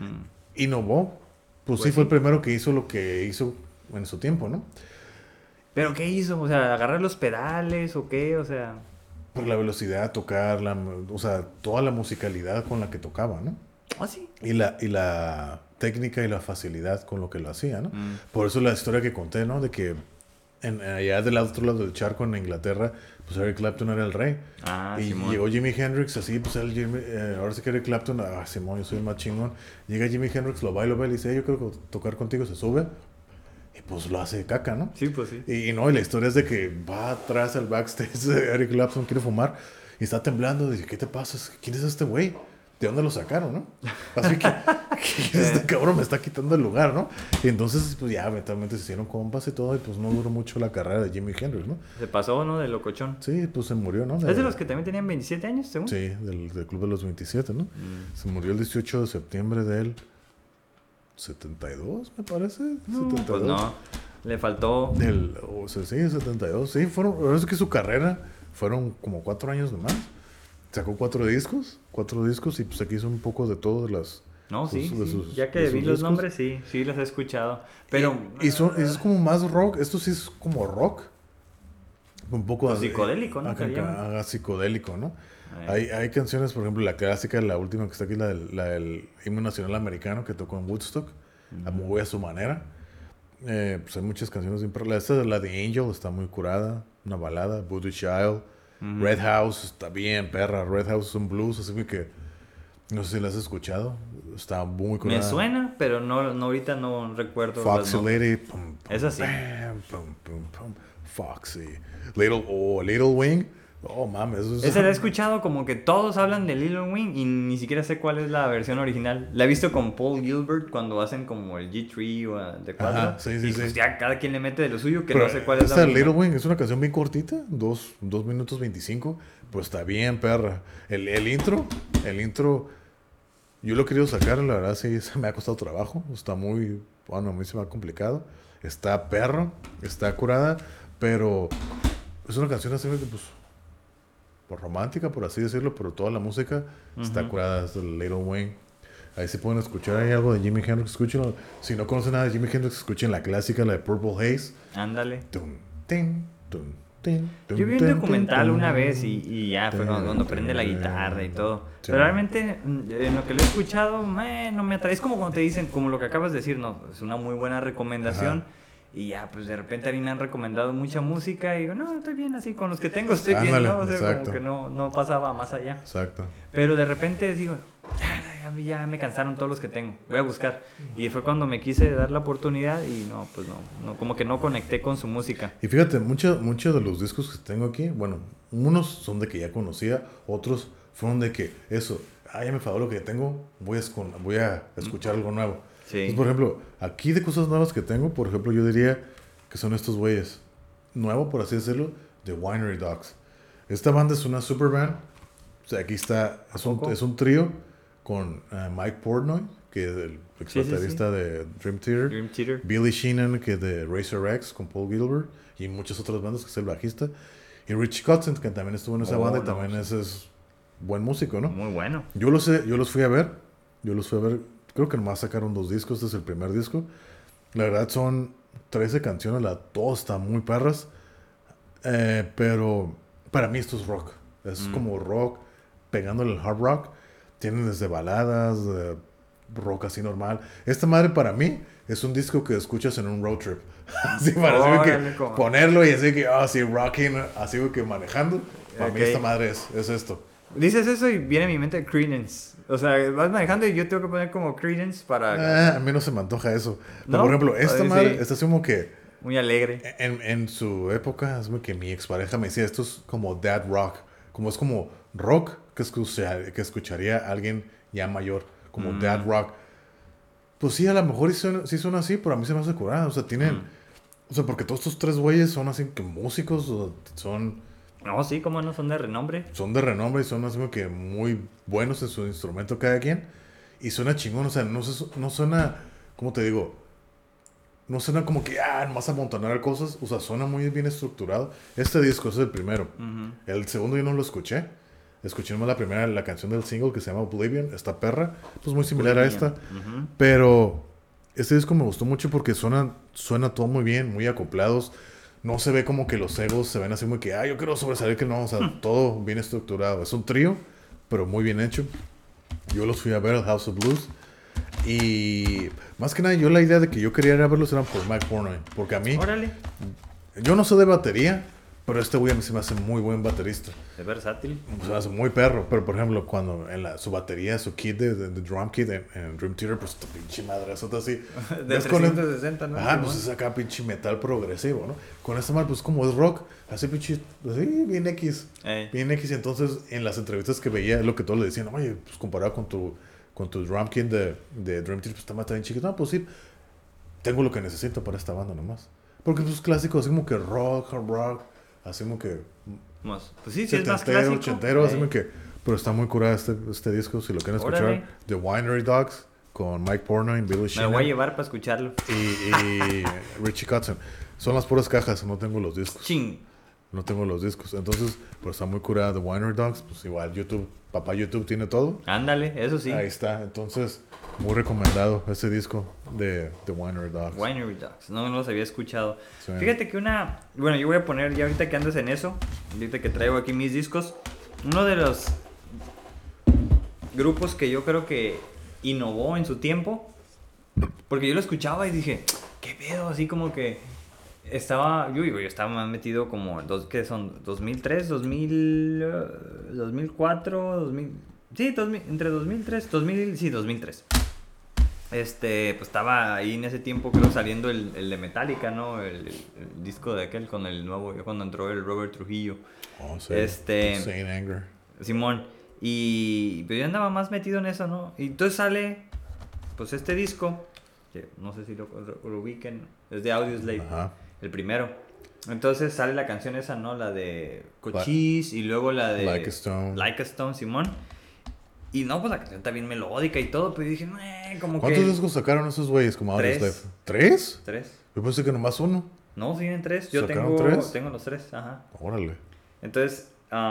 Innovó. Pues sí, Pues fue sí. el primero que hizo lo que hizo en su tiempo, ¿no? ¿Pero qué hizo? O sea, ¿agarrar los pedales o qué? O sea... Por la velocidad, tocar, o sea, toda la musicalidad con la que tocaba, ¿no? Ah, sí. Y la técnica y la facilidad con lo que lo hacía, ¿no? Por eso la historia que conté, ¿no? De que allá del otro lado del charco en Inglaterra, pues Eric Clapton era el rey. Ah, Y Simón. llegó Jimi Hendrix, así, pues ahora sí que Eric Clapton, Simón, yo soy el más chingón. Llega Jimi Hendrix, lo ve y dice, yo quiero tocar contigo, se sube. Y pues lo hace caca, ¿no? Sí, pues sí. Y no, y la historia es de que va atrás al backstage de Eric Clapton, quiere fumar, y está temblando, dice, ¿qué te pasa? ¿Quién es este güey? ¿De dónde lo sacaron, no? Así que, este cabrón me está quitando el lugar, ¿no? Y entonces, pues ya, eventualmente se hicieron compas y todo, y pues no duró mucho la carrera de Jimi Hendrix, ¿no? Se pasó, ¿no? De locochón. Sí, pues se murió, ¿no? ¿Es de los que también tenían 27 años, según? Sí, del Club de los 27, ¿no? Se murió el 18 de septiembre del 72, me parece. No, 72. pues no. Le faltó... Sí, 72. Sí, fueron, es que su carrera fueron como 4 años nomás. Sacó 4 discos, y pues aquí hizo un poco de todas No, sí, de sí. sus- Ya que de sus vi los discos. nombres, sí, sí los he escuchado. Pero, Es como más rock. Esto sí es como rock. Un poco pues psicodélico, ¿no? Que le llaman. psicodélico, ¿no? Eh, Hay canciones, por ejemplo, la clásica, la última que está aquí, la del himno nacional americano que tocó en Woodstock, muy a su manera. Pues hay muchas canciones bien perlas. Esta de la de Angel está muy curada, una balada. Voodoo Child, Red House está bien perra. Red House es un blues, así que no sé si la has escuchado. Está muy curada. me suena, pero no ahorita no recuerdo. Foxy los nombres. Lady, pum, pum, Esa sí. bam, pum, pum, pum. Foxy, Little Wing. Oh mames, eso es. Ese la he escuchado como que todos hablan de Lil Wayne y ni siquiera sé cuál es la versión original. La he visto con Paul Gilbert cuando hacen como el G3 o de 4. Ajá, sí, y pues sí. ya cada quien le mete de lo suyo que Pero no sé cuál es la esta original. Little Wing es una canción bien cortita, 2 minutos 25, pues está bien perra. El intro, yo lo he querido sacar, la verdad sí, se me ha costado trabajo, está muy, bueno, a mí se me ha complicado. Está perro, está curada, pero es una canción así que pues romántica, por así decirlo, pero toda la música está curada, es de Little Wing. Ahí se pueden escuchar, hay algo de Jimi Hendrix, escúchenlo. Si no conocen nada de Jimi Hendrix, escuchen la clásica, la de Purple Haze. Ándale. Tum, tin, tum, tin, tum, Yo vi un tin, documental tum, una vez y ya fue cuando prende la guitarra y todo. Sí. Pero realmente en lo que lo he escuchado no me atrae. Es como cuando te dicen, como lo que acabas de decir, no, es una muy buena recomendación. Ajá. Y ya, pues de repente a mí me han recomendado mucha música y digo, no, estoy bien así, con los que tengo estoy bien, Ándale, ¿no? O sea, exacto. como que no pasaba más allá. Exacto. Pero de repente digo, ya me cansaron todos los que tengo, voy a buscar. Y fue cuando me quise dar la oportunidad y no, pues no, como que no conecté con su música. Y fíjate, muchos de los discos que tengo aquí, bueno, unos son de que ya conocía, otros fueron de que eso, ya me enfadó lo que tengo, voy a escuchar algo nuevo. Sí. Entonces, por ejemplo, aquí de cosas nuevas que tengo, por ejemplo, yo diría que son estos güeyes, nuevo por así decirlo, de Winery Dogs. Esta banda es una super band, o sea, aquí está, es un trío con Mike Portnoy, que es el ex baterista de Dream Theater. Dream Theater. Billy Sheehan, que es de Razor X, con Paul Gilbert, y muchas otras bandas, que es el bajista. Y Rich Kotzen, que también estuvo en esa banda, y también es buen músico, ¿no? Muy bueno. Yo los fui a ver, creo que nomás sacaron 2 discos, este es el primer disco. La verdad son 13 canciones, todas están muy perras, pero para mí esto es rock, es como rock, pegándole al hard rock. Tienen desde baladas, rock así normal. Esta madre para mí es un disco que escuchas en un road trip. Así para ponerlo y así que, así rocking, así que manejando. Para mí esta madre es esto. Dices eso y viene a mi mente Creedence. O sea, vas manejando y yo tengo que poner como Creedence para... A mí no se me antoja eso. ¿No? Por ejemplo, esta madre, Sí. esta es como que... Muy alegre. En su época, es como que mi expareja me decía, esto es como dad rock. Es como rock que escucharía alguien ya mayor. Como dad rock. Pues sí, a lo mejor sí suena así, pero a mí se me hace curada. O sea, tienen... O sea, porque todos estos 3 güeyes son así que músicos, son... No, sí, cómo no, son de renombre. Son de renombre y son así como que muy buenos en su instrumento cada quien. Y suena chingón, o sea, no suena... ¿Cómo te digo? No suena como que, nomás amontonar cosas. O sea, suena muy bien estructurado. Este disco es el primero. El segundo yo no lo escuché. Escuché nomás la canción del single que se llama Oblivion. Esta perra, pues muy similar a esta. Pero este disco me gustó mucho porque suena todo muy bien, muy acoplados. No se ve como que los egos se ven así muy que, yo quiero sobresalir, que no. O sea, todo bien estructurado. Es un trío, pero muy bien hecho. Yo los fui a ver al House of Blues. Y más que nada, yo la idea de que yo quería ir a verlos era por Mike Portnoy. Porque a mí, Órale. yo no sé de batería, pero este güey a mí se me hace muy buen baterista. Es versátil. Se me hace muy perro. Pero por ejemplo, cuando en su batería, su kit de drum kit en Dream Theater, pues esta pinche madre, eso está así. De 360, ¿no? Pues es acá pinche metal progresivo, ¿no? Con esta madre, pues como es rock, así pinche, así bien X. Bien X. Y entonces en las entrevistas que veía, es lo que todos le decían, oye, pues comparado con tu drum kit de Dream Theater, pues está más bien chiquito. No, pues sí, tengo lo que necesito para esta banda nomás. Porque pues clásicos, así como que rock, hard rock, así como que... Pues sí, es más clásico. Ochentero, así como que... Pero está muy curada este disco, si lo quieren escuchar. Órale. The Winery Dogs, con Mike Portnoy y Billy Me Sheehan. lo voy a llevar para escucharlo. Y Richie Kotzen. Son las puras cajas, no tengo los discos. Ching. No tengo los discos. Entonces, pues está muy curada The Winer Dogs. Pues igual YouTube, papá YouTube tiene todo. Ándale, eso sí. Ahí está. Entonces, muy recomendado ese disco de The Winer Dogs. Winery Dogs, no los había escuchado. Sí. Fíjate que bueno, yo voy a poner, ya ahorita que andas en eso, ahorita que traigo aquí mis discos, uno de los grupos que yo creo que innovó en su tiempo, porque yo lo escuchaba y dije, ¿qué pedo? Así como que yo estaba más metido como, ¿qué son? ¿2003? ¿2004? 2000, sí, entre 2003, 2003. Pues estaba ahí en ese tiempo, creo, saliendo el de Metallica, ¿no? El disco de aquel con el nuevo, cuando entró el Robert Trujillo. Oh, sí. Saint Anger. Simón. Y pues yo andaba más metido en eso, ¿no? Y entonces sale, pues este disco, que no sé si lo ubiquen, es de Audioslave, el primero. Entonces sale la canción esa, ¿no? La de Cochise y luego la de Like a Stone, Simón. Y no, pues la canción está bien melódica y todo, pero yo dije, como ¿Cuántos que... discos sacaron esos güeyes como Audioslave? 3. ¿Tres? Yo pensé que nomás uno. No, tienen 3. Yo ¿Sacaron 3? tengo los 3, ajá. Órale. Entonces,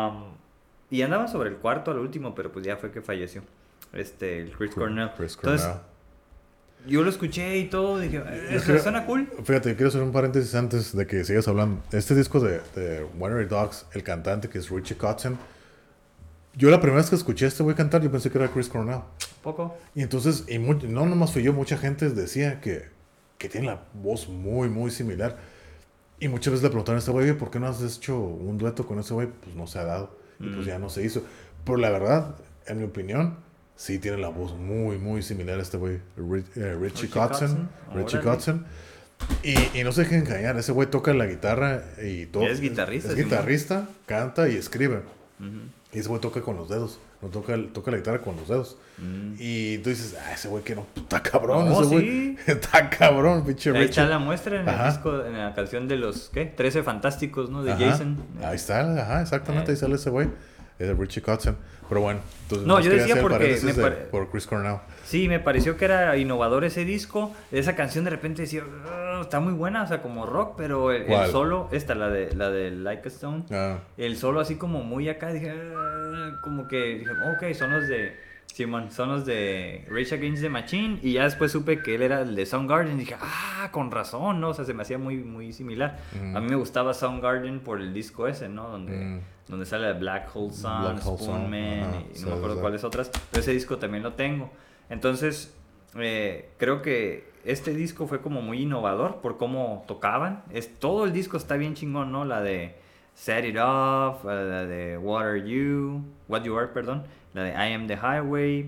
y andaba sobre el cuarto al último, pero pues ya fue que falleció. El Chris Cornell. Entonces, yo lo escuché y todo, dije, suena cool. Fíjate, quiero hacer un paréntesis antes de que sigas hablando. Este disco de Winery Dogs, el cantante que es Richie Kotzen, yo la primera vez que escuché a este güey cantar, yo pensé que era Chris Cornell. Poco. Y entonces, no nomás fui yo, mucha gente decía que tiene la voz muy, muy similar. Y muchas veces le preguntaron a este güey, ¿por qué no has hecho un dueto con ese güey? Pues no se ha dado. Y pues ya no se hizo. Pero la verdad, en mi opinión, sí tiene la voz muy, muy similar a este güey, Richie Kotzen. Richie Kotzen. Y no se dejen engañar, ese güey toca la guitarra y todo. Es guitarrista. Es guitarrista, canta y escribe. Y ese güey toca con los dedos. No toca la guitarra con los dedos. Y tú dices, ese güey que no, está cabrón. No, ese güey está cabrón, pinche Richie. Ahí está la muestra en el disco, en la canción de los, 13 Fantásticos, ¿no? De Jason. Ahí está, exactamente, ahí sale ese güey. Es de Richie Kotzen. Pero bueno, entonces no, yo decía porque por Chris Cornell. Sí, me pareció que era innovador ese disco. Esa canción de repente decía, está muy buena, o sea, como rock, pero el solo, la de Like a Stone, el solo así como muy acá, dije, como que dije, ok, son los de Simón, son los de Rage Against the Machine, y ya después supe que él era el de Soundgarden, y dije, con razón, ¿no? O sea, se me hacía muy, muy similar. A mí me gustaba Soundgarden por el disco ese, ¿no? Donde sale Black Hole Sun, Spoonman, y no me acuerdo cuáles otras, pero ese disco también lo tengo. Entonces, creo que este disco fue como muy innovador por cómo tocaban. Todo el disco está bien chingón, ¿no? La de Set It Off, la de What You Are, perdón, la de I Am the Highway.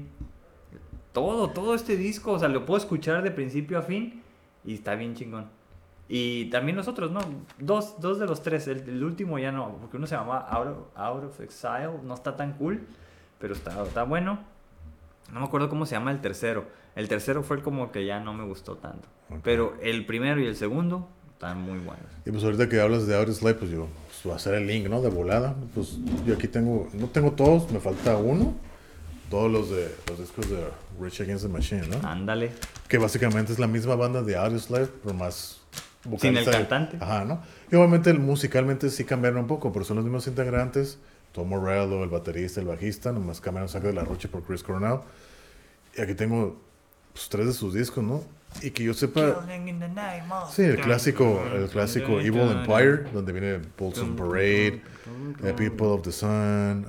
Todo este disco, o sea, lo puedo escuchar de principio a fin y está bien chingón. Y también los otros, ¿no? Dos de los 3. El último ya no, porque uno se llamaba Out of Exile, no está tan cool, pero está bueno. No me acuerdo cómo se llama el tercero. El tercero fue como que ya no me gustó tanto. Okay. Pero el primero y el segundo están muy buenos. Y pues ahorita que hablas de Audioslave, pues yo voy a hacer el link, ¿no? De volada. Pues yo aquí no tengo todos, me falta uno. Todos los discos de Rage Against the Machine, ¿no? Ándale. Que básicamente es la misma banda de Audioslave, pero más vocalista. Sin el cantante. Ajá, ¿no? Y obviamente musicalmente sí cambiaron un poco, pero son los mismos integrantes. Tom Morello, el baterista, el bajista, nomás cambiaron Saca de la Rocha por Chris Cornell. Y aquí tengo pues 3 de sus discos, ¿no? Y que yo sepa... Sí, el clásico Evil Empire, donde viene Bolton Parade, People of the Sun,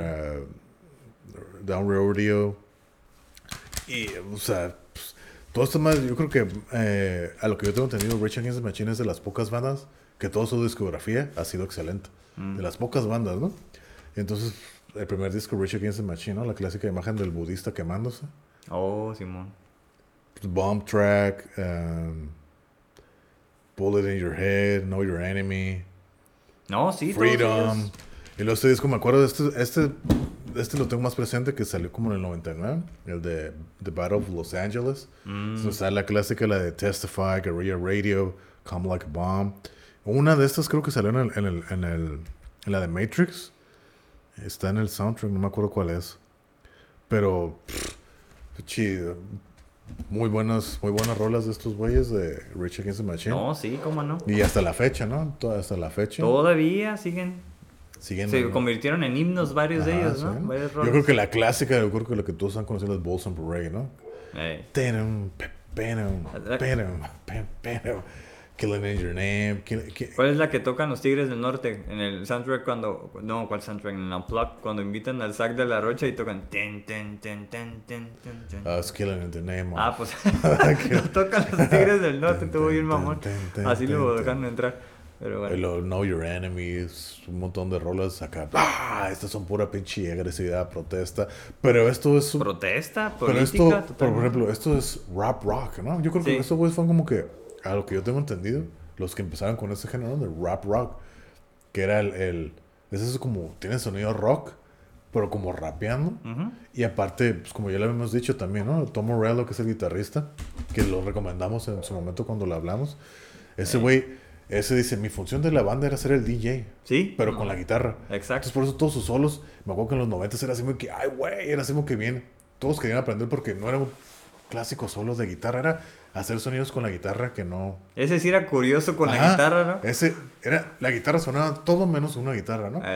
Down Rodeo. Y, o sea, pues, todo esto más, yo creo que a lo que yo tengo entendido, Rage Against the Machine es de las pocas bandas que toda su discografía ha sido excelente. De las pocas bandas, ¿no? Entonces, el primer disco, Rage Against the Machine, ¿no? La clásica imagen del budista quemándose. Oh, Simón. Bomb Track, Bullet in Your Head, Know Your Enemy. No, sí. Freedom. Y luego este disco, me acuerdo de este lo tengo más presente, que salió como en el 99, el de The Battle of Los Angeles. Entonces, está la clásica, la de Testify, Guerrilla Radio, Come Like a Bomb. Una de estas creo que salió en la de Matrix. Está en el soundtrack, no me acuerdo cuál es. Pero, chido. muy buenas rolas de estos güeyes de Rage Against the Machine. No, sí, cómo no. Y hasta la fecha, ¿no? Hasta la fecha. Todavía siguen. Siguen. Se convirtieron en himnos varios de ellos, ¿no? Sí. Varias Yo rolas. creo que la clásica, yo creo que lo que todos han conocido es Balls and Parade, ¿no? Tenum, Killing in Your Name. ¿Cuál es la que tocan los Tigres del Norte en el soundtrack cuando... No, ¿cuál soundtrack? En el Unplugged, cuando invitan al Zack de la Rocha y tocan... It's Killing in the Name. Ah, pues lo tocan los Tigres del Norte, tuvo bien mamón. Así lo dejaron entrar. Pero bueno. Y lo Know Your Enemies, un montón de rolas acá. Estas son pura pinche agresividad, protesta. Pero esto es... ¿Protesta? Pero ¿Política? esto, por ejemplo, esto es rap rock, ¿no? Yo creo que estos güeyes fueron como que, a lo que yo tengo entendido, los que empezaron con ese género de rap rock, que era ese es como, tiene sonido rock, pero como rapeando. Y aparte, pues como ya lo habíamos dicho también, ¿no? Tom Morello, que es el guitarrista, que lo recomendamos en su momento cuando lo hablamos. Ese güey... Ese dice, mi función de la banda era ser el DJ. Sí. Pero con la guitarra. Exacto. Entonces por eso todos sus solos, me acuerdo que en los 90 era así muy que, ay güey, era así muy que bien. Todos querían aprender porque no eran clásicos solos de guitarra, era hacer sonidos con la guitarra que no... Ese sí era curioso con la guitarra, ¿no? Ese era, la guitarra sonaba todo menos una guitarra, ¿no?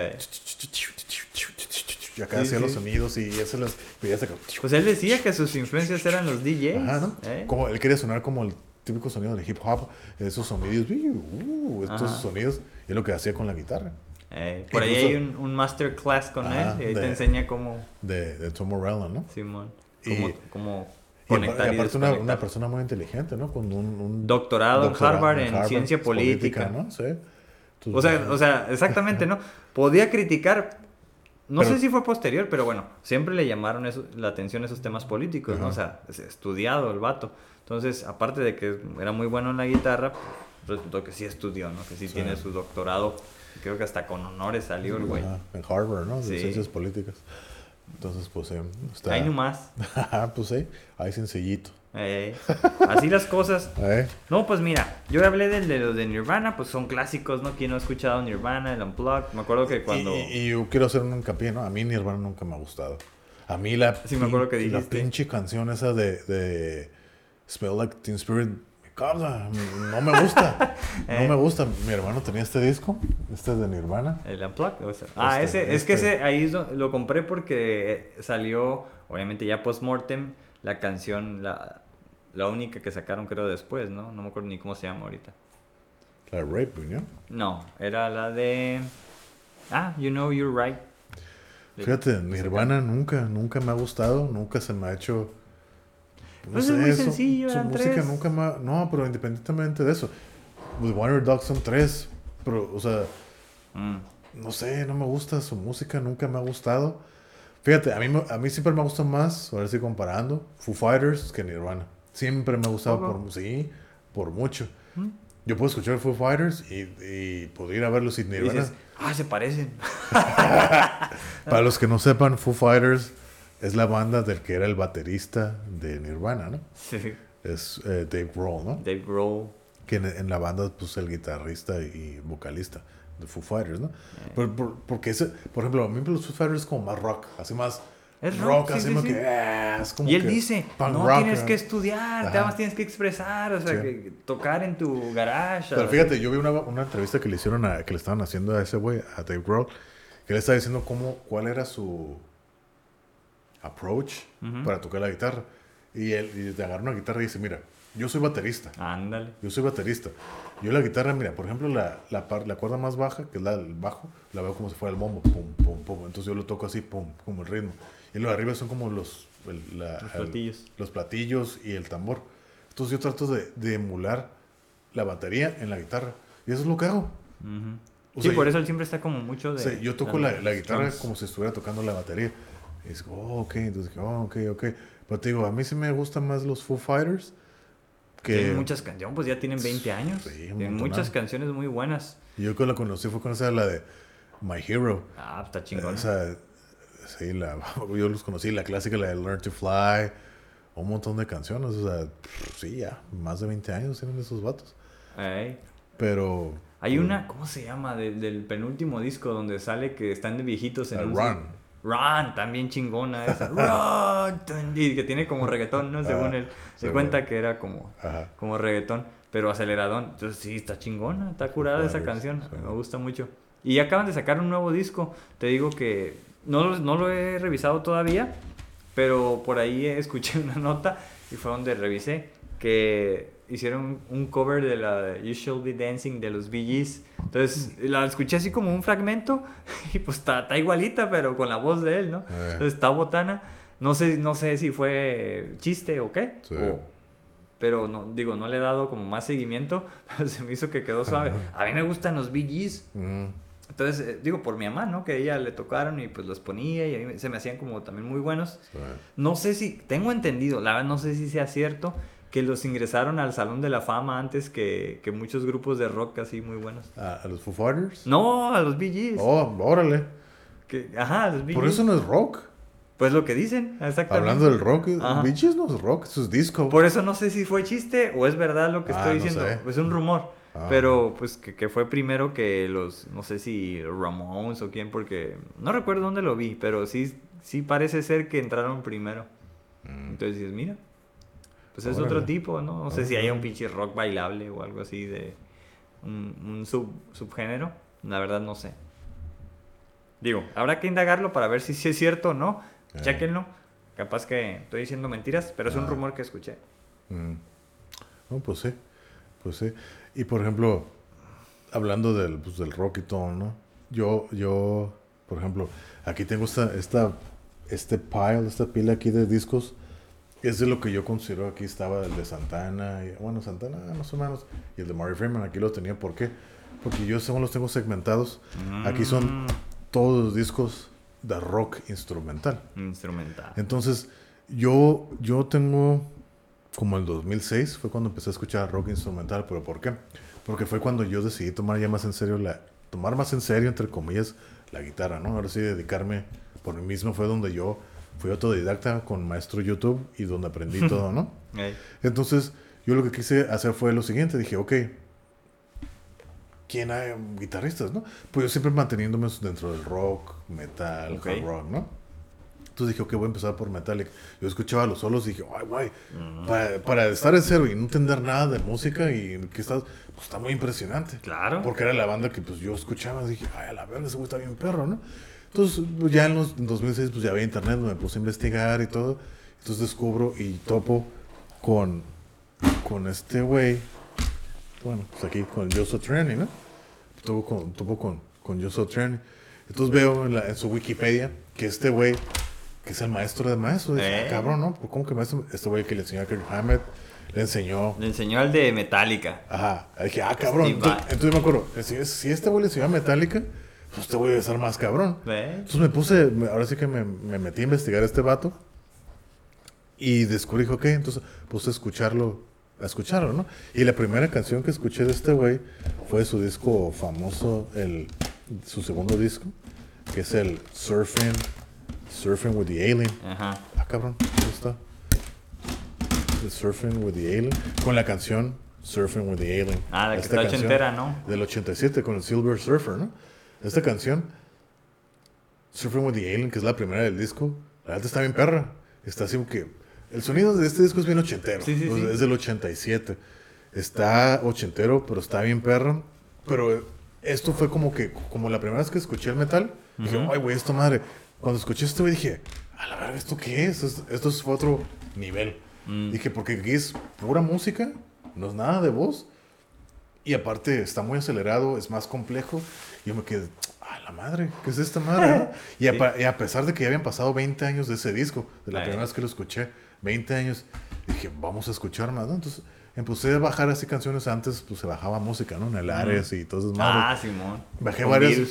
Y acá hacía los sonidos y ese las... Pues él decía que sus influencias eran los DJs. Ajá, ¿no? Como él quería sonar como el típico sonido de hip hop, esos sonidos, estos sonidos, y es lo que hacía con la guitarra. Por ahí hay un masterclass con él, y ahí te enseña cómo... De Tom Morello, ¿no? Simón. Cómo conectar y aparte una persona muy inteligente, ¿no? Con un doctorado en Harvard en ciencia política. ¿no? Sí. Entonces, o sea, exactamente, ¿no? Podía criticar... No sé si fue posterior, pero bueno, siempre le llamaron la atención esos temas políticos, ¿no? O sea, estudiado el vato. Entonces, aparte de que era muy bueno en la guitarra, resultó que sí estudió, ¿no? Que sí tiene su doctorado. Creo que hasta con honores salió el güey. En Harvard, ¿no? De ciencias políticas. Entonces, pues, está... Ahí nomás. Pues sí, ahí sencillito. Así las cosas. No, pues mira, yo hablé de los de Nirvana, pues son clásicos, ¿no? ¿Quién no ha escuchado Nirvana, el Unplugged? Me acuerdo que cuando... Y yo quiero hacer un hincapié, ¿no? A mí Nirvana nunca me ha gustado. A mí sí, me acuerdo que dijiste. La pinche canción esa de Smell Like Teen Spirit me causa, no me gusta. No me gusta. Mi hermano tenía este disco, este es de Nirvana. El Unplugged. O sea, es que ese ahí lo compré porque salió, obviamente ya post-mortem, la canción, la única que sacaron creo después, ¿no? No me acuerdo ni cómo se llama ahorita. La de Rape, ¿no? No, era la de... You Know You're Right. Fíjate, Nirvana nunca me ha gustado, nunca se me ha hecho... Pues es muy sencillo, su música nunca me ha... No, pero independientemente de eso, With Wonder Dogs son 3, pero, o sea, no sé, no me gusta su música, nunca me ha gustado. Fíjate, a mí siempre me gusta más, a ver si comparando, Foo Fighters que Nirvana. Siempre me ha gustado por mucho. Yo puedo escuchar Foo Fighters y puedo ir a verlos sin Nirvana. Dices, se parecen. Para los que no sepan, Foo Fighters es la banda del que era el baterista de Nirvana, ¿no? Sí. Es Dave Grohl, ¿no? Dave Grohl. Que en la banda, pues, el guitarrista y vocalista de Foo Fighters, ¿no? Porque por ejemplo, a mí los Foo Fighters es como más rock, así más... Es rock, así como que... es como y él que dice, no rock, tienes que estudiar, nada más tienes que expresar, o sea, que tocar en tu garage. Pero fíjate, yo vi una entrevista que le hicieron que le estaban haciendo a ese güey, a Dave Grohl, que le estaba diciendo cuál era su approach para tocar la guitarra. Y él te agarra una guitarra y dice, mira, yo soy baterista. Ándale. Yo soy baterista. Yo la guitarra, mira, por ejemplo, la cuerda más baja, que es el bajo, la veo como si fuera el bombo, pum, pum, pum. Entonces yo lo toco así, pum, como el ritmo. Y los de arriba son como los platillos. Los platillos y el tambor. Entonces yo trato de emular la batería en la guitarra. Y eso es lo que hago. Sí, por eso él siempre está como mucho de... Sí, yo toco la guitarra como si estuviera tocando la batería. Y es ok. Entonces, ok. Pero te digo, a mí sí me gustan más los Foo Fighters. Tienen muchas canciones, pues ya tienen 20 años. Sí, tienen muchas canciones muy buenas. Y yo que la conocí fue con esa, la de My Hero. Está chingón. Sí, yo los conocí, la clásica, la de Learn to Fly, un montón de canciones, o sea, sí, ya, más de 20 años tienen esos vatos. Pero... Hay una, ¿cómo se llama? Del penúltimo disco donde sale que están de viejitos en Run. Run, también chingona esa. Run, y que tiene como reggaetón, ¿no? Según él. Se cuenta que era como reggaetón, pero aceleradón. Entonces sí, está chingona, está curada esa canción. Sí. Me gusta mucho. Y acaban de sacar un nuevo disco. Te digo que no lo he revisado todavía, pero por ahí escuché una nota y fue donde revisé que hicieron un cover de la de You Should Be Dancing de los Bee Gees. Entonces la escuché así como un fragmento y pues está igualita, pero con la voz de él, ¿no? Entonces está botana. No sé si fue chiste o qué. Sí. Pero no, digo, no le he dado como más seguimiento, pero se me hizo que quedó suave. A mí me gustan los Bee Gees. Entonces, digo, por mi mamá, ¿no? Que a ella le tocaron y pues los ponía y a mí se me hacían como también muy buenos. Sí. No sé si, tengo entendido, la verdad no sé si sea cierto, que los ingresaron al Salón de la Fama antes que muchos grupos de rock así muy buenos. ¿A los Foo Fighters? No, a los Bee Gees. Oh, órale. Ajá, a los Bee Por Gees. eso no es rock. Pues lo que dicen, exactamente. Hablando del rock, Ajá. Bee Gees no es rock, eso es disco. Por eso no sé si fue chiste o es verdad lo que estoy no diciendo. sé. Es un rumor. Pero pues que fue primero que los, no sé si Ramones o quién, porque no recuerdo dónde lo vi, pero sí parece ser que entraron primero. Entonces dices, mira, pues es otro tipo, ¿no? No sé si haya un pinche rock bailable o algo así de un subgénero. La verdad no sé. Digo, habrá que indagarlo para ver si es cierto o no. Chéquenlo. Capaz que estoy diciendo mentiras, pero es un rumor que escuché. No, pues sí. Pues sí. Y por ejemplo, hablando del rock y todo, ¿no? Yo, por ejemplo, aquí tengo esta pila aquí de discos. Es de lo que yo considero. Aquí estaba el de Santana, Santana más o menos, y el de Marty Friedman. Aquí lo tenía, ¿por qué? Porque yo según los tengo segmentados. Aquí son todos los discos de rock instrumental. Entonces, yo tengo como el 2006 fue cuando empecé a escuchar rock instrumental. ¿Pero por qué? Porque fue cuando yo decidí tomar más en serio, entre comillas, la guitarra, ¿no? Ahora sí, dedicarme por mí mismo. Fue donde yo fui autodidacta con maestro YouTube y donde aprendí todo, ¿no? Entonces, yo lo que quise hacer fue lo siguiente. Dije, ok, ¿quién hay guitarristas, no? Pues yo siempre manteniéndome dentro del rock, metal, hard rock, ¿no? Entonces dije, ok, voy a empezar por Metallica. Yo escuchaba los solos y dije, ay, güey, para estar en cero y no entender nada de música y que pues está muy impresionante. Claro. Porque era la banda que pues yo escuchaba y dije, ay, a la verga, ese güey está bien perro, ¿no? Entonces, pues, ya en 2006, pues ya había internet, me puse a investigar y todo. Entonces descubro y topo con este güey, bueno, pues aquí con Joe Satriani, ¿no? Topo con Joe Satriani. Entonces veo en su Wikipedia que este güey, que es el maestro de maestros, dije, cabrón, ¿no? ¿Cómo que maestro? Este güey que le enseñó a Kirk Hammett, le enseñó al de Metallica. Ajá, dije, cabrón. Entonces me acuerdo, si este güey le enseñó a Metallica, pues este güey debe ser más cabrón. Entonces ahora sí que me metí a investigar a este vato y descubrí, ok, entonces puse a escucharlo, ¿no? Y la primera canción que escuché de este güey fue su disco famoso, su segundo disco, que es el Surfing with the Alien. Ajá. Cabrón, ¿dónde está? The Surfing with the Alien. Con la canción Surfing with the Alien. La que está ochentera, ¿no? Del 87 con el Silver Surfer, ¿no? Esta canción, Surfing with the Alien, que es la primera del disco, la verdad está bien perra. Está así que... El sonido de este disco es bien ochentero. Sí. Es del 87. Está ochentero, pero está bien perro. Pero esto fue como la primera vez que escuché el metal. Dije, ay, güey, esto madre. Cuando escuché esto, dije, a la verga, ¿esto qué es? Esto es otro nivel. Dije, porque aquí es pura música, no es nada de voz. Y aparte está muy acelerado, es más complejo. Y yo me quedé, la madre, ¿qué es esta madre? ¿No? Y a pesar de que ya habían pasado 20 años de ese disco, de la primera vez que lo escuché, 20 años, dije, vamos a escuchar más, ¿no? Entonces empecé a bajar así canciones. Antes pues se bajaba música, ¿no? En el Ares y todas esas madres. Simón. Bajé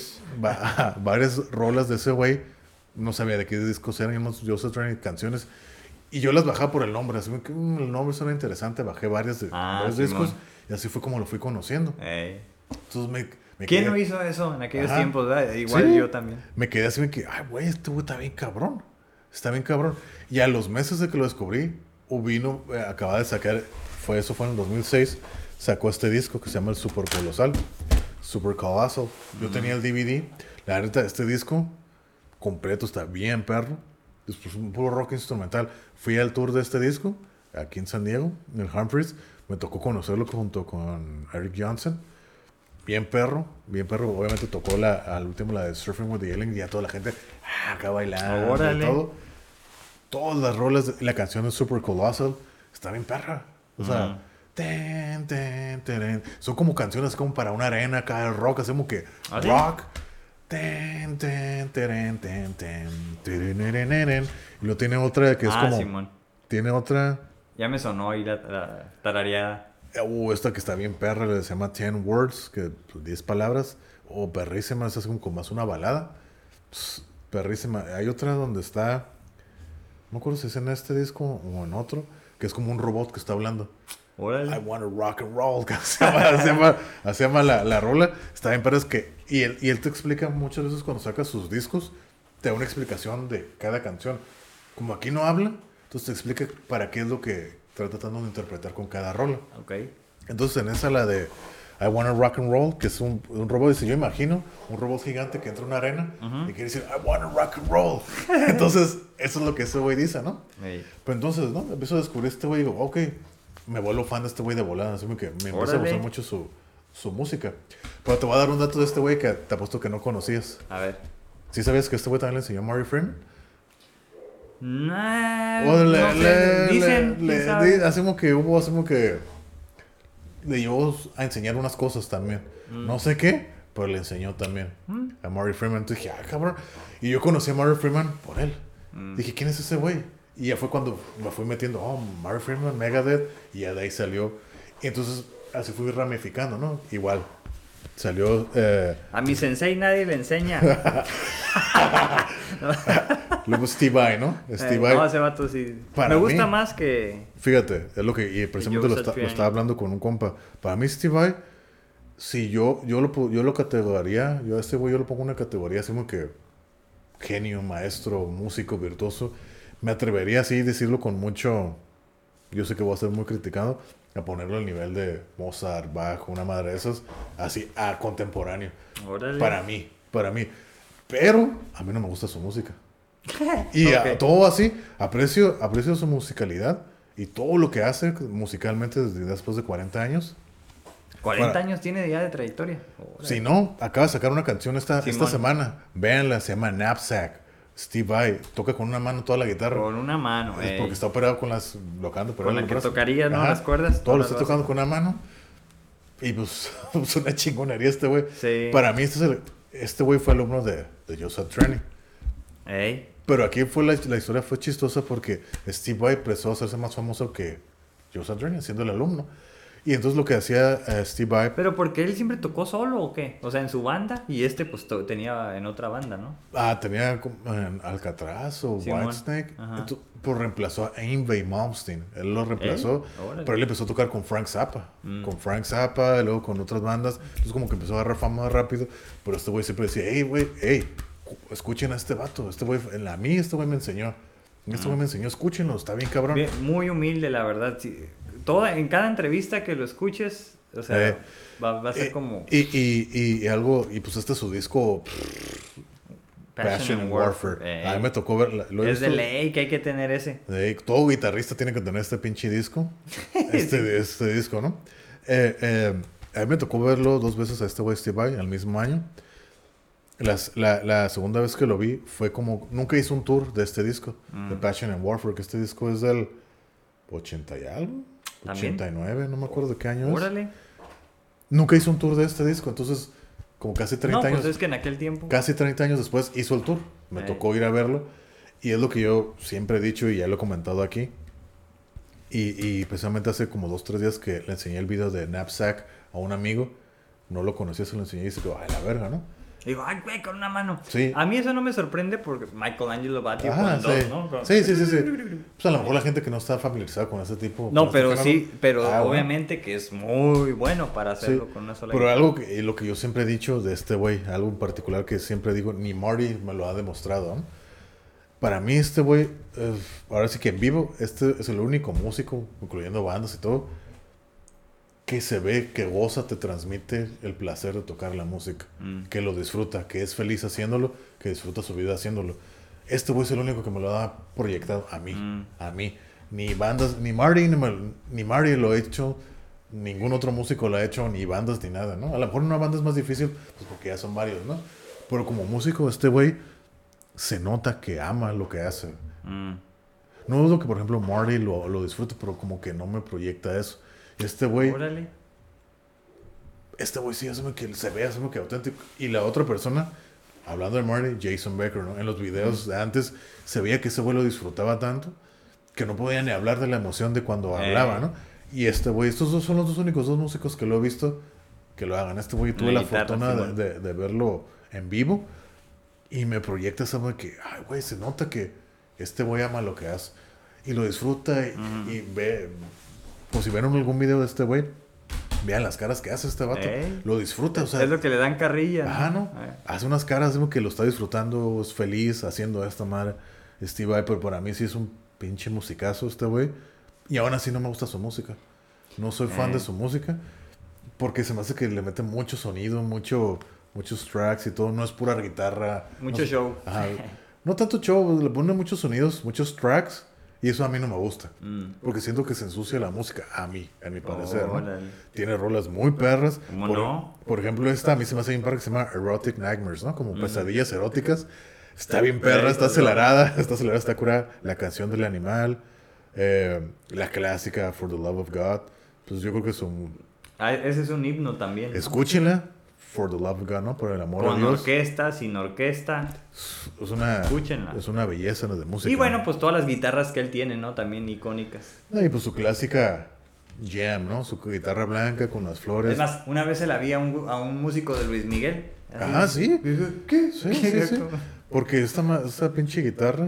varias rolas de ese güey. No sabía de qué discos eran, yo sé canciones. Y yo las bajaba por el nombre. Así que el nombre suena interesante. Bajé varios discos. Y así fue como lo fui conociendo. Entonces ¿Quién no hizo eso en aquellos tiempos? ¿Verdad? Igual yo también. Me quedé así, ay, güey, este güey está bien cabrón. Está bien cabrón. Y a los meses de que lo descubrí, acababa de sacar, fue en el 2006, sacó este disco que se llama el Super Colossal. Yo tenía el DVD. La neta, este disco, completo, está bien perro. Después un puro rock instrumental. Fui al tour de este disco, aquí en San Diego, en el Humphreys. Me tocó conocerlo junto con Eric Johnson. Bien perro, bien perro. Obviamente tocó al último la de Surfing with the Alien y ya toda la gente acá bailando Órale. y todo. Todas las rolas, la canción de Super Colossal está bien perra. O sea, son como canciones como para una arena acá de rock, así como que ¿Ah, sí? rock. Y luego tiene otra que es como. Simón. Tiene otra. Ya me sonó ahí la tarareada. Esta que está bien perra, se llama 10 Words, que pues, 10 palabras. Perrísima, esa es como más una balada. Perrísima. Hay otra donde está. No me acuerdo si es en este disco o en otro, que es como un robot que está hablando. Órale. I wanna rock and roll. Se llama la rola. Está bien, pero es que. Y él te explica muchas veces cuando saca sus discos, te da una explicación de cada canción. Como aquí no habla, entonces te explica para qué es lo que está tratando de interpretar con cada rola. Ok. Entonces en esa, la de I wanna rock and roll, que es un robot, dice, yo imagino un robot gigante que entra a una arena y quiere decir I wanna rock and roll. Entonces, eso es lo que ese güey dice, ¿no? Hey. Pero entonces, ¿no? Empiezo a descubrir este güey y digo, ok, me vuelvo fan de este güey de volada, así que me empieza a gustar mucho su música. Pero te voy a dar un dato de este güey que te apuesto que no conocías. A ver. ¿Sí sabías que este güey también le enseñó a Marty Freeman? Nah, O no sé, dicen, quién sabe. hacemos que le llevó a enseñar unas cosas también. No sé qué, pero le enseñó también a Marty Freeman. Entonces dije, cabrón. Y yo conocí a Marty Freeman por él. Dije, ¿quién es ese güey? Y ya fue cuando me fui metiendo, Marty Freeman, Megadeth, y ya de ahí salió. Y entonces así fui ramificando, ¿no? Igual. Salió. A mi sensei nadie le enseña. Luego Steve Vai, ¿no? Steve Vai. No, ese vato sí. Para Me gusta mí, más que. Fíjate, es lo que. Y precisamente lo Joseph estaba hablando con un compa. Para mí, Steve Vai, si yo lo categoría, yo a este güey yo lo pongo en una categoría así como que genio, maestro, músico, virtuoso. Me atrevería así a decirlo con mucho. Yo sé que voy a ser muy criticado. A ponerlo al nivel de Mozart, Bach, una madre de esas. Así, a contemporáneo. Órale. Para mí. Pero a mí no me gusta su música. Y Ok. todo así, aprecio su musicalidad y todo lo que hace musicalmente desde después de 40 años. 40 años tiene ya de trayectoria. Órale. Si no, acaba de sacar una canción esta Simón. semana. Véanla, se llama Knapsack. Steve Vai toca con una mano toda la guitarra. Con una mano, Es porque está operado con las. Locando, con la que tocaría, ¿no? Las cuerdas. Todo lo todas está las tocando con una mano. Y pues, es una chingonería este güey. Sí. Para mí, este güey fue alumno de Joseph Treni. Ey. Pero aquí la historia fue chistosa porque Steve Vai empezó a hacerse más famoso que Joseph Treni, siendo el alumno. Y entonces lo que hacía Steve Vai. Pero porque él siempre tocó solo o qué? O sea, en su banda y este pues tenía en otra banda, ¿no? Tenía Alcatraz o Simón. Whitesnake. Ajá. Pues reemplazó a Yngwie Malmsteen. Él lo reemplazó. Órale. Pero él empezó a tocar con Frank Zappa. Con Frank Zappa, y luego con otras bandas. Entonces como que empezó a agarrar fama más rápido. Pero este güey siempre decía, escuchen a este vato. Este güey me enseñó. Escúchenlo, está bien cabrón. Bien, muy humilde, la verdad. Sí. En cada entrevista que lo escuches, o sea, va a ser como Y algo, y pues este es su disco Passion and Warfare. A mí me tocó ver. Es de ley que hay que tener ese. Todo guitarrista tiene que tener este pinche disco. Este disco, ¿no? A mí me tocó verlo 2 veces a este güey Steve Vai al mismo año. La segunda vez que lo vi fue como. Nunca hizo un tour de este disco, de Passion and Warfare, que este disco es del 80 y algo. ¿También? 89, no me acuerdo de qué año es. Órale. Nunca hizo un tour de este disco, entonces, como casi 30 No, años. pues es que en aquel tiempo. Casi 30 años después hizo el tour. Me tocó ir a verlo. Y es lo que yo siempre he dicho y ya lo he comentado aquí. Y precisamente hace como 2-3 días que le enseñé el video de Knapsack a un amigo. No lo conocía, se lo enseñé y dice, ay, la verga, ¿no? Digo, ay, güey, con una mano. Sí. A mí eso no me sorprende porque Michelangelo Batti con sí. dos, ¿no? Sí. Pues a lo mejor la gente que no está familiarizada con ese tipo. No, pero género, sí, pero bueno. obviamente que es muy bueno para hacerlo con una sola Pero guitarra. algo que lo que yo siempre he dicho de este güey, algo en particular que siempre digo, ni Marty me lo ha demostrado, ¿no? Para mí este güey, ahora sí que en vivo, este es el único músico, incluyendo bandas y todo, que se ve, que goza, te transmite el placer de tocar la música, que lo disfruta, que es feliz haciéndolo, que disfruta su vida haciéndolo. Este güey es el único que me lo ha proyectado a mí, a mí. Ni bandas, ni Marty lo ha hecho, ningún otro músico lo ha hecho, ni bandas ni nada, ¿no? A lo mejor una banda es más difícil, pues porque ya son varios, ¿no? Pero como músico, este güey se nota que ama lo que hace. No dudo que, por ejemplo, Marty lo disfrute, pero como que no me proyecta eso. Este güey sí hace que se ve, hace que auténtico. Y la otra persona, hablando de Marty, Jason Becker, ¿no? En los videos de antes se veía que ese güey lo disfrutaba tanto que no podía ni hablar de la emoción de cuando hablaba, ¿no? Y este güey, estos dos son los dos únicos dos músicos que lo he visto que lo hagan. Este güey tuve la fortuna de verlo en vivo y me proyecta esa güey que, ay, güey, se nota que este güey ama lo que hace y lo disfruta y ve, pues si ven algún video de este güey, vean las caras que hace este vato, lo disfruta, o sea, es lo que le dan carrilla, ajá, ¿no? Hace unas caras como que lo está disfrutando, es feliz haciendo esta madre. Steve Vai, pero para mí sí es un pinche musicazo este güey, y aún así no me gusta su música, no soy fan de su música, porque se me hace que le mete mucho sonido, muchos tracks y todo, no es pura guitarra. Mucho show. Ajá, no tanto show, le pone muchos sonidos, muchos tracks, y eso a mí no me gusta. Porque siento que se ensucia la música, a mi parecer, ¿no? Tiene rolas muy perras. ¿Cómo no? Por ejemplo, esta a mí se me hace bien perra, que se llama Erotic Nightmares, ¿no? Como pesadillas eróticas. Está bien perra, está acelerada, está curada. La canción del animal, la clásica For the Love of God. Pues yo creo que son... ese es un himno también, ¿no? Escúchenla. For the Love of God, ¿no? Por el amor a Dios. Con orquesta, sin orquesta. Escúchenla. Es una belleza de música. Y bueno, pues todas las guitarras que él tiene, ¿no? También icónicas. Y pues su clásica jam, ¿no? Su guitarra blanca con las flores. Es más, una vez se la vi a un músico de Luis Miguel. ¿Sí? ¿Qué? Sí. Porque esta pinche guitarra...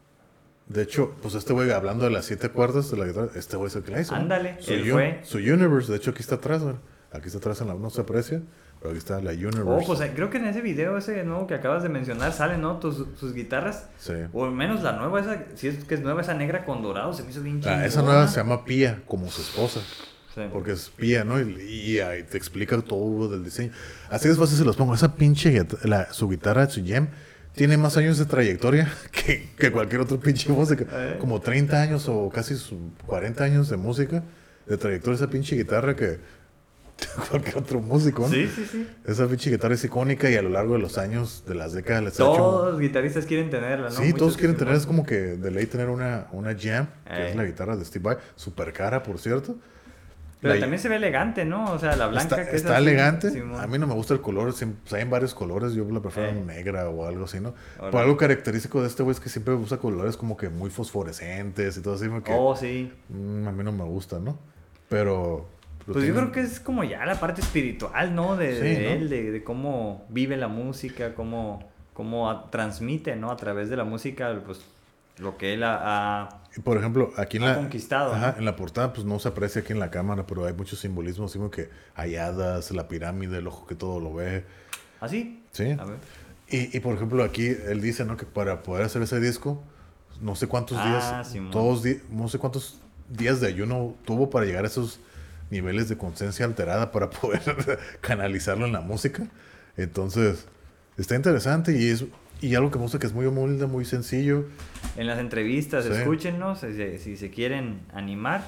De hecho, pues este güey, hablando de las 7 cuerdas de la guitarra, este güey es el que la hizo. Ándale, Su Universe, de hecho aquí está atrás, güey. Aquí está atrás, no se aprecia, pero aquí está la Universe. Oh, pues creo que en ese video ese nuevo que acabas de mencionar salen, ¿no? Sus guitarras. Sí. O al menos la nueva, esa, si es que es nueva, esa negra con dorado, se me hizo bien chingona. Esa nueva se llama Pía, como su esposa. Sí. Porque es Pía, ¿no? Y ahí te explica todo del diseño. Así es fácil se los pongo. Esa pinche, su guitarra, su Gem, tiene más años de trayectoria que cualquier otro pinche música. Como 30 años o casi 40 años de música, de trayectoria esa pinche guitarra que cualquier otro músico, ¿no? Sí. Esa pinche guitarra es icónica y a lo largo de los años, de las décadas, les todos los guitarristas quieren tenerla, ¿no? Sí, todos quieren tener, es como que de ley tener una Jam, que es la guitarra de Steve Vai, super cara, por cierto. Pero también se ve elegante, ¿no? O sea, la blanca que está así, elegante. Simón. A mí no me gusta el color. Hay en varios colores. Yo la prefiero negra o algo así, ¿no? Ahora. Pero algo característico de este güey es que siempre usa colores como que muy fosforescentes y todo así. Que, sí. A mí no me gusta, ¿no? Pero pues yo creo que es como ya la parte espiritual, ¿no? De él, ¿no? De cómo vive la música, cómo transmite, ¿no? A través de la música, pues lo que él por ejemplo, aquí ha conquistado. Ajá, ¿no? en la portada, pues no se aprecia aquí en la cámara, pero hay mucho simbolismo, así como que hay hadas, la pirámide, el ojo que todo lo ve. ¿Ah, sí? Sí. A ver. Y por ejemplo, aquí él dice, ¿no? Que para poder hacer ese disco, no sé cuántos días, no sé cuántos días de ayuno tuvo para llegar a esos niveles de conciencia alterada para poder canalizarlo en la música. Entonces, está interesante y algo que me gusta que es muy humilde, muy sencillo. En las entrevistas, escúchennos, si se quieren animar,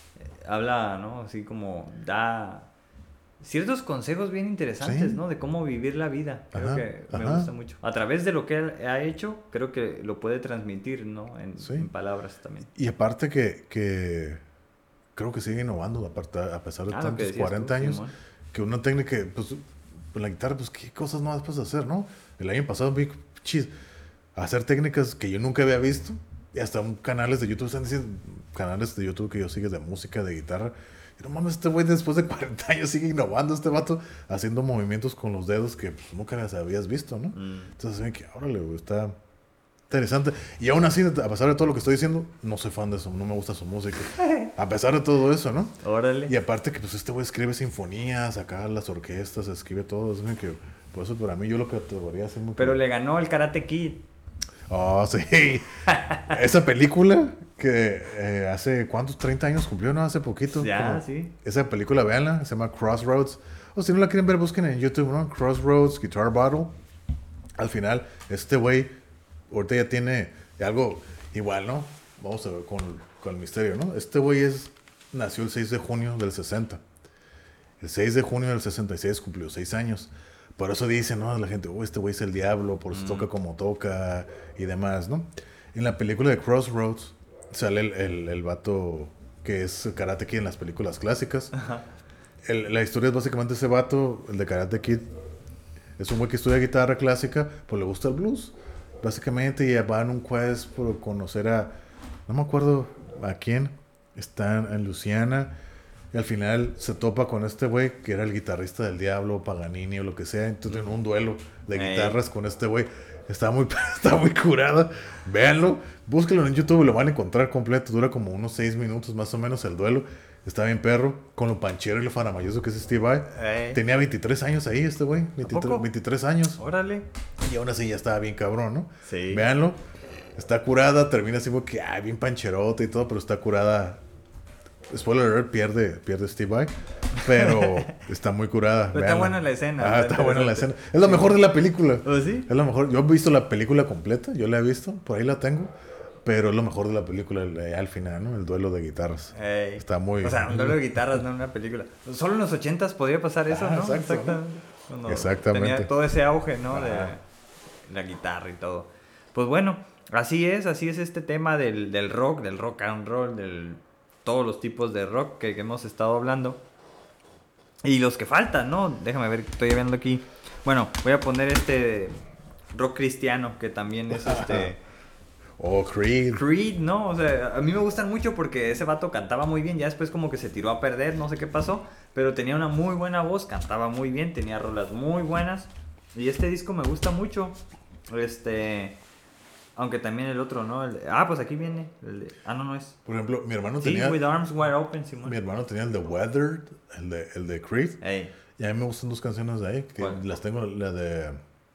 habla, ¿no? Así como da ciertos consejos bien interesantes, ¿no? De cómo vivir la vida. Creo que me gusta mucho. A través de lo que él ha hecho, creo que lo puede transmitir, ¿no? En palabras también. Y aparte que creo que sigue innovando, a pesar de tantos 40 años, Simón. Que una técnica, pues la guitarra, pues qué cosas nuevas puedes hacer, ¿no? El año pasado vi hacer técnicas que yo nunca había visto, y hasta canales de YouTube están diciendo, canales de YouTube que yo sigo de música, de guitarra, y no mames, este güey después de 40 años sigue innovando, este vato, haciendo movimientos con los dedos que pues, nunca las habías visto, ¿no? Entonces, que órale, güey, está interesante. Y aún así, a pesar de todo lo que estoy diciendo, no soy fan de eso, no me gusta su música. A pesar de todo eso, ¿no? Órale. Y aparte que pues este güey escribe sinfonías, acá las orquestas, escribe todo, es que por eso para mí yo lo categoría así muy... Pero le ganó el Karate Kid. Oh, sí. Esa película que hace, ¿cuántos? 30 años cumplió, ¿no? Hace poquito. Ya, sí. Esa película, véanla, se llama Crossroads. O si no la quieren ver, busquen en YouTube, ¿no? Crossroads, Guitar Battle. Al final, este güey, ahorita ya tiene algo igual, ¿no? Vamos a ver con el misterio, ¿no? Este güey nació el 6 de junio del 60. El 6 de junio del 66 cumplió 6 años. Por eso dicen, ¿no? La gente, este güey es el diablo, por eso toca como toca y demás, ¿no? En la película de Crossroads sale el vato que es Karate Kid en las películas clásicas. Ajá. La historia es básicamente ese vato, el de Karate Kid. Es un güey que estudia guitarra clásica, pues le gusta el blues. Básicamente, y va en un quest por conocer no me acuerdo a quién. Está en Luisiana. Y al final se topa con este güey que era el guitarrista del Diablo, Paganini o lo que sea. Entonces, en un duelo de guitarras con este güey. Está muy curada. Véanlo. Búsquenlo en YouTube y lo van a encontrar completo. Dura como unos 6 minutos más o menos el duelo. Está bien perro. Con lo panchero y lo faramayoso que es Steve Vai. Tenía 23 años ahí este güey. 23 años. Órale. Y aún así ya estaba bien cabrón, ¿no? Sí. Véanlo. Está curada. Termina así como que bien pancherote y todo. Pero está curada. Spoiler alert, pierde Steve Vai. Pero está muy curada. Pero está buena la escena. Ah, está buena la escena. Es lo mejor de la película. ¿Oh, sí? Es lo mejor. Yo he visto la película completa. Yo la he visto. Por ahí la tengo. Pero es lo mejor de la película al final, ¿no? El duelo de guitarras. Está muy... O sea, un duelo de guitarras, no una película. Solo en los 80s podría pasar eso, ¿no? Exactamente. Tenía todo ese auge, ¿no? De la guitarra y todo. Pues bueno, así es este tema del rock and roll, todos los tipos de rock que hemos estado hablando. Y los que faltan, ¿no? Déjame ver, estoy viendo aquí. Bueno, voy a poner rock cristiano, que también es Creed. Creed, ¿no? O sea, a mí me gustan mucho porque ese vato cantaba muy bien. Ya después como que se tiró a perder, no sé qué pasó. Pero tenía una muy buena voz, cantaba muy bien, tenía rolas muy buenas. Y este disco me gusta mucho. Aunque también el otro, ¿no? Pues aquí viene. No es. Por ejemplo, mi hermano Sí, tenía... With Arms Wide Open, Simón. Mi hermano tenía el de Weathered, el de Creed. Ey. Y a mí me gustan 2 canciones de ahí. Que las tengo, la de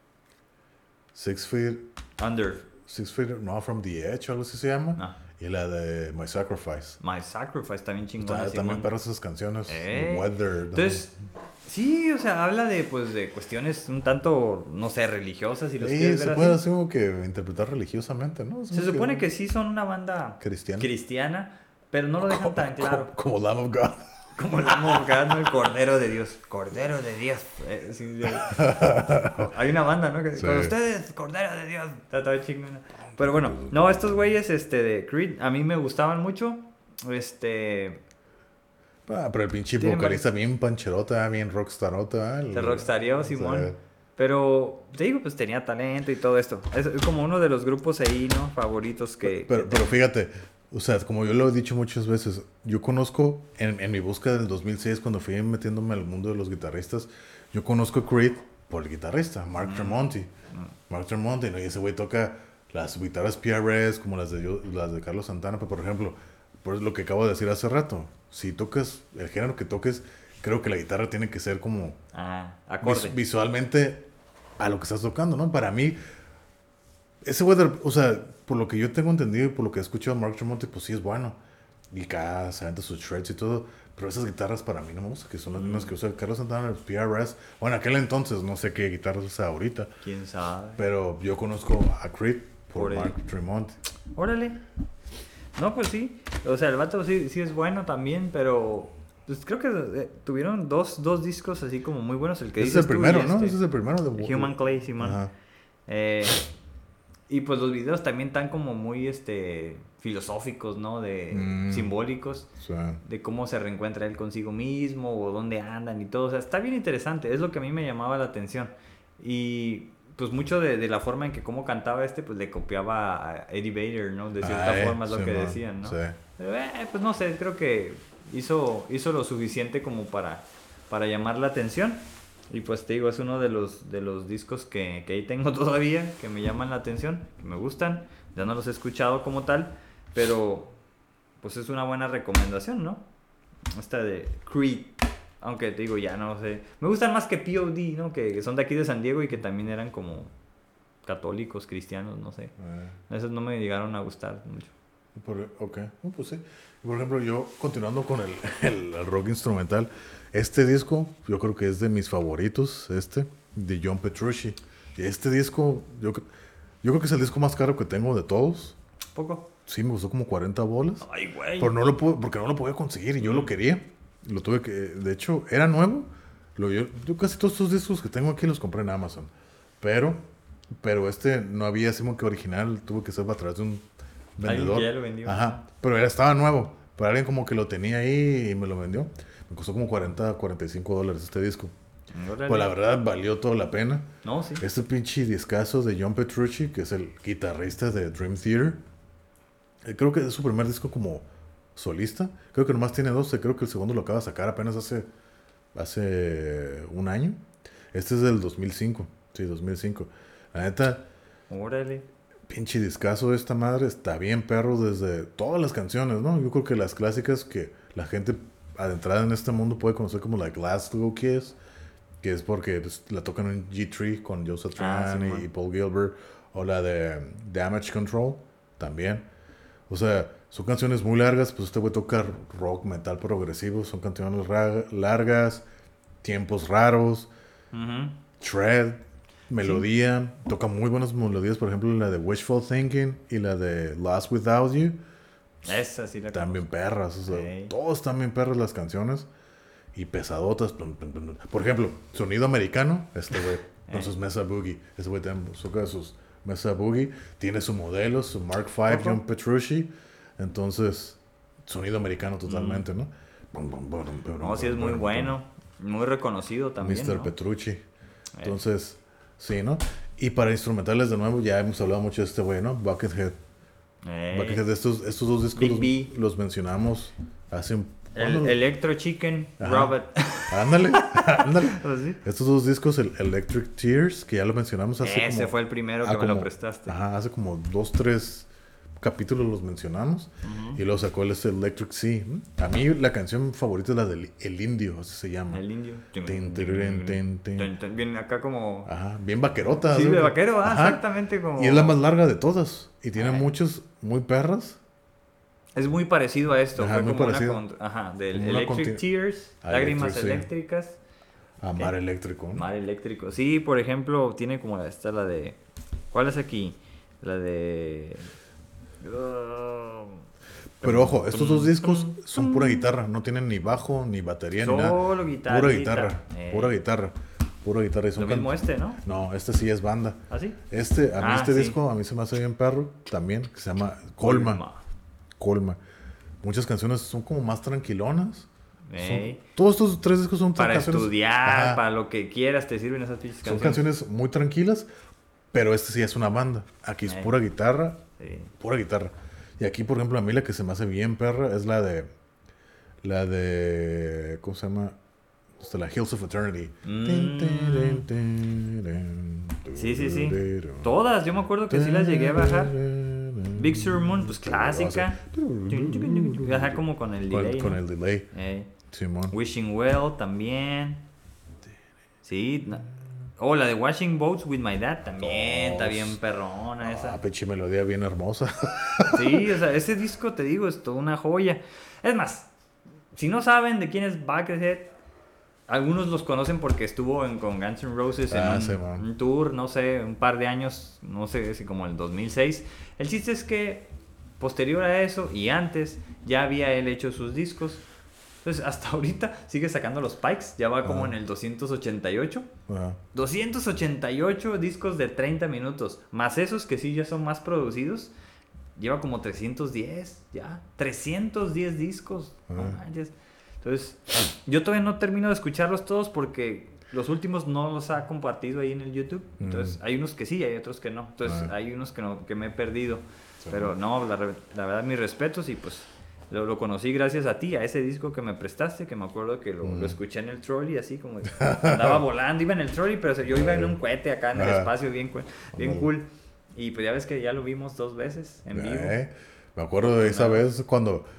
6 Feet... No, From the Edge, algo así se llama. Ah. Y la de My Sacrifice. My Sacrifice, también chingona. También perras esas canciones. Weathered. Entonces, sí, o sea, habla de cuestiones un tanto, no sé, religiosas. Y se puede así como que interpretar religiosamente, ¿no? Se supone que sí son una banda cristiana, pero no lo dejan tan claro. Como Lamb of God. Como Lamb of God, ¿no? El Cordero de Dios. Cordero de Dios. Hay una banda, ¿no? Que, con ustedes, Cordero de Dios. Está chingona. Pero bueno, no, estos güeyes de Creed a mí me gustaban mucho. Pero el pinche vocalista bien pancherota, bien rockstarota. Se rockstarió, Simón. Pero, te digo, pues tenía talento y todo esto. Es como uno de los grupos ahí, ¿no? Favoritos Pero fíjate, o sea, como yo lo he dicho muchas veces, yo conozco, en mi búsqueda del 2006, cuando fui metiéndome al mundo de los guitarristas, yo conozco a Creed por el guitarrista, Mark Tremonti. Mark Tremonti, ¿no? Y ese güey toca las guitarras PRS, como las de Carlos Santana, pero por ejemplo, por lo que acabo de decir hace rato, si tocas el género que toques, creo que la guitarra tiene que ser como acorde. Visualmente a lo que estás tocando, ¿no? Para mí, ese güey, o sea, por lo que yo tengo entendido y por lo que he escuchado a Mark Tremonti, pues sí es bueno. Y cada se aventa sus shreds y todo. Pero esas guitarras para mí no me gustan, que son las mismas que usa Carlos Santana, el PRS. Bueno, aquel entonces, no sé qué guitarras usa ahorita. ¿Quién sabe? Pero yo conozco a Creed por Mark Tremonti. Órale. No, pues sí. O sea, el vato sí es bueno también, pero... Pues creo que tuvieron dos discos así como muy buenos. El que ese es el primero, ¿no? Ese es el primero de Human Clay, Simón. Y pues los videos también están como muy filosóficos, ¿no? Simbólicos. De cómo se reencuentra él consigo mismo o dónde andan y todo. O sea, está bien interesante. Es lo que a mí me llamaba la atención. Y pues mucho de la forma en que cómo cantaba pues le copiaba a Eddie Vedder, ¿no? De cierta forma es lo que decían, ¿no? Sí. Pues no sé, creo que hizo lo suficiente como para llamar la atención. Y pues te digo, es uno de los discos que ahí tengo todavía, que me llaman la atención, que me gustan. Ya no los he escuchado como tal, pero pues es una buena recomendación, ¿no? Esta de Creed. Aunque te digo, ya no sé. Me gustan más que POD, ¿no? Que son de aquí de San Diego y que también eran como católicos, cristianos, no sé. Esos no me llegaron a gustar mucho. Ok, pues sí. Por ejemplo, yo continuando con el rock instrumental, este disco yo creo que es de mis favoritos, de John Petrucci. Y este disco, yo creo que es el disco más caro que tengo de todos. ¿Poco? Sí, me costó como 40 bolas. Ay, güey. Porque no lo podía conseguir y yo lo quería. Lo tuve que... De hecho, era nuevo. Yo casi todos estos discos que tengo aquí los compré en Amazon. Pero no había así como que original. Tuve que ser a través de un vendedor. Alguien que ya lo vendió. Ajá. Pero estaba nuevo. Pero alguien como que lo tenía ahí y me lo vendió. Me costó como 45 dólares este disco. Órale. Pues la verdad valió toda la pena. No, sí. Este pinche discazo de John Petrucci, que es el guitarrista de Dream Theater. Creo que es su primer disco como solista. Creo que nomás tiene 12. Creo que el segundo lo acaba de sacar apenas hace un año. Este es del 2005. Sí, 2005. La neta, Órale. pinche discazo de esta madre. Está bien perro desde todas las canciones, ¿no? Yo creo que las clásicas que la gente adentrada en este mundo puede conocer como la Glasgow Kiss, que es porque pues, la tocan en G3 con Joseph Tran y Paul Gilbert. O la de Damage Control también. O sea, son canciones muy largas, pues este güey toca rock, metal progresivo, son canciones largas, tiempos raros, shred, melodía, toca muy buenas melodías, por ejemplo la de Wishful Thinking y la de Lost Without You. Esa sí la También perras, o sea, todos también perras las canciones y pesadotas. Por ejemplo, sonido americano, este güey, con sus Mesa Boogie, este güey también toca sus Mesa Boogie, tiene su modelo, su Mark V, John Petrucci, entonces, sonido americano totalmente, ¿no? No, sí es muy bueno, muy reconocido también, Mr. ¿no? Petrucci. Entonces, sí, ¿no? Y para instrumentales de nuevo, ya hemos hablado mucho de este güey, ¿no? Buckethead. Buckethead, estos dos discos los mencionamos hace un... El Electro Chicken, Robert. Ándale. ¿Sí? Estos dos discos, el Electric Tears, que ya lo mencionamos hace Ese fue el primero que me lo prestaste. Ajá, hace como 2-3 capítulos los mencionamos. Y luego sacó el Electric Sea. A mí la canción favorita es la del El Indio, así se llama. El Indio. Viene acá como... Ajá, bien vaquerota. Sí, de vaquero, exactamente como... Y es la más larga de todas. Y tiene muchos muy perras. Es muy parecido a esto. Ajá, fue muy como parecido. Del Electric Tears, Lágrimas Eléctricas. Mar Eléctrico, ¿no? Mar Eléctrico. Sí, por ejemplo, tiene como la de... ¿Cuál es aquí? La de... Pero ojo, estos dos discos son pura guitarra. No tienen ni bajo, ni batería, ni nada. Solo guitarra. Pura guitarra. Pura guitarra. Y son lo mismo ¿no? No, este sí es banda. ¿Ah, sí? Este disco a mí se me hace bien perro también, que se llama Colma. Muchas canciones son como más tranquilonas. Todos estos 3 discos son para canciones, estudiar, para lo que quieras, te sirven esas canciones. Son canciones muy tranquilas, pero este sí es una banda. Aquí es pura guitarra. Pura guitarra. Y aquí, por ejemplo, a mí la que se me hace bien perra es la de ¿cómo se llama? La Hills of Eternity. Sí. Todas, yo me acuerdo que sí las llegué a bajar. Big Sur Moon, pues clásica. Ajá, como con el delay. Con el delay. Simón. Wishing Well también. Sí. La de Washing Boats with My Dad también. Está bien perrona esa. Pinche melodía bien hermosa. Sí, o sea, ese disco, te digo, es toda una joya. Es más, si no saben de quién es Buckethead, algunos los conocen porque estuvo con Guns N' Roses en un tour, no sé, un par de años, no sé si como el 2006. El chiste es que posterior a eso y antes ya había él hecho sus discos. Entonces hasta ahorita sigue sacando los Pikes, ya va como en el 288. 288 discos de 30 minutos, más esos que sí ya son más producidos. Lleva como 310 ya, 310 discos. No manches. Entonces, yo todavía no termino de escucharlos todos porque los últimos no los ha compartido ahí en el YouTube. Entonces, hay unos que sí, hay otros que no. Entonces, hay unos que me he perdido. Sí. Pero no, la verdad, mis respetos y pues lo conocí gracias a ti, a ese disco que me prestaste, que me acuerdo que lo escuché en el trolley, así como andaba volando, iba en el trolley, pero yo iba en un cohete acá en el espacio, bien cool. Y pues ya ves que ya lo vimos 2 veces en vivo. Me acuerdo de esa vez cuando...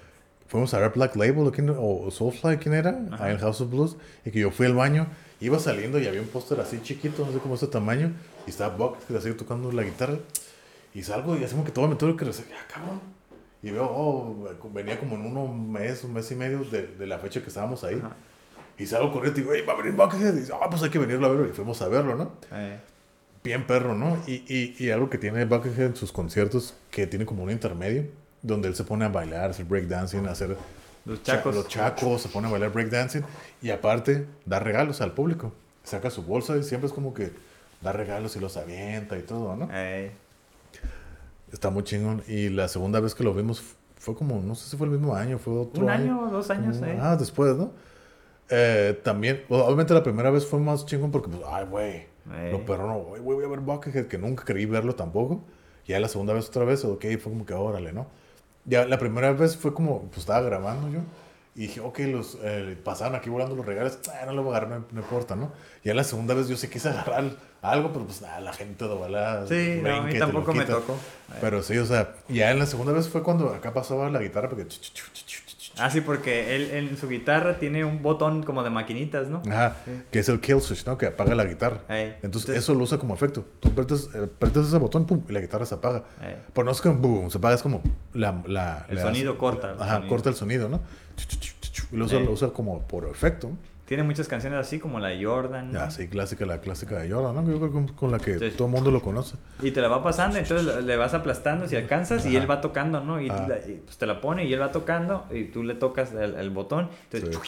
fuimos a ver Black Label o Soulfly, ¿quién era? Ahí en House of Blues. Y que yo fui al baño, iba saliendo y había un póster así chiquito, no sé cómo ese tamaño. Y estaba Buck, que sigue tocando la guitarra. Y salgo y así como que todo me tuve que decir, ya cabrón. Y veo, venía como en un mes y medio de la fecha que estábamos ahí. Ajá. Y salgo corriendo y digo, va a venir Buckethead. Y dice, pues hay que venirlo a verlo. Y fuimos a verlo, ¿no? Bien perro, ¿no? Y algo que tiene Buckethead en sus conciertos, que tiene como un intermedio, donde él se pone a bailar, hacer breakdancing, hacer los chacos, se pone a bailar breakdancing. Y aparte, da regalos al público. Saca su bolsa y siempre es como que da regalos y los avienta y todo, ¿no? Está muy chingón. Y la segunda vez que lo vimos fue como, no sé si fue el mismo año, fue otro año. ¿Un año o 2 años? Después, ¿no? También, obviamente la primera vez fue más chingón porque, pues, ay, güey, lo perro no, güey, voy a ver Buckethead, que nunca creí verlo tampoco. Ya la segunda vez otra vez, ok, fue como que órale, ¿no? Ya la primera vez fue como, pues estaba grabando yo. Y dije, ok, pasaron aquí volando los regalos, no lo voy a agarrar, no importa, ¿no? Ya la segunda vez yo sí quise agarrar algo, pero pues nada, la gente de bala. Sí, no, a mí tampoco me tocó. Pero sí, o sea, ya en la segunda vez fue cuando acá pasaba la guitarra, porque... Sí, porque él en su guitarra tiene un botón como de maquinitas, ¿no? Ajá, sí. Que es el kill switch, ¿no? Que apaga la guitarra. Entonces eso lo usa como efecto. Tú apretas ese botón, pum, y la guitarra se apaga. Pero no es como boom, se apaga, es como el sonido corta. Corta el sonido, ¿no? Y lo usa como por efecto. Tiene muchas canciones así como la Jordan, ¿no? Sí, la clásica de Jordan, ¿no? Yo creo que con la que todo el mundo lo conoce. Y te la va pasando, entonces le vas aplastando si alcanzas y él va tocando, ¿no? Y pues te la pone y él va tocando y tú le tocas el botón. Entonces...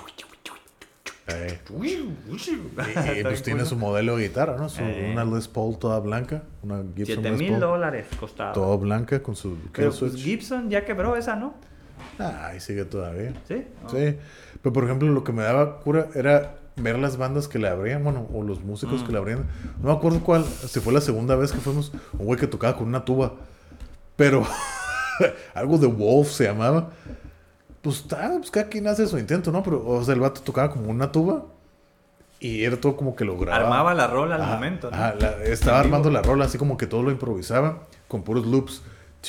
Y pues tiene su modelo de guitarra, ¿no? Una Les Paul toda blanca, una Gibson $7,000 costaba. Toda blanca con su Pero pues Gibson ya quebró esa, ¿no? Ahí sigue todavía. ¿Sí? Sí. Pero por ejemplo, lo que me daba cura era ver las bandas que le abrían, bueno, o los músicos que le abrían. No me acuerdo cuál, si fue la segunda vez que fuimos, un güey que tocaba con una tuba. Pero algo de Wolf se llamaba. Pues cada quien hace su intento, ¿no? Pero, o sea, el vato tocaba como una tuba y era todo como que lo grababa. Armaba la rola al momento, ¿no? Estaba armando la rola, así como que todo lo improvisaba con puros loops.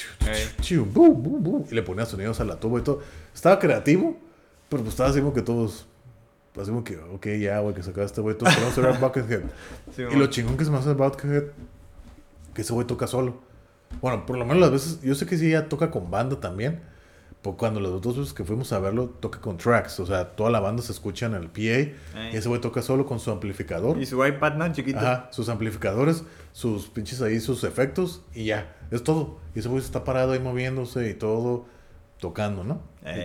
Y le ponía sonidos a la tuba y todo. Estaba creativo, pero pues estaba así como que todos... Así como que, ok, ya, güey, que sacaba este güey. Todos queremos ver Buckethead. Sí, y lo chingón que se me hace Buckethead, que ese güey toca solo. Bueno, por lo menos las veces... Yo sé que sí, ya toca con banda también. Porque cuando las 2 veces que fuimos a verlo, toca con tracks. O sea, toda la banda se escucha en el PA. Y ese güey toca solo con su amplificador. Y su iPad, ¿no? Chiquito. Sus amplificadores, sus pinches ahí, sus efectos. Y ya, es todo. Y ese güey está parado ahí moviéndose y todo, tocando, ¿no?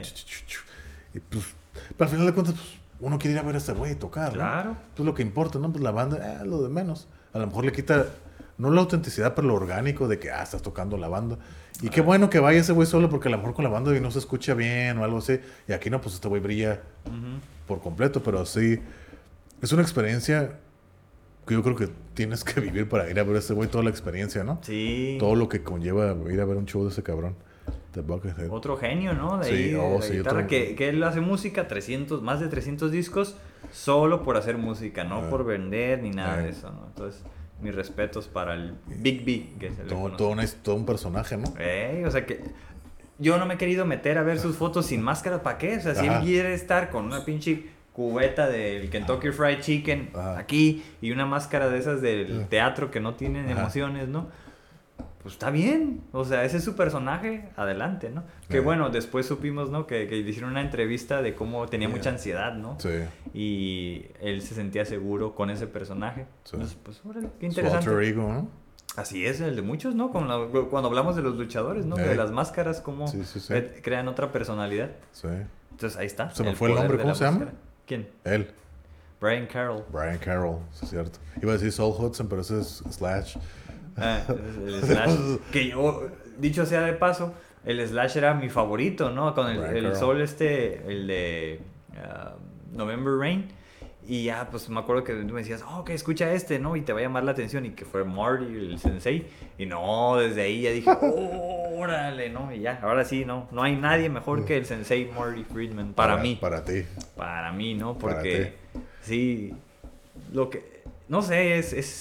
Y pues, pero al final de cuentas, pues, uno quiere ir a ver a este güey tocar, ¿no? Claro. Pues lo que importa, ¿no? Pues la banda, lo de menos. A lo mejor le quita, no la autenticidad, pero lo orgánico de que, estás tocando la banda. Y qué bueno que vaya ese güey solo, porque a lo mejor con la banda no se escucha bien o algo así. Y aquí no, pues este güey brilla por completo, pero sí, es una experiencia que yo creo que tienes que vivir para ir a ver a ese güey, toda la experiencia, ¿no? Sí. Todo lo que conlleva ir a ver un show de ese cabrón. Otro genio, ¿no? De ahí, de la guitarra, que él hace música, más de 300 discos, solo por hacer música, no por vender ni nada de eso, ¿no? Entonces, mis respetos para el Big B, que se le conoce. Todo un personaje, ¿no? O sea que yo no me he querido meter a ver sus fotos sin máscara, ¿para qué? O sea, si él quiere estar con una pinche cubeta del Kentucky Fried Chicken aquí y una máscara de esas del teatro que no tienen emociones, ¿no? Pues está bien, o sea, ese es su personaje, adelante, ¿no? Que bueno, después supimos, ¿no? Que le hicieron una entrevista de cómo tenía mucha ansiedad, ¿no? Sí. Y él se sentía seguro con ese personaje. Sí. Entonces, pues, órale, qué interesante. Su alter ego, ¿no? Así es, el de muchos, ¿no? Cuando hablamos de los luchadores, ¿no? De las máscaras, cómo crean otra personalidad. Sí. Entonces, ahí está. Se me fue el nombre, ¿cómo se llama? ¿Quién? Él. Brian Carroll. Brian Carroll, sí es cierto. Iba a decir Saul Hudson, pero ese es Slash. El Slash, que yo, dicho sea de paso, el Slash era mi favorito, ¿no? Con el Soul el de November Rain. Y ya, pues me acuerdo que tú me decías, que escucha ¿no? Y te va a llamar la atención. Y que fue Marty, el sensei. Y no, desde ahí ya dije, órale, ¿no? Y ya, ahora sí, no hay nadie mejor que el sensei Marty Friedman. Para mí. Para ti. Para mí, ¿no? Porque, sí, lo que, no sé,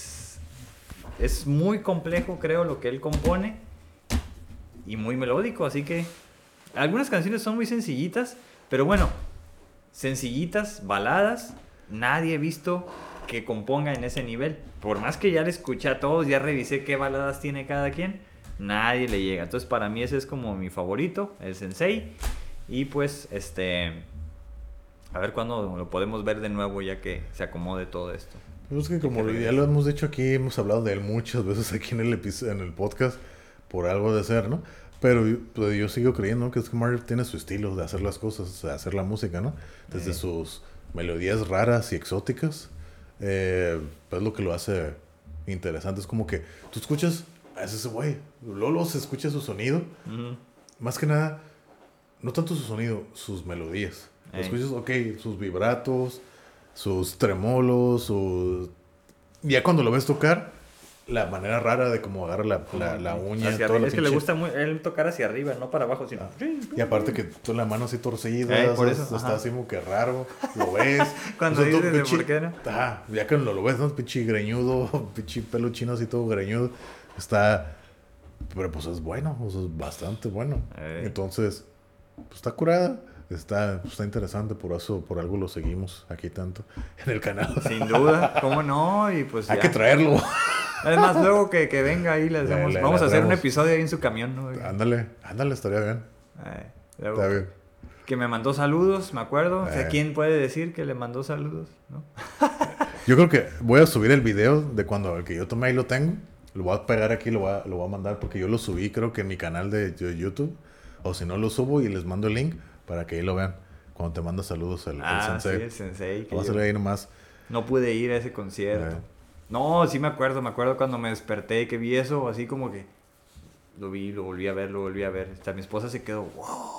es muy complejo, creo, lo que él compone. Y muy melódico, así que algunas canciones son muy sencillitas, pero bueno, sencillitas, baladas, nadie he visto que componga en ese nivel. Por más que ya le escuché a todos, ya revisé qué baladas tiene cada quien, nadie le llega. Entonces para mí ese es como mi favorito, el Sensei. Y pues a ver cuándo lo podemos ver de nuevo ya que se acomode todo esto. Pues es que como ya lo hemos dicho aquí, hemos hablado de él muchas veces aquí en el podcast, por algo de ser, ¿no? Pero pues, yo sigo creyendo que es que Marty tiene su estilo de hacer las cosas, de hacer la música, ¿no? Desde sus melodías raras y exóticas, es lo que lo hace interesante. Es como que tú escuchas a ese güey, Lolo se escucha su sonido, más que nada, no tanto su sonido, sus melodías. Escuchas, ok, sus vibratos, sus tremolos, ya cuando lo ves tocar, la manera rara de cómo agarra la uña. Hacia arriba. Es que le gusta él tocar hacia arriba, no para abajo, sino... Y aparte que toda la mano así torcida, por eso, está así como que raro, lo ves. Cuando dices de por qué no. Ya que lo ves, ¿no? Pinche greñudo, pinche pelo chino así todo greñudo. Pero pues es bueno, es bastante bueno. Entonces, pues está curada. Está interesante, por algo lo seguimos aquí tanto en el canal. Sin duda, ¿cómo no? Y pues hay que traerlo. Además, luego que venga ahí, le hacemos. Vamos a hacer un episodio ahí en su camión, ¿no? Ándale, estaría bien. Luego, está bien. Que me mandó saludos, me acuerdo. O sea, ¿quién puede decir que le mandó saludos? ¿No? Yo creo que voy a subir el video de cuando el que yo tomé y lo tengo. Lo voy a pegar aquí, lo voy a mandar porque yo lo subí creo que en mi canal de YouTube. O si no, lo subo y les mando el link para que ahí lo vean. Cuando te manda saludos el Sensei. Sí, el Sensei. Lo vas a ver ahí nomás. No pude ir a ese concierto. No, sí me acuerdo cuando me desperté y que vi eso, así como que lo volví a ver. Hasta mi esposa se quedó, wow.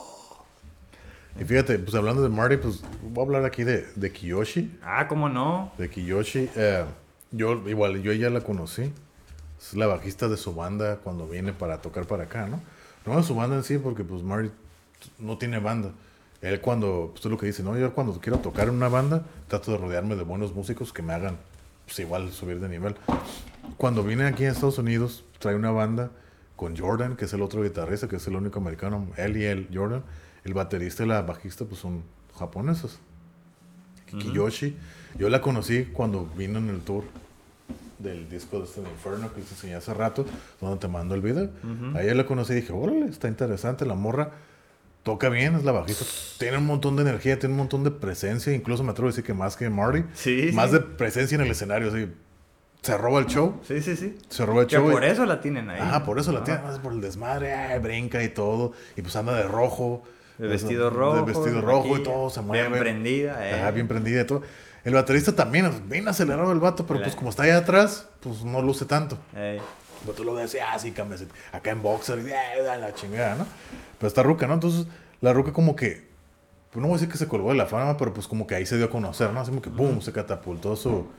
Y fíjate, pues hablando de Marty, pues voy a hablar aquí de Kiyoshi. ¿Cómo no? De Kiyoshi. Yo ya la conocí. Es la bajista de su banda cuando viene para tocar para acá, ¿no? No es su banda en sí, porque pues Marty no tiene banda. Él cuando, pues es lo que dice, ¿no? Yo cuando quiero tocar en una banda, trato de rodearme de buenos músicos que me hagan, pues igual subir de nivel. Cuando vine aquí a Estados Unidos, trae una banda con Jordan, que es el otro guitarrista, que es el único americano, él, Jordan. El baterista y la bajista, pues son japoneses. Kiyoshi. Yo la conocí cuando vino en el tour del disco de Inferno que les enseñé hace rato, donde te mando el video. Ahí la conocí y dije, órale, está interesante, la morra toca bien, es la bajista, tiene un montón de energía, tiene un montón de presencia, incluso me atrevo a decir que más que Marty, más de presencia en el escenario, así, se roba el show. Sí. Se roba el show. Por eso la tienen ahí. Por eso la tienen, más por el desmadre, brinca y todo, y pues anda de rojo. De vestido rojo y todo, se mueve. Bien prendida, bien prendida y todo. El baterista también, bien acelerado el vato, pero pues como está allá atrás, pues no luce tanto. Pero tú lo ves así, acá en boxer, y la chingada, ¿no? Pero está ruca, ¿no? Entonces, la ruca como que, pues no voy a decir que se colgó de la fama, pero pues como que ahí se dio a conocer, ¿no? Así como que, boom, se catapultó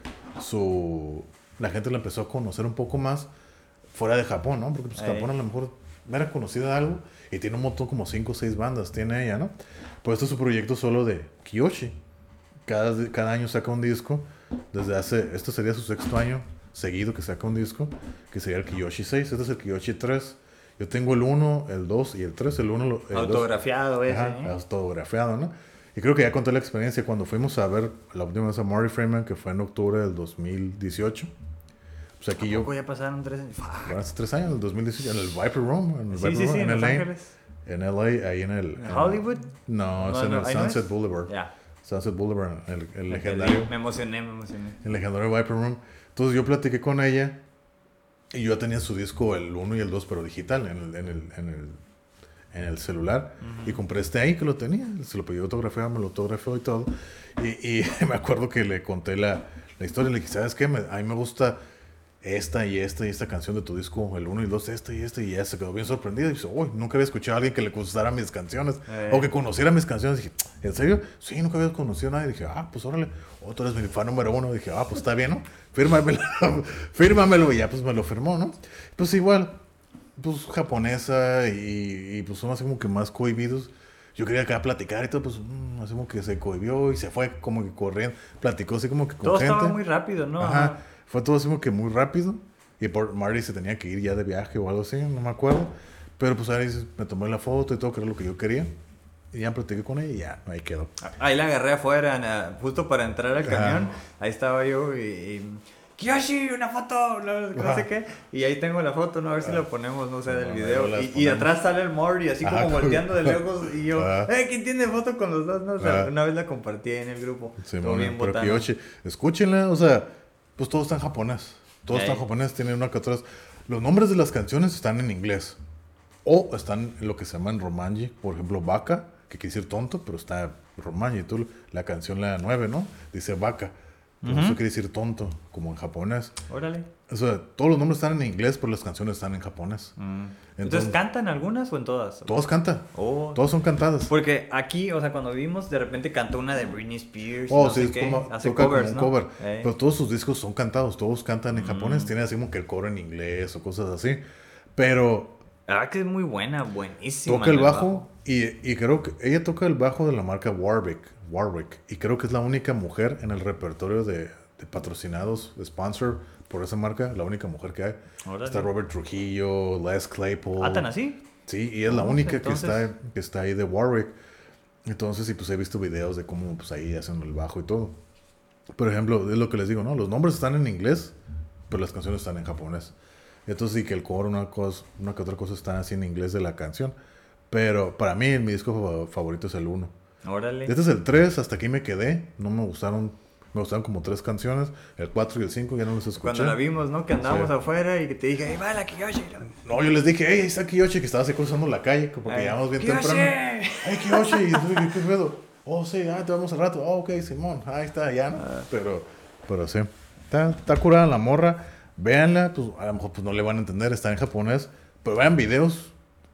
la gente la empezó a conocer un poco más fuera de Japón, ¿no? Porque pues Japón a lo mejor era conocido de algo y tiene un montón, como 5 o 6 bandas tiene ella, ¿no? Pues este es su proyecto solo de Kiyoshi. Cada año saca un disco. Este sería su 6º año seguido que saca un disco, que sería el Kiyoshi 6. Este es el Kiyoshi 3. Yo tengo el 1, el 2 y el 3. El 1, autografiado 2, ese. Autografiado, ¿no? Y creo que ya conté la experiencia cuando fuimos a ver la última vez a Marty Friedman, que fue en octubre del 2018. Pues aquí ya pasaron 3 años. Hace 3 años, en el 2018, en el Viper Room. En Los Ángeles. En LA, ahí en Hollywood? No, es en el Sunset Boulevard. Sunset Boulevard, el legendario. Me emocioné. El legendario Viper Room. Entonces yo platiqué con ella y yo tenía su disco, el 1 y el 2, pero digital, en el celular. Y compré ahí que lo tenía. Se lo pedí autografiado, me lo autografió y todo. Y me acuerdo que le conté la historia. Le dije, ¿sabes qué? A mí me gusta esta canción de tu disco, el 1 y el 2, esta. Y ella se quedó bien sorprendida. Y dice, uy, nunca había escuchado a alguien que le gustara mis canciones. O que conociera mis canciones. Dije, ¿en serio? Sí, nunca había conocido a nadie. Dije, pues órale. Tú eres mi fan número 1. Dije, pues está bien, ¿no? Fírmamelo. Y ya pues me lo firmó, ¿no? Pues igual, pues japonesa y pues son así como que más cohibidos. Yo quería acá platicar y todo, pues así como que se cohibió y se fue como que corriendo. Platicó así como que con gente. Todo estaba muy rápido, ¿no? Fue todo así como que muy rápido. Y por Marty se tenía que ir ya de viaje o algo así, no me acuerdo. Pero pues ahí me tomé la foto y todo, que era lo que yo quería. Y ya platiqué con ella y ya, ahí quedó. Ahí la agarré afuera, justo para entrar al camión. Ajá. Ahí estaba yo Kiyoshi, una foto, no sé qué. Y ahí tengo la foto, ¿no? A ver si la ponemos, no sé, del video. Y atrás sale el Morty, así como volteando de lejos. Y yo, ¿quién tiene foto con los dos? No, o sea, una vez la compartí en el grupo. Sí, todo bien pero botana. Kiyoshi, escúchenla, o sea, pues todo está en japonés. Todo está en japonés, tienen una que otra. Los nombres de las canciones están en inglés. O están en lo que se llama en romanji. Por ejemplo, Baka, que quiere decir tonto, pero está romanji. Tú, la canción, la 9, ¿no? Dice Baka. Pero eso quiere decir tonto, como en japonés. Órale. O sea, todos los nombres están en inglés, pero las canciones están en japonés. Entonces, ¿cantan algunas o en todas? Todos cantan. Oh. Todos son cantadas. Porque aquí, o sea, cuando vimos, de repente cantó una de Britney Spears. Oh, no sí, sé es qué. como, Hace toca covers, como ¿no? un cover. Pero todos sus discos son cantados, todos cantan en japonés. Tiene así como que el coro en inglés o cosas así. Pero la verdad que es muy buena, buenísima. toca el bajo y creo que ella toca el bajo de la marca Warwick. Y creo que es la única mujer en el repertorio de patrocinados, de sponsor por esa marca, la única mujer que hay. Órale. Está Robert Trujillo, Les Claypool. ¿Tan así? Sí, y es la única entonces... que está ahí de Warwick. Entonces, y pues he visto videos de cómo pues ahí hacen el bajo y todo. Por ejemplo, es lo que les digo, ¿no? Los nombres están en inglés, pero las canciones están en japonés. Entonces, sí que el coro, una que otra cosa está así en inglés de la canción. Pero para mí, mi disco favorito es el 1. Órale. Este es el 3, hasta aquí me quedé. No me gustaron. Me gustaron como 3 canciones. El 4 y el 5 ya no los escuché. Cuando la vimos, ¿no? Que andábamos afuera y que te dije, ¡ay, va la Kiyoshi! No, yo les dije, ¡hey, ahí está Kiyoshi! Que estaba así cruzando la calle, porque llegamos bien ¡Kiyoshi! temprano. ¡Hey, Kiyoshi! Y yo, ¿qué pedo? Oh, sí, te vamos al rato. Oh, ok, Simón. Ahí está, ya, ¿no? Pero sí. Está curada la morra. Véanla, pues a lo mejor pues, no le van a entender, está en japonés. Pero vean videos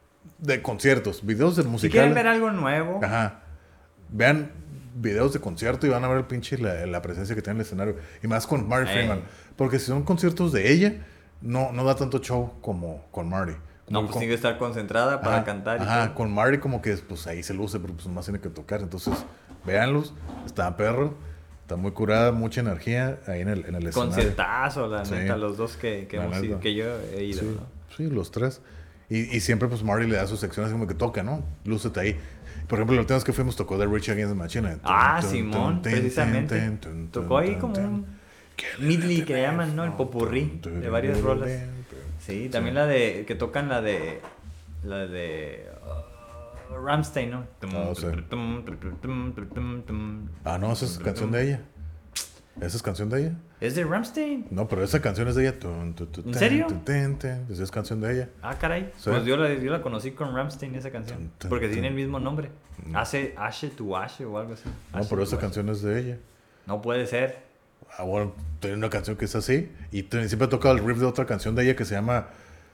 de conciertos, videos de musicales. Si quieren ver algo nuevo. Ajá. Vean videos de concierto y van a ver el pinche la presencia que tiene en el escenario. Y más con Marty Freeman. Porque si son conciertos de ella, no da tanto show como con Marty. No, pues tiene que estar concentrada para cantar. Ajá, con Marty como que pues ahí se luce, pero pues más tiene que tocar. Entonces, véanlos. Está perro. Está muy curada, mucha energía ahí en el escenario. Conciertazo, la neta, los dos que hemos ido, que yo he ido, sí, ¿no? Sí, los 3. Y siempre pues Marty le da sus secciones como que toca, ¿no? Lúcete ahí. Por ejemplo, la última vez que fuimos tocó The Rage Against the Machine. Simón, precisamente. Tocó ahí como un medley que llaman, ¿no? El popurrí de varias rolas. Sí, también la de, que tocan la de Rammstein, ¿no? No, esa es canción de ella. ¿Esa es canción de ella? ¿Es de Rammstein? No, pero esa canción es de ella. ¿En serio? Esa es canción de ella. Ah, caray. Sí. Pues yo la conocí con Rammstein, esa canción. Porque tiene el mismo nombre. Hace Ashe to Ashe o algo así. No, pero esa canción es de ella. No puede ser. Ah, bueno, tiene una canción que es así. Y siempre he tocado el riff de otra canción de ella que se llama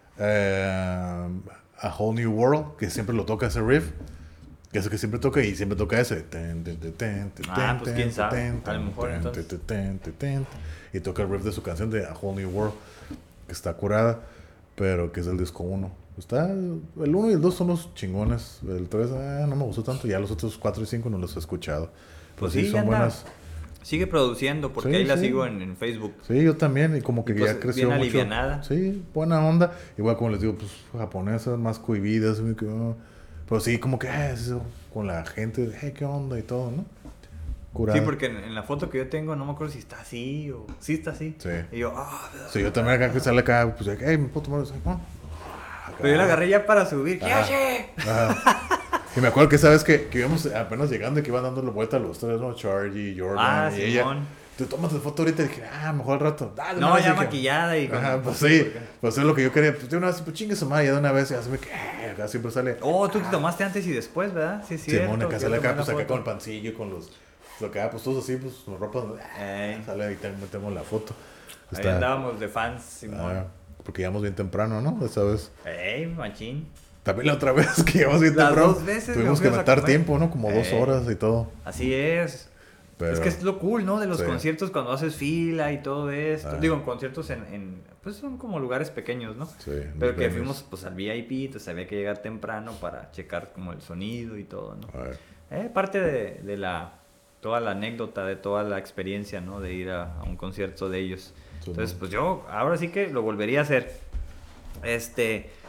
A Whole New World. Que siempre lo toca ese riff. Que es el que siempre toca y siempre toca ese. Pues quién sabe. A lo mejor entonces. Y toca el riff de su canción de A Whole New World. Que está curada. Pero que es el disco 1. El 1 y el 2 son los chingones. El 3 no me gustó tanto. Ya los otros 4 y 5 no los he escuchado. Pues sí, son buenas. Sigue produciendo porque ahí la sigo en Facebook. Sí, yo también. Y como que pues ya creció bien mucho. Alivianada. Sí, buena onda. Igual como les digo, pues japonesas, más cohibidas. Pero sí, como que eso, con la gente, qué onda y todo, ¿no? Curada. Sí, porque en la foto que yo tengo no me acuerdo si está así o sí está así. Sí. Y yo, sí, yo también acá que sale acá, pues, me puedo tomar ese. Pero yo la agarré ya para subir. Y me acuerdo que sabes que íbamos apenas llegando y que iban dando la vuelta a los 3, ¿no? Charlie, Jordan y ella. Te tomas la foto ahorita y dije, mejor al rato. No, ya maquillada y con... pues sí, pues es lo que yo quería. Pues de una vez, pues chingue su madre, ya de una vez, ya se me que acá siempre sale. Oh, tú te tomaste antes y después, ¿verdad? Sí, sí. Simón, acá sale acá, pues acá con el pancillo, con los. Lo que pues todos así, pues con ropa. Sale ahí, metemos la foto. Ahí andábamos de fans, Simón. Porque llegamos bien temprano, ¿no? Esa vez. Machín. También la otra vez que llegamos bien temprano. 2 veces tuvimos que matar tiempo, ¿no? Como 2 horas y todo. Así es. Pero... Es que es lo cool, ¿no? De los conciertos cuando haces fila y todo esto. Digo, en conciertos pues son como lugares pequeños, ¿no? Sí. Pero que fuimos pues al VIP, entonces había que llegar temprano para checar como el sonido y todo, ¿no? Parte de toda la anécdota, de toda la experiencia, ¿no? De ir a un concierto de ellos. Entonces, pues yo ahora sí que lo volvería a hacer.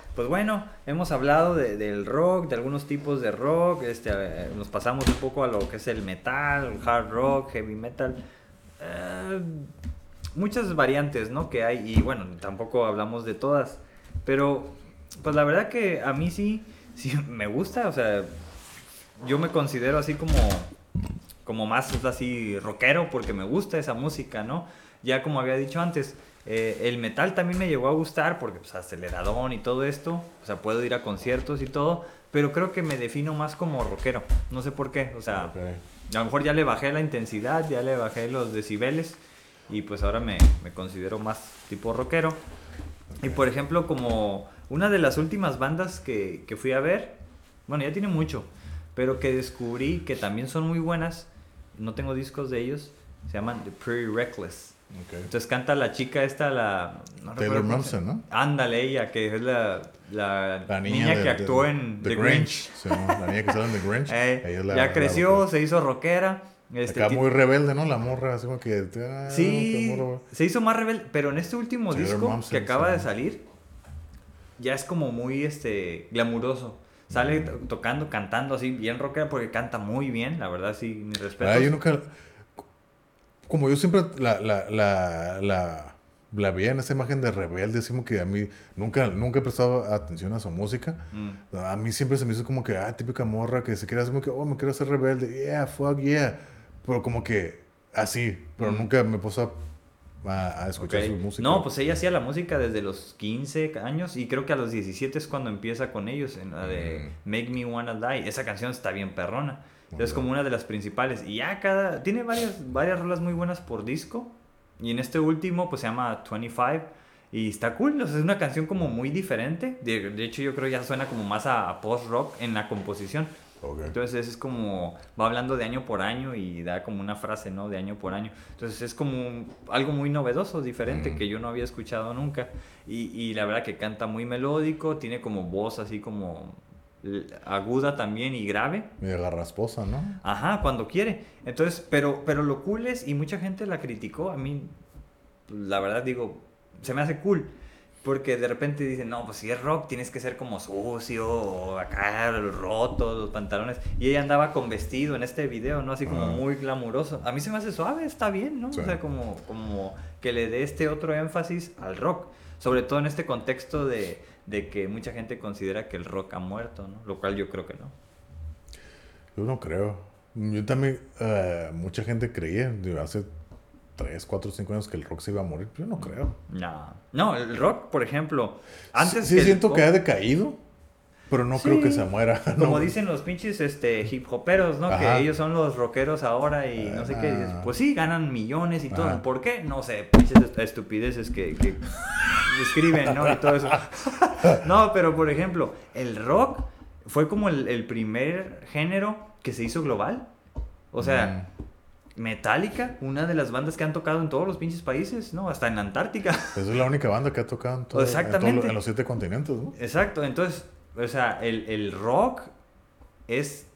pues bueno, hemos hablado del rock, de algunos tipos de rock, nos pasamos un poco a lo que es el metal, el hard rock, heavy metal, eh, muchas variantes, ¿no? Que hay, y bueno, tampoco hablamos de todas, pero pues la verdad que a mí sí me gusta, o sea, yo me considero así como más así rockero porque me gusta esa música, ¿no? Ya como había dicho antes, el metal también me llegó a gustar porque pues aceleradón y todo esto, o sea, puedo ir a conciertos y todo, pero creo que me defino más como rockero, no sé por qué, o sea, a lo mejor ya le bajé la intensidad, ya le bajé los decibeles y pues ahora me considero más tipo rockero. Y por ejemplo, como una de las últimas bandas que fui a ver, bueno, ya tiene mucho, pero que descubrí que también son muy buenas, no tengo discos de ellos, se llaman The Pretty Reckless. Okay. Entonces canta la chica esta, no Taylor Momsen, ¿no? Ándale, ella, que es la niña que actuó en The Grinch. Sí, ¿no? La niña que sale en The Grinch. Ella es ya creció, se hizo rockera. Acá muy rebelde, ¿no? La morra, así como que... sí, se hizo más rebelde, pero en este último Taylor disco Momsen, que acaba de salir, ya es como muy glamuroso. Sale tocando, cantando así, bien rockera, porque canta muy bien, la verdad, sí, mi respeto. Yo nunca... Como yo siempre la veía en esa imagen de rebelde, así como que a mí nunca he prestado atención a su música. A mí siempre se me hizo como que, típica morra que se quiere hacer como que, me quiero hacer rebelde, yeah, fuck yeah. Pero como que así, pero nunca me puse a escuchar su música. No, pues ella hacía la música desde los 15 años y creo que a los 17 es cuando empieza con ellos, en la de Make Me Wanna Die. Esa canción está bien perrona. Es como una de las principales. Y ya tiene varias rolas muy buenas por disco. Y en este último, pues se llama 25. Y está cool. O sea, es una canción como muy diferente. De hecho, yo creo ya suena como más a post-rock en la composición. Okay. Entonces es como, va hablando de año por año y da como una frase, ¿no? De año por año. Entonces es como algo muy novedoso, diferente, que yo no había escuchado nunca. Y la verdad que canta muy melódico, tiene como voz así como aguda también y grave. Medio garrasposa, ¿no? Ajá, cuando quiere. Entonces, pero lo cool es, y mucha gente la criticó, a mí, la verdad digo, se me hace cool. Porque de repente dicen, no, pues si es rock tienes que ser como sucio, o acá roto, los pantalones. Y ella andaba con vestido en este video, ¿no? Así como muy glamuroso. A mí se me hace suave, está bien, ¿no? Sí. O sea, como que le dé este otro énfasis al rock. Sobre todo en este contexto de que mucha gente considera que el rock ha muerto, ¿no? Lo cual yo creo que no. Yo no creo. Yo también, mucha gente creía, hace 3, 4, 5 años que el rock se iba a morir. Yo no creo. No, el rock, por ejemplo, antes sí siento que ha decaído, pero no creo que se muera. Como dip dicen los pinches hip hoperos, ¿no? Ajá. Que ellos son los rockeros ahora y no sé qué. Dices, pues sí, ganan millones y todo. ¿Por qué? No sé, pinches estupideces que escriben, ¿no? Y todo eso. No, pero por ejemplo, el rock fue como el primer género que se hizo global. O sea... Metallica, una de las bandas que han tocado en todos los pinches países, ¿no? Hasta en la Antártica. Esa es la única banda que ha tocado en los 7 continentes, ¿no? Exacto, entonces, o sea, el rock es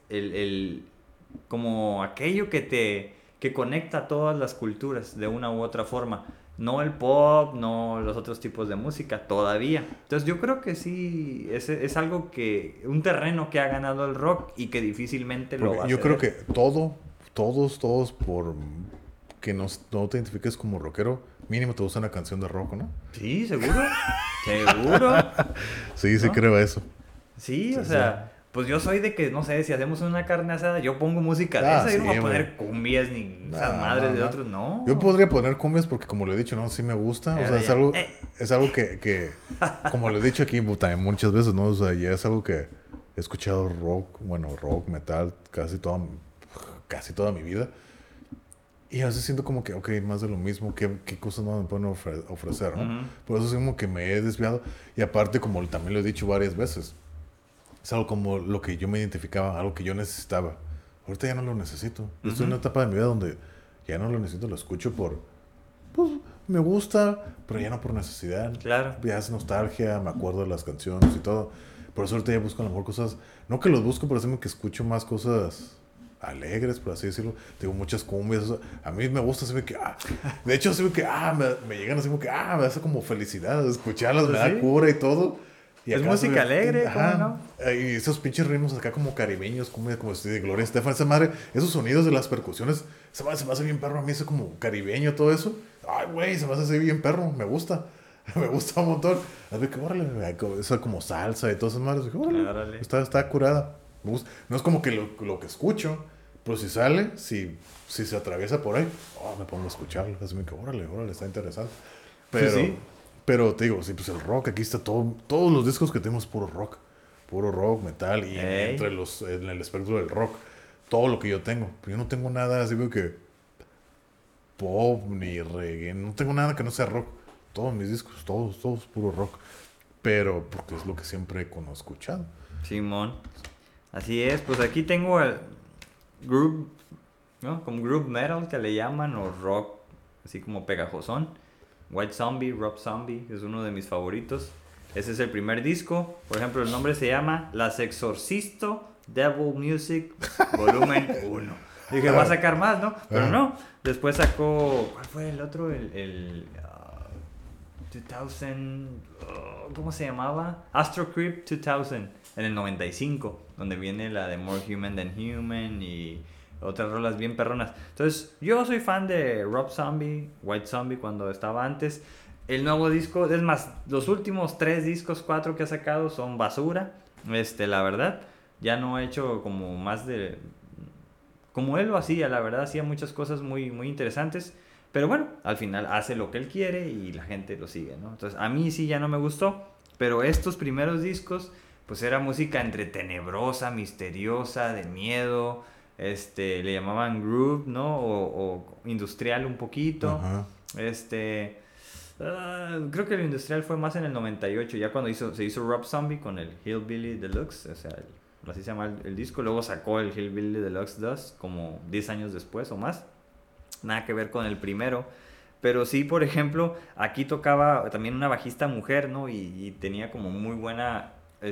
como aquello que conecta a todas las culturas de una u otra forma. No el pop, no los otros tipos de música, todavía. Entonces yo creo que sí, es algo un terreno que ha ganado el rock y que difícilmente lo va a hacer. Yo creo que todos por que no te identifiques como rockero, mínimo te gusta una canción de rock, ¿no? Sí, seguro. Seguro. Sí, ¿no? Creo eso. Sí, o sea, pues yo soy de que, no sé, si hacemos una carne asada, yo pongo música de esa, yo no voy a poner cumbias ni esas madres de otros, no. Yo podría poner cumbias porque, como lo he dicho, ¿no? Sí me gusta, o sea, es algo que como lo he dicho aquí también muchas veces, ¿no? O sea, ya es algo que he escuchado rock, metal, casi toda mi vida. Y a veces siento como que, más de lo mismo, ¿qué cosas no me pueden ofrecer, ¿no? Por eso es como que me he desviado. Y aparte, como también lo he dicho varias veces, es algo como lo que yo me identificaba, algo que yo necesitaba. Ahorita ya no lo necesito. Estoy en una etapa de mi vida donde ya no lo necesito, lo escucho pues, me gusta, pero ya no por necesidad. Claro. Ya es nostalgia, me acuerdo de las canciones y todo. Por eso ahorita ya busco a lo mejor cosas, no que los busco, pero es que escucho más cosas alegres, por así decirlo. Tengo muchas cumbias. O sea, a mí me gusta, así que de hecho, así que me llegan así como que me hace como felicidad escucharlas, me da cura y todo. Es música alegre, ¿cómo no? Y esos pinches ritmos acá como caribeños, como de Gloria Estefan, esa madre, esos sonidos de las percusiones, esa madre se me hace bien perro a mí, eso como caribeño, todo eso. Ay, güey, se me hace así bien perro, me gusta. Me gusta un montón. Así que, órale, eso como salsa y todas esas madres. Dije, órale, está curada. Me gusta. No es como que lo que escucho, pero si sale, si se atraviesa por ahí, me pongo a escucharlo. Así que, órale, está interesante. Pero, sí. Pero te digo, sí, pues el rock, aquí está todo, todos los discos que tenemos puro rock, metal, y en el espectro del rock, todo lo que yo tengo. Pero yo no tengo nada así que pop ni reggae, no tengo nada que no sea rock. Todos mis discos, todos puro rock. Pero porque es lo que siempre he escuchado. Simón. Así es, pues aquí tengo el group, ¿no? Como group metal que le llaman, o rock, así como pegajosón. White Zombie, Rob Zombie, que es uno de mis favoritos. Ese es el primer disco. Por ejemplo, el nombre se llama Las Exorcisto Devil Music Volumen 1. Dije, va a sacar más, ¿no? Pero no. Después sacó, ¿cuál fue el otro? El 2000, ¿cómo se llamaba? Astro Creep 2000, en el 95, donde viene la de More Human Than Human y otras rolas bien perronas. Entonces, yo soy fan de Rob Zombie, White Zombie cuando estaba antes. El nuevo disco, es más, los últimos 3 discos, 4 que ha sacado son basura. La verdad, ya no he hecho como más de... Como él lo hacía, la verdad, hacía muchas cosas muy, muy interesantes. Pero bueno, al final hace lo que él quiere y la gente lo sigue, ¿no? Entonces, a mí sí ya no me gustó. Pero estos primeros discos, pues era música entre tenebrosa, misteriosa, de miedo. Le llamaban groove, ¿no? O industrial un poquito. Ajá. Creo que el industrial fue más en el 98, ya cuando se hizo Rob Zombie con el Hillbilly Deluxe, o sea, así se llama el disco. Luego sacó el Hillbilly Deluxe 2 como 10 años después o más. Nada que ver con el primero. Pero sí, por ejemplo, aquí tocaba también una bajista mujer, ¿no? Y tenía como muy buena,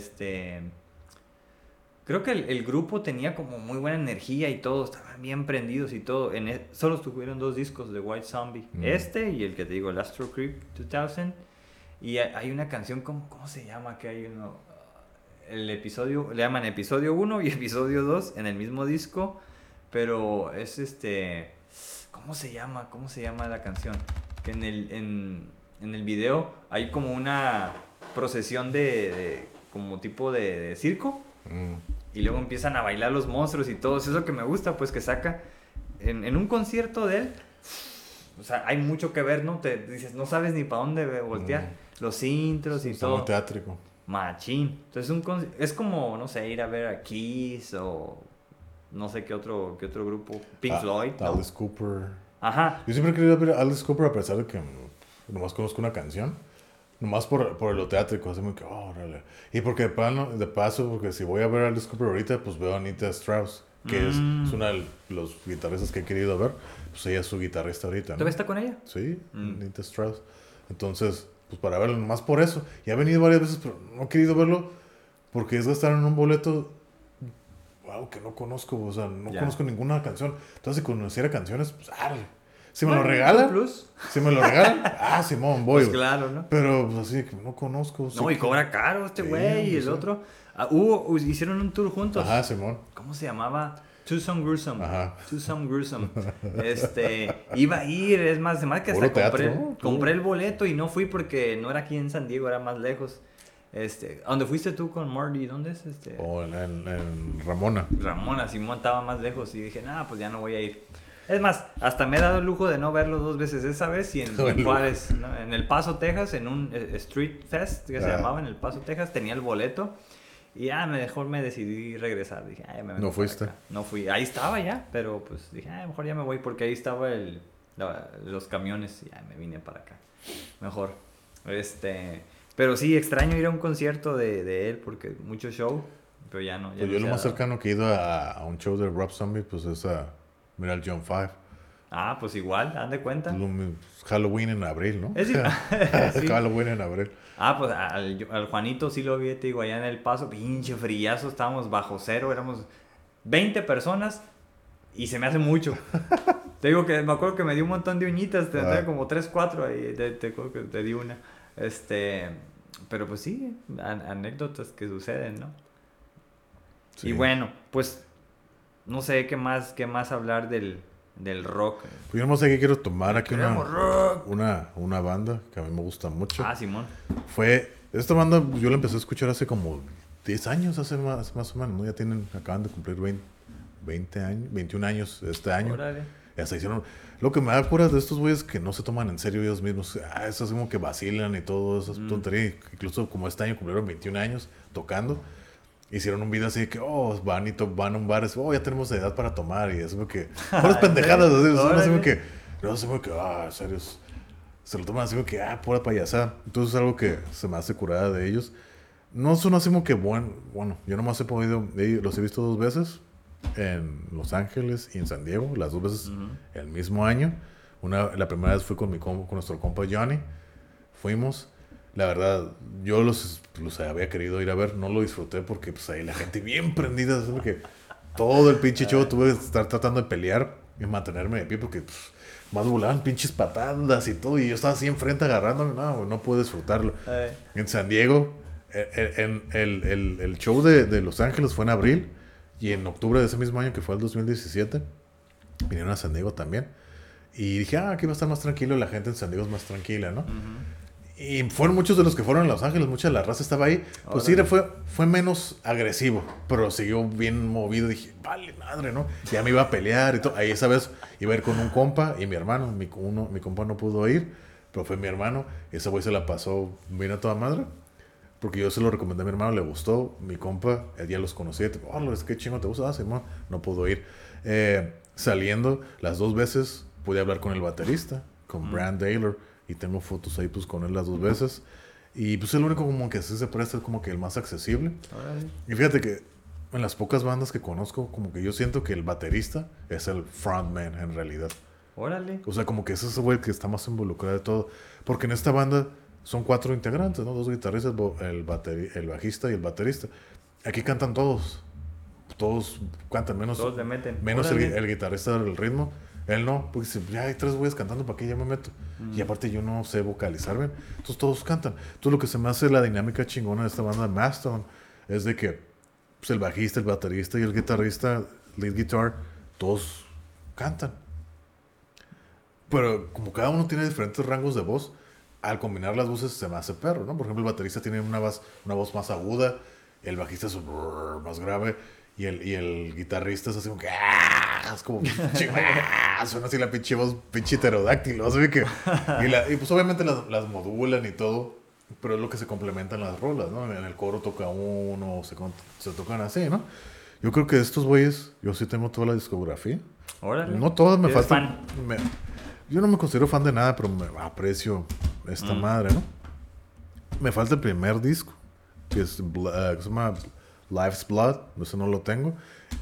creo que el grupo tenía como muy buena energía y todo, estaban bien prendidos y todo. Solo tuvieron 2 discos de White Zombie, y el que te digo, el Astro Creep 2000. Y hay una canción, ¿cómo se llama? Que hay uno, el episodio, le llaman episodio 1 y episodio 2 en el mismo disco, pero es ¿cómo se llama? ¿Cómo se llama la canción? Que en el video hay como una procesión de como tipo de circo. Y luego empiezan a bailar los monstruos y todo. Eso que me gusta, pues que saca en un concierto de él. O sea, hay mucho que ver, ¿no? Te dices, no sabes ni para dónde voltear. Los intros y todo. Muy teátrico. Machín. Entonces es como, no sé, ir a ver a Kiss o no sé qué otro grupo. Pink Floyd, ¿no? Alice Cooper. Ajá. Yo siempre he querido ver a Alice Cooper a pesar de que nomás conozco una canción. Nomás por lo teátrico, así muy que, órale. Y porque de paso, porque si voy a ver a Alice Cooper ahorita, pues veo a Anita Strauss, que es una de los guitarristas que he querido ver. Pues ella es su guitarrista ahorita, ¿no? ¿Todavía está con ella? Sí, Anita Strauss. Entonces, pues para verlo, nomás por eso. Y ha venido varias veces, pero no he querido verlo porque es gastar en un boleto, que no conozco, o sea, no conozco ninguna canción. Entonces, si conociera canciones, pues, si me lo regalan, Simón, voy. Pues claro, ¿no? Pero pues así que no conozco. No, y cobra caro este güey y el otro. Hicieron un tour juntos. Ajá, Simón. ¿Cómo se llamaba? Twosome Gruesome. Ajá. Twosome Gruesome. Iba a ir, es más, que hasta compré el boleto y no fui porque no era aquí en San Diego, era más lejos. ¿A dónde fuiste tú con Marty? ¿Dónde es en Ramona. Ramona, Simón estaba más lejos y dije, pues ya no voy a ir. Es más, hasta me he dado el lujo de no verlo 2 veces esa vez y en Juárez, ¿no? En El Paso, Texas, en un Street Fest que se llamaba en El Paso, Texas, tenía el boleto y mejor me decidí regresar. Dije, ¿No fuiste? No fui, ahí estaba ya, pero pues dije, mejor ya me voy porque ahí estaba los camiones y me vine para acá. Mejor. Pero sí, extraño ir a un concierto de él porque mucho show, pero ya no. Pues yo lo más cercano que he ido a un show de Rob Zombie, pues es mira el John 5. Pues igual, dan de cuenta. Halloween en abril, ¿no? Sí. Halloween en abril. Pues al Juanito sí lo vi, te digo, allá en El Paso, pinche frillazo, estábamos bajo cero, éramos 20 personas y se me hace mucho. Te digo que me acuerdo que me dio un montón de uñitas, te como 3, 4 ahí, te di una. Pero pues sí, anécdotas que suceden, ¿no? Sí. Y bueno, pues no sé qué más hablar del rock. Pues yo no sé qué quiero tomar aquí Queremos rock. una banda que a mí me gusta mucho. Ah, Simón. Esta banda yo la empecé a escuchar hace como 10 años, hace más o menos, ¿no? Acaban de cumplir 20 años, 21 años este año. Órale. Ya se hicieron. Lo que me da cura de estos güeyes que no se toman en serio ellos mismos. Eso es como que vacilan y todo, esas tonterías. Incluso como este año cumplieron 21 años tocando. Hicieron un video así de que, van a un bar, ya tenemos edad para tomar. Y es como que, puras pendejadas. Así como que, en serio. Se lo toman así como que, pura payasada. Entonces es algo que se me hace curada de ellos. No son así como que, bueno, yo nomás he podido, los he visto 2 veces. En Los Ángeles y en San Diego, las 2 veces el mismo año. La primera vez fue con nuestro compa Johnny. Fuimos. La verdad, yo los había querido ir a ver, no lo disfruté porque pues ahí la gente bien prendida, así que todo el pinche show tuve que estar tratando de pelear y mantenerme de pie porque pues, más volaban pinches patadas y todo y yo estaba así enfrente agarrándome, no pude disfrutarlo. En San Diego, el show de Los Ángeles fue en abril. Y en octubre de ese mismo año, que fue el 2017, vinieron a San Diego también. Y dije, aquí va a estar más tranquilo, la gente en San Diego es más tranquila, ¿no? Y fueron muchos de los que fueron a Los Ángeles, mucha de la raza estaba ahí. Pues sí, fue menos agresivo, pero siguió bien movido. Dije, vale madre, ¿no? Ya me iba a pelear y todo. Ahí esa vez iba a ir con un compa y mi hermano. Mi compa no pudo ir, pero fue mi hermano. Ese güey se la pasó bien a toda madre. Porque yo se lo recomendé a mi hermano, le gustó. Mi compa, él ya los conocía. Es que chingo te gusta. Simón, no pudo ir. Saliendo, las 2 veces pude hablar con el baterista, con Brand Taylor. Y tengo fotos ahí pues con él las 2 veces. Y pues el único como que sí se presta es como que el más accesible. Y fíjate que en las pocas bandas que conozco, como que yo siento que el baterista es el frontman en realidad. Órale. O sea, como que ese es el güey que está más involucrado de todo. Porque en esta banda son 4 integrantes, ¿no? 2 guitarristas, el bajista y el baterista. Aquí cantan todos. Todos cantan, menos Todos le meten. el guitarrista del ritmo. Él no, porque dice, ya hay 3 güeyes cantando, ¿para qué ya me meto? Y aparte yo no sé vocalizar bien. Entonces todos cantan. Entonces lo que se me hace la dinámica chingona de esta banda de Mastodon es de que pues, el bajista, el baterista y el guitarrista, lead guitar, todos cantan. Pero como cada uno tiene diferentes rangos de voz, al combinar las voces se me hace perro, ¿no? Por ejemplo, el baterista tiene una voz más aguda, el bajista es más grave y el guitarrista es así como que es como suena así la pinche voz, pinche pterodáctilo, así que y pues obviamente las modulan y todo, pero es lo que se complementan las rolas, ¿no? En el coro toca uno, se tocan así, ¿no? Yo creo que de estos güeyes, yo sí tengo toda la discografía. Órale. No todas me faltan. Yo no me considero fan de nada, pero me aprecio esta madre, ¿no? Me falta el primer disco, que se llama Life's Blood, ese no lo tengo.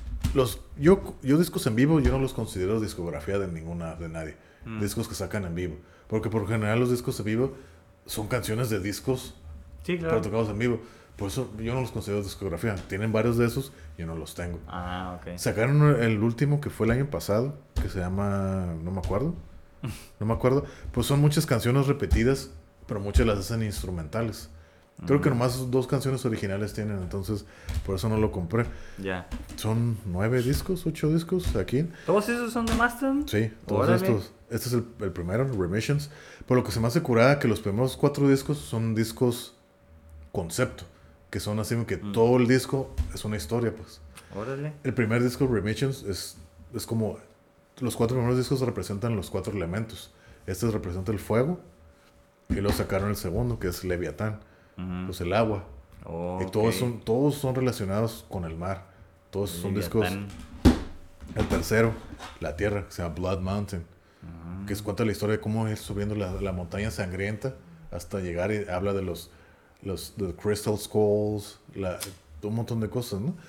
Yo discos en vivo, yo no los considero discografía de nadie. Discos que sacan en vivo. Porque por general los discos en vivo son canciones de discos, sí, claro, pero tocados en vivo. Por eso yo no los considero discografía. Tienen varios de esos, yo no los tengo. Ok. Sacaron el último que fue el año pasado, que se llama, no me acuerdo. Pues son muchas canciones repetidas, pero muchas las hacen instrumentales. Creo que nomás 2 canciones originales tienen, entonces por eso no lo compré. Ya. Son 9 discos, 8 discos aquí. ¿Todos esos son de Mastodon? Sí, todos estos. Este es el primero, Remissions. Por lo que se me hace curada que los primeros 4 discos son discos concepto, que son así que todo el disco es una historia, pues. Órale. El primer disco, Remissions, es como los 4 primeros discos representan los 4 elementos. Este representa el fuego y luego sacaron el segundo, que es Leviatán, pues el agua. Y todos son relacionados con el mar. Todos son discos. El tercero, la tierra, que se llama Blood Mountain, que cuenta la historia de cómo ir subiendo la montaña sangrienta hasta llegar y habla de los Crystal Skulls, un montón de cosas, ¿no?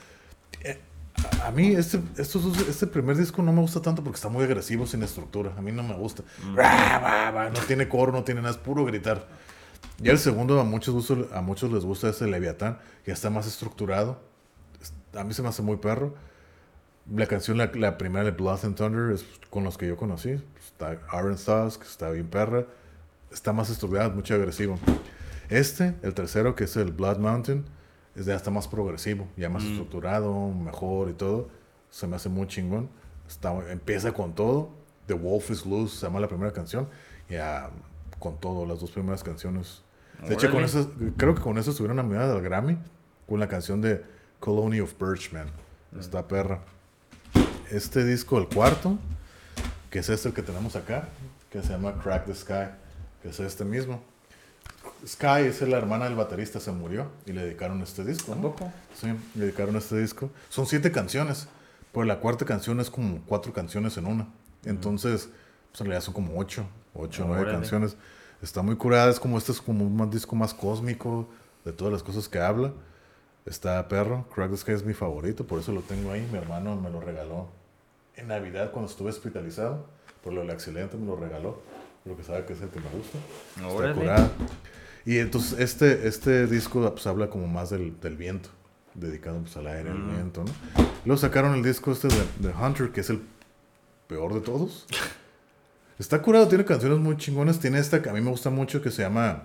A mí este primer disco no me gusta tanto porque está muy agresivo, sin estructura. A mí no me gusta. No tiene coro, no tiene nada, es puro gritar. Ya el segundo a muchos les gusta ese Leviatán, que está más estructurado. A mí se me hace muy perro. La canción, la primera de Blood and Thunder, es con los que yo conocí. Está Iron Stars, que está bien perra. Está más estructurada, mucho agresivo. El tercero, que es el Blood Mountain, ya está más progresivo, ya más estructurado, mejor y todo. Se me hace muy chingón. Empieza con todo. The Wolf is Loose se llama la primera canción. Ya con todo, las dos primeras canciones. De hecho, creo que con eso estuvieron nominadas al Grammy, con la canción de Colony of Birchmen. Está perra. Este disco, el cuarto, que es el que tenemos acá, que se llama Crack the Sky, que es este mismo. Sky es la hermana del baterista, se murió y le dedicaron este disco, ¿no? ¿Tampoco? Sí, le dedicaron este disco. Son 7 canciones, pero la cuarta canción es como 4 canciones en una. Entonces, pues en realidad son como 8 o 9 canciones. Está muy curada, es como un disco más cósmico de todas las cosas que habla. Está perro. Crack the Sky es mi favorito, por eso lo tengo ahí. Mi hermano me lo regaló en Navidad cuando estuve hospitalizado. Por lo del accidente me lo regaló. Porque sabe que es el que me gusta. Está curada. Y entonces este disco pues habla como más del viento. Dedicado pues al aire, al viento, ¿no? Luego sacaron el disco de Hunter, que es el peor de todos. Está curado, tiene canciones muy chingonas. Tiene esta que a mí me gusta mucho que se llama...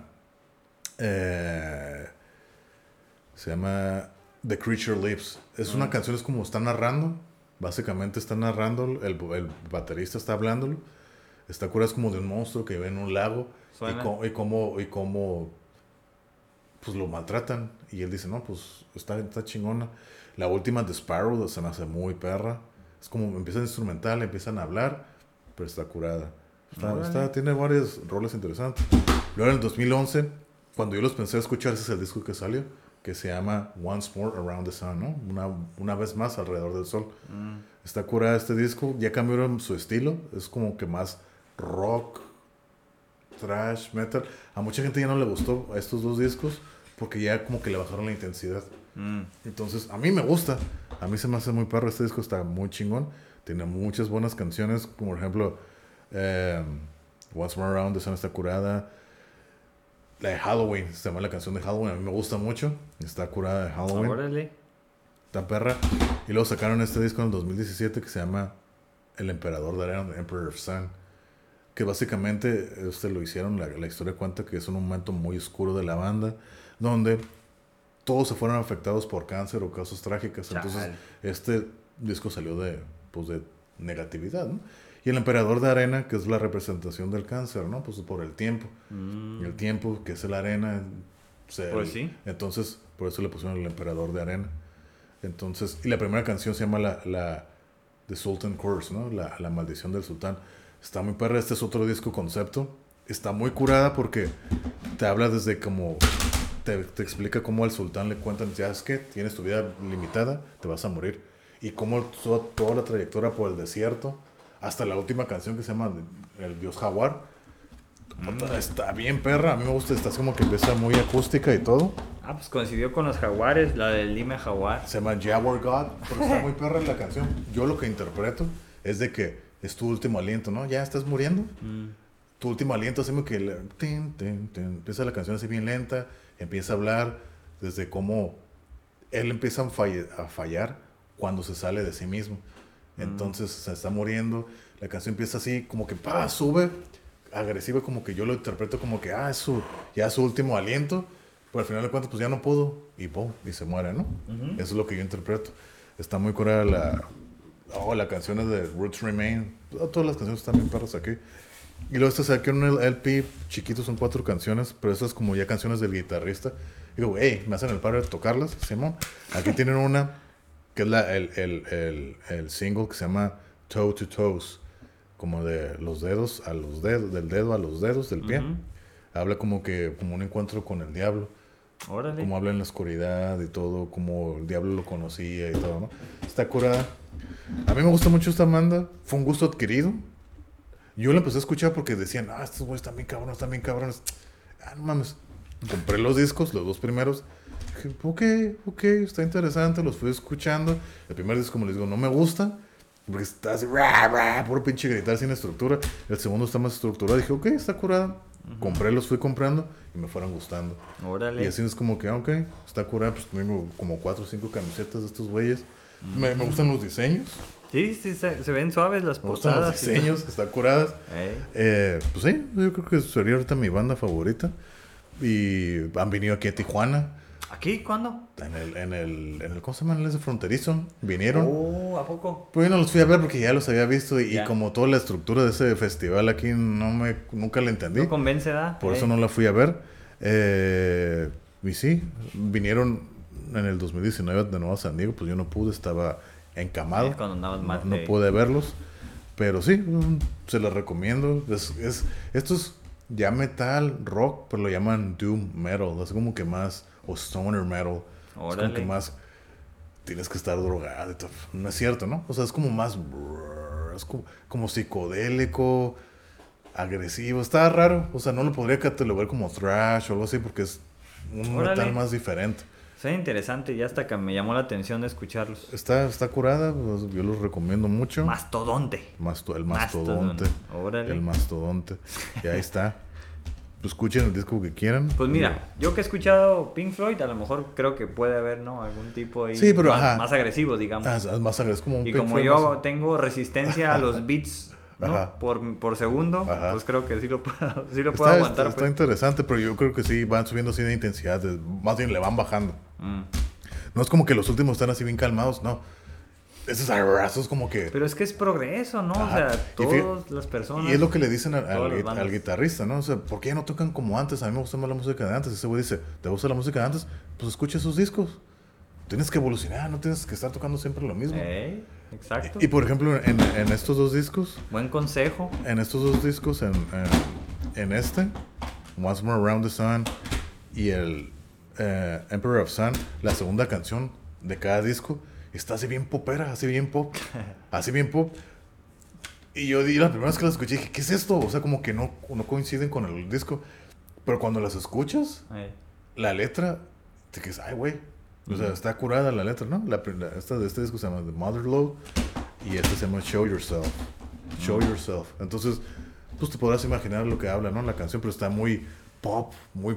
The Creature Lives. Es una canción, es como está narrando. Básicamente está narrando, el baterista está hablándolo. Está curado, es como de un monstruo que vive en un lago. Y cómo pues lo maltratan. Y él dice, no, pues está chingona. La última de Sparrow se me hace muy perra. Es como empieza instrumental, empiezan a hablar, pero está curada. Tiene varios roles interesantes. Luego en el 2011, cuando yo los pensé escuchar, ese es el disco que salió, que se llama Once More Around the Sun, ¿no? Una vez más alrededor del sol. Está curada este disco, ya cambiaron su estilo, es como que más rock, thrash, metal. A mucha gente ya no le gustó a estos dos discos porque ya como que le bajaron la intensidad. Entonces, a mí me gusta. A mí se me hace muy perro. Este disco está muy chingón. Tiene muchas buenas canciones, como por ejemplo Once More Around the Sun está curada. La de Halloween, se llama la canción de Halloween. A mí me gusta mucho. Está curada de Halloween. Órale. Está perra. Y luego sacaron este disco en el 2017 que se llama El Emperador de Arena, The Emperor of Sun. Que básicamente lo hicieron, la historia cuenta que es un momento muy oscuro de la banda, donde todos se fueron afectados por cáncer o causas trágicas. Entonces, este disco salió de negatividad, ¿no? Y el Emperador de Arena, que es la representación del cáncer, ¿no? Pues por el tiempo. Y el tiempo, que es la arena. Pues sí. Entonces, por eso le pusieron el Emperador de Arena. Entonces, y la primera canción se llama The Sultan Curse, ¿no? La maldición del sultán. Está muy perra. Este es otro disco concepto. Está muy curada porque te habla desde como... Te explica cómo al sultán le cuentan, ya es que tienes tu vida limitada, te vas a morir. Y cómo toda la trayectoria por el desierto, hasta la última canción que se llama El Dios Jaguar. Está bien perra. A mí me gusta. Está como que empieza muy acústica y todo. Pues coincidió con los jaguares, la del Dime Jaguar. Se llama Jaguar God, pero está muy perra la canción. Yo lo que interpreto es de que es tu último aliento, ¿no? Ya estás muriendo. Tu último aliento, así como que empieza la canción así bien lenta, empieza a hablar desde cómo él empieza a fallar cuando se sale de sí mismo. Entonces se está muriendo, la canción empieza así como que sube, agresiva, como que yo lo interpreto como que ya es su último aliento, pero al final de cuentas pues ya no pudo y se muere, ¿no? Eso es lo que yo interpreto. Está muy curada la canción es de Roots Remain. Todas las canciones están bien perras aquí. Y luego saqué un LP chiquito, son 4 canciones, pero estas como ya canciones del guitarrista. Digo, me hacen el paro de tocarlas, Simón. Aquí tienen una que es el single que se llama Toe to Toes, como de los dedos a los dedos, del dedo a los dedos del pie. Habla como un encuentro con el diablo. Órale. Como habla en la oscuridad y todo, como el diablo lo conocía y todo, ¿no? Está curada. A mí me gusta mucho esta banda. Fue un gusto adquirido. Yo la empecé a escuchar porque decían, estos güeyes están bien cabrones. No mames. Compré los discos, los 2 primeros. Dije, ok, está interesante. Los fui escuchando. El primer disco, como les digo, no me gusta. Porque está así, puro pinche gritar sin estructura. El segundo está más estructurado. Dije, ok, está curada. Compré, los fui comprando y me fueron gustando. Órale. Y así es como que, ok, está curada. Pues tengo como 4 o 5 camisetas de estos güeyes. Me gustan los diseños. Sí, se ven suaves las portadas. Los diseños, están curadas. Pues sí, yo creo que sería ahorita mi banda favorita. Y han venido aquí a Tijuana. ¿Aquí? ¿Cuándo? En el ¿cómo se llama? En ese fronterizo. Vinieron. Oh, ¿a poco? Pues yo no los fui a ver porque ya los había visto. Y Ya. como toda la estructura de ese festival aquí nunca la entendí. No convence, ¿da? Por eso no la fui a ver. Y sí, vinieron en el 2019 de nuevo a San Diego. Pues yo no pude, estaba encamado. Cuando andabas No, mal no pude verlos. Pero sí, se los recomiendo. Esto es ya metal, rock, pero lo llaman doom metal. Es como que más, o stoner metal. Es como Órale. que más tienes que estar drogado y todo. No es cierto, ¿no? O sea, es como más, es como psicodélico, agresivo. Está raro. O sea, no lo podría catalogar como thrash o algo así porque es un Órale. metal más diferente. Suena interesante y hasta que me llamó la atención de escucharlos. Está curada, pues, yo los recomiendo mucho. Mastodonte. El mastodonte. Órale. El mastodonte. Y ahí está. Pues escuchen el disco que quieran. Pues mira, yo que he escuchado Pink Floyd, a lo mejor creo que puede haber, ¿no? Algún tipo ahí Sí, pero más, ajá. más agresivo, digamos. Es más es como un Y Pink como Floyd yo más- tengo resistencia a los beats, ¿no? Ajá. Por segundo, Ajá. pues creo que sí lo puedo aguantar. Está Pues. interesante, pero yo creo que sí van subiendo así de intensidad. Más bien le van bajando. Mm. No es como que los últimos están así bien calmados, no. Esos arrasos como que... Pero es que es progreso, ¿no? Ajá. O sea, Y fí- todas las personas... Y es lo que le dicen todas las bandas. al guitarrista, ¿no? O sea, ¿por qué ya no tocan como antes? A mí me gusta más la música de antes. Ese güey dice, ¿te gusta la música de antes? Pues escucha esos discos. Tienes que evolucionar, no tienes que estar tocando siempre lo mismo. Exacto. Y por ejemplo, en estos dos discos, Buen consejo. en este, Once More Around the Sun y el Emperor of Sun, la segunda canción de cada disco, está así bien popera, así bien pop. Y yo la primera vez que la escuché dije, ¿qué es esto? O sea, como que no coinciden con el disco. Pero cuando las escuchas, la letra, te quedas, ay, güey. O sea, está curada la letra, ¿no? Esta de este disco se llama The Mother Lode y este se llama Show Yourself. Show Yourself. Entonces, pues te podrás imaginar lo que habla, ¿no? La canción, pero está muy pop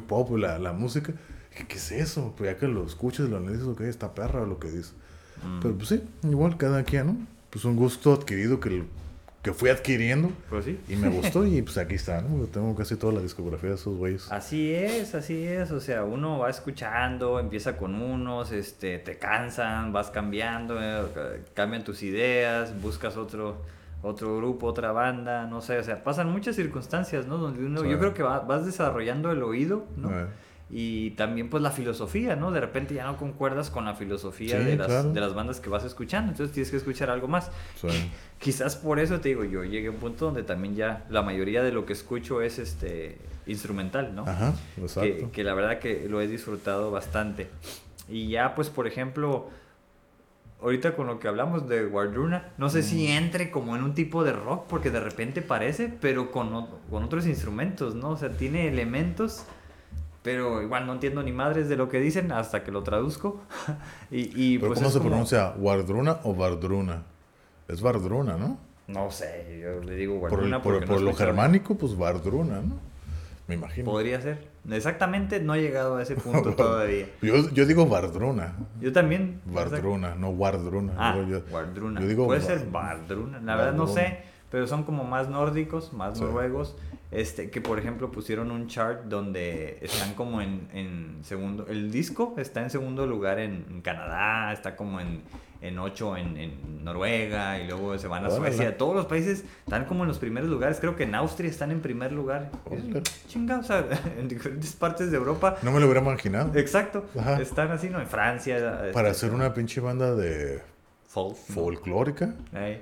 la música. Dije, ¿qué es eso? Pues ya que lo escuchas, lo dices, ok, está perra lo que dice. Pero pues sí, igual cada quien, ¿no? Pues un gusto adquirido que fui adquiriendo Pues sí. y me gustó y pues aquí está, ¿no? Yo tengo casi toda la discografía de esos güeyes. Así es. O sea, uno va escuchando, empieza con unos, te cansan, vas cambiando, cambian tus ideas, buscas otro grupo, otra banda, no sé, o sea, pasan muchas circunstancias, ¿no? Donde uno, Sí. yo creo que vas desarrollando el oído, ¿no? Eh. Y también pues la filosofía, ¿no? De repente ya no concuerdas con la filosofía Sí, de claro. las bandas que vas escuchando, entonces tienes que escuchar algo más. Sí. Quizás por eso te digo, yo llegué a un punto donde también ya la mayoría de lo que escucho es instrumental, ¿no? Ajá, exacto. Que la verdad que lo he disfrutado bastante. Y ya pues por ejemplo, ahorita con lo que hablamos de Wardruna, no sé si entre como en un tipo de rock, porque de repente parece, pero con otros instrumentos, ¿no? O sea, tiene elementos, pero igual no entiendo ni madres de lo que dicen hasta que lo traduzco. Pero pues ¿cómo es se como- pronuncia? ¿Wardruna o Vardruna? Es Vardruna, ¿no? No sé, yo le digo Por, Wardruna porque no por he lo escuchado. germánico, pues Vardruna, ¿no? Me imagino. Podría ser. Exactamente, no he llegado a ese punto todavía. Yo digo Vardruna. Yo también. Vardruna, no Wardruna. Wardruna. yo digo Puede Va- ser Vardruna. La verdad no Vardruna. sé, pero son como más nórdicos, más Sí. noruegos. Que por ejemplo pusieron un chart donde están como en segundo. El disco está en segundo lugar en Canadá, está como en 8 en Noruega y luego se van a Órale. Suecia. Todos los países están como en los primeros lugares. Creo que en Austria están en primer lugar. Órale. Chinga, o sea, en diferentes partes de Europa. No me lo hubiera imaginado. Exacto. Ajá. Están así, ¿no? En Francia. Para hacer una pinche banda de folk. folclórica. Ey.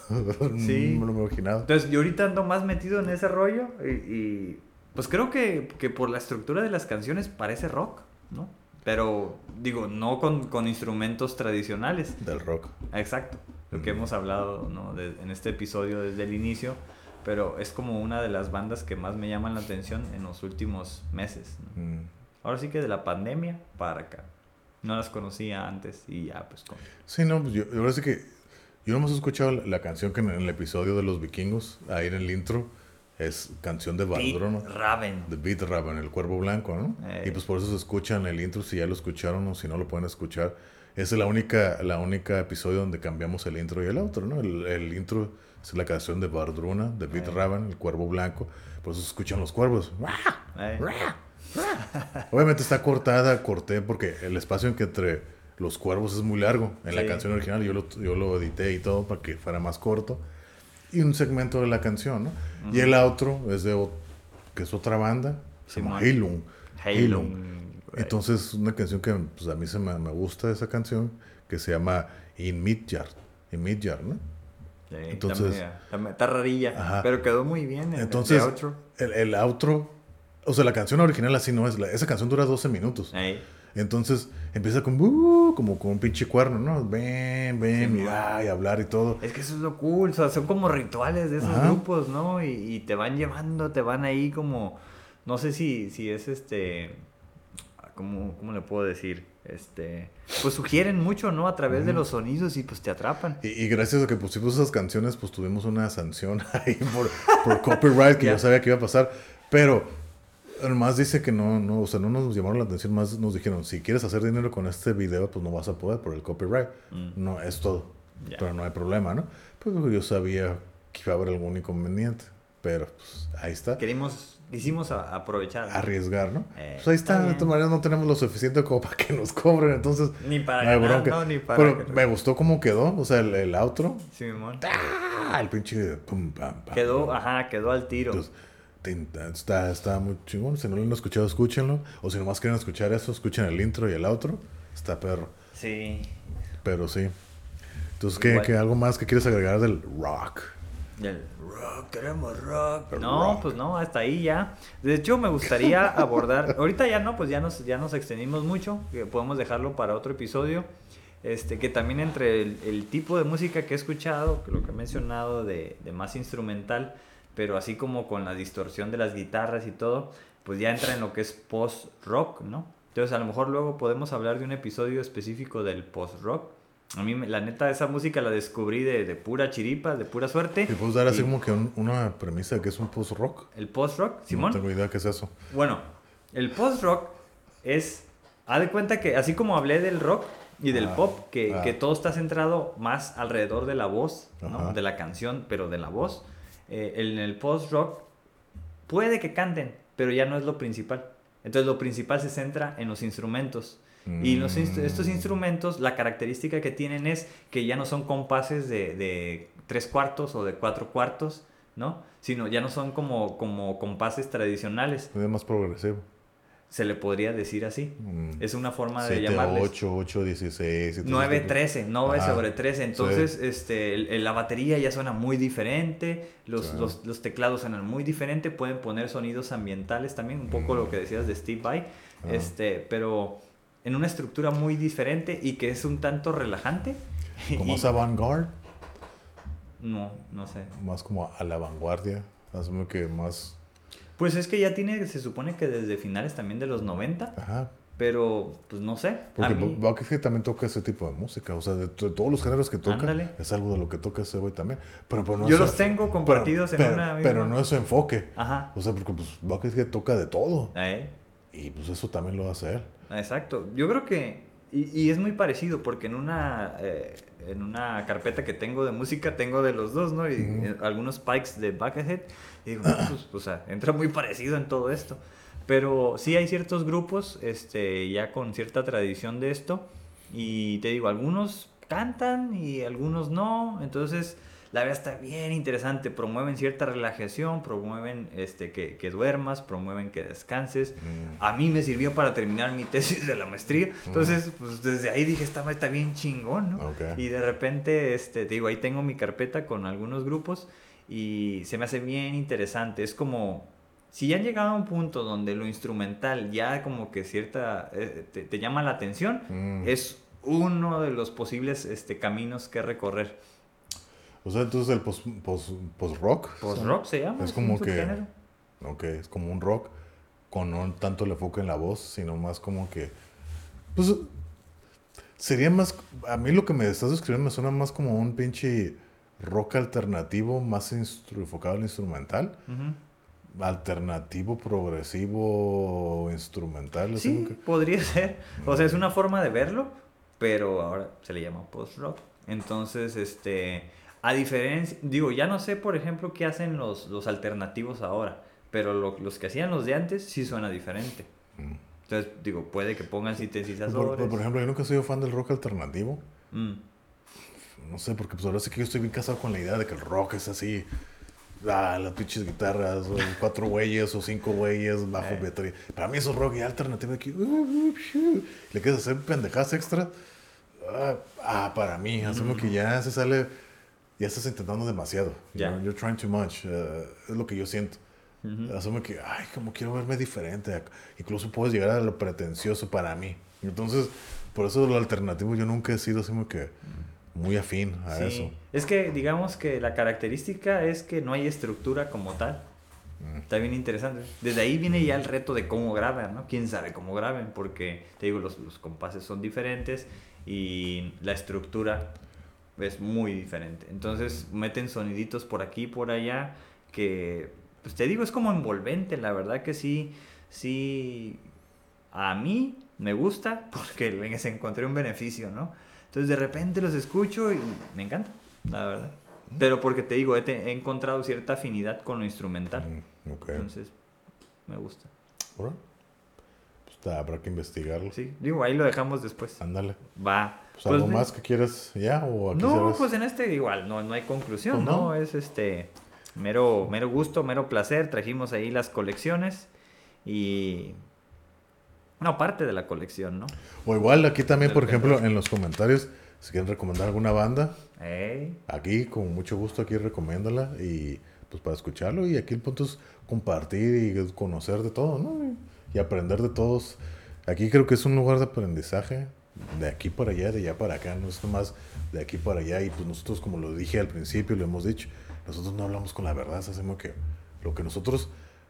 Sí. No me lo he imaginado. Entonces, yo ahorita ando más metido en ese rollo y pues creo que por la estructura de las canciones parece rock, ¿no? Pero, digo, no con instrumentos tradicionales. Del rock. Exacto. Lo que hemos hablado, ¿no? En este episodio desde el inicio. Pero es como una de las bandas que más me llaman la atención en los últimos meses, ¿no? Ahora sí que de la pandemia para acá. No las conocía antes y ya pues con... Sí, no, pues yo ahora sí que yo nomás he escuchado la canción que en el episodio de los vikingos, ahí en el intro, es canción de Vardruna. Pete Raven. The Beat Raven, el cuervo blanco, ¿no? Ey. Y pues por eso se escuchan el intro, si ya lo escucharon o si no lo pueden escuchar. Esa es la única episodio donde cambiamos el intro y el outro, ¿no? El intro es la canción de Vardruna, The Beat Ey. Raven, el cuervo blanco. Por eso se escuchan los cuervos. Ey. Obviamente está cortada, corté porque el espacio entre los cuervos es muy largo. En la Sí. canción original yo lo edité y todo para que fuera más corto. Y un segmento de la canción, ¿no? Y el outro es que es otra banda, se llama Simón. Heilung. Halo. Entonces, una canción que pues, a mí me gusta esa canción, que se llama In Midgard. In Midgard, ¿no? Sí, Entonces, está rarilla, ajá. pero quedó muy bien el Entonces, outro. el outro, o sea, la canción original así no es. Esa canción dura 12 minutos. Ey, Entonces, empieza como con un pinche cuerno, ¿no? Ven, ven, Sí, y hablar y todo. es que eso es lo cool, o sea, son como rituales de esos Ajá. grupos, ¿no? Y te van llevando, te van ahí como, no sé si es ¿cómo le puedo decir? Pues sugieren mucho, ¿no? A través de los sonidos y pues te atrapan. Y gracias a que pusimos esas canciones, pues tuvimos una sanción ahí por copyright que Ya. yo sabía que iba a pasar. Pero además dice que no, o sea, no nos llamaron la atención, más nos dijeron, si quieres hacer dinero con este video, pues no vas a poder por el copyright. No, es todo. Ya. Pero no hay problema, ¿no? Pues yo sabía que iba a haber algún inconveniente. Pero pues ahí está. Quisimos aprovechar. ¿no? Arriesgar, ¿no? Pues ahí está está, de bien. todas maneras no tenemos lo suficiente como para que nos cobren, entonces Ni para no hay ganar, bronca. ¿no? Ni para Pero que- me gustó cómo quedó, o sea, el outro, Simón. el pinche pum, pam, pam. Quedó al tiro. Entonces, está muy chingón, si no lo han escuchado, escúchenlo, o si nomás quieren escuchar eso, escuchen el intro y el outro, está perro, Sí. pero sí. Entonces, Igual. ¿qué algo más que quieres agregar del rock? El rock, queremos rock. El No, rock. pues no, hasta ahí ya. De hecho, me gustaría abordar. Ahorita ya no, pues ya nos extendimos mucho. Que podemos dejarlo para otro episodio. Que también entre el tipo de música que he escuchado, que lo que he mencionado de más instrumental, pero así como con la distorsión de las guitarras y todo, pues ya entra en lo que es post-rock, ¿no? Entonces, a lo mejor luego podemos hablar de un episodio específico del post-rock. A mí, la neta, esa música la descubrí de pura chiripa, de pura suerte. ¿Y puedes dar así Y como que una premisa de que es un post-rock? el post-rock, Simón. No tengo idea qué es eso. Bueno, el post-rock haz de cuenta que así como hablé del rock y del pop, que todo está centrado más alrededor de la voz, ¿no? Ajá. De la canción, pero de la voz. En el post-rock puede que canten, pero ya no es lo principal. Entonces lo principal se centra en los instrumentos. Y estos instrumentos, la característica que tienen es que ya no son compases de 3/4 o de 4/4, ¿no? Sino ya no son como compases tradicionales. Es más progresivo. Se le podría decir así. Es una forma de 7, llamarles. 8, 8, 16. 9/13, 9 Ajá. sobre 13. Entonces, la batería ya suena muy diferente, Sí. los teclados suenan muy diferente, pueden poner sonidos ambientales también, un poco lo que decías de Steve Vai, pero en una estructura muy diferente y que es un tanto relajante. Como Y- es avant-garde, no sé. más como a la vanguardia. Asumo que más. Pues es que ya se supone que desde finales también de los 90, Ajá. pero pues no sé. Porque A mí, Buckethead también toca ese tipo de música. O sea, de todos los géneros que toca, Ándale. es algo de lo que toca ese güey también. Pero no yo es- los tengo compartidos en una misma. pero no es su enfoque. Ajá. O sea, porque pues Buckethead toca de todo. Eh, Y pues eso también lo hace él. Exacto. Yo creo que. Y es muy parecido porque en una carpeta que tengo de música tengo de los dos, ¿no? Y algunos pikes de Buckethead. Y digo, no, pues, o sea, entra muy parecido en todo esto. Pero sí hay ciertos grupos ya con cierta tradición de esto. Y te digo, algunos cantan y algunos no. Entonces, la verdad está bien interesante. Promueven cierta relajación, promueven que duermas, promueven que descanses. A mí me sirvió para terminar mi tesis de la maestría. Entonces, pues desde ahí dije, está bien chingón, ¿no? Ok. Y de repente, te digo, ahí tengo mi carpeta con algunos grupos y se me hace bien interesante. Es como, si ya han llegado a un punto donde lo instrumental ya como que te llama la atención, es uno de los posibles caminos que recorrer. O sea, entonces el post-rock. Post-rock se llama. Es como un que. subgénero. Ok, es como un rock con no tanto el enfoque en la voz, sino más como que. Pues. Sería más. A mí lo que me estás describiendo me suena más como un pinche rock alternativo, más enfocado al instrumental. Ujú. Alternativo, progresivo, instrumental. así como Sí, que- podría ser. O sea, es una forma de verlo, pero ahora se le llama post-rock. Entonces, a diferencia, digo, ya no sé, por ejemplo, qué hacen los alternativos ahora, Pero los que hacían los de antes sí suena diferente. Mm. Entonces, digo, puede que pongan Por sintetizadores. ejemplo, yo nunca he sido fan del rock alternativo. Mm, No sé, porque pues ahora sí que yo estoy bien casado con la idea de que el rock es así. Las pinches guitarras, o 4 güeyes o 5 güeyes, bajo batería. Para mí eso es rock y alternativo aquí. Le quieres hacer pendejadas extra. Para mí, asumo que ya se sale, ya estás intentando demasiado. Ya. You're trying too much. Es lo que yo siento. Asumo que, como quiero verme diferente. Incluso puedes llegar a lo pretencioso para mí. Entonces, por eso lo alternativo yo nunca he sido así como que muy afín a sí. eso. Es que digamos que la característica es que no hay estructura como tal. Está bien interesante. Desde ahí viene ya el reto de cómo graban, ¿no? Quién sabe cómo graben, porque te digo, los compases son diferentes y la estructura es muy diferente. Entonces meten soniditos por aquí, por allá, que, pues te digo, es como envolvente. La verdad que sí, sí, a mí me gusta porque les encontré un beneficio, ¿no? Entonces de repente los escucho y me encanta, la verdad. Pero porque te digo, he encontrado cierta afinidad con lo instrumental. Okay. Entonces, me gusta. Bueno, pues habrá que investigarlo. Sí, digo, ahí lo dejamos después. Ándale. Va. Pues algo más que quieras ya o aquí No, sabes? pues en este igual, no hay conclusión, Pues no. ¿no? Es mero gusto, mero placer. Trajimos ahí las colecciones y... No, parte de la colección, ¿no? O igual aquí también, Del por ejemplo, pendrive. en los comentarios, si quieren recomendar alguna banda, Ey, aquí con mucho gusto aquí recomiéndala y pues para escucharlo y aquí el punto es compartir y conocer de todo, ¿no? Y aprender de todos. Aquí creo que es un lugar de aprendizaje de aquí para allá, de allá para acá, no es nomás de aquí para allá y pues nosotros como lo dije al principio, lo hemos dicho, nosotros no hablamos con la verdad, hacemos que lo que nosotros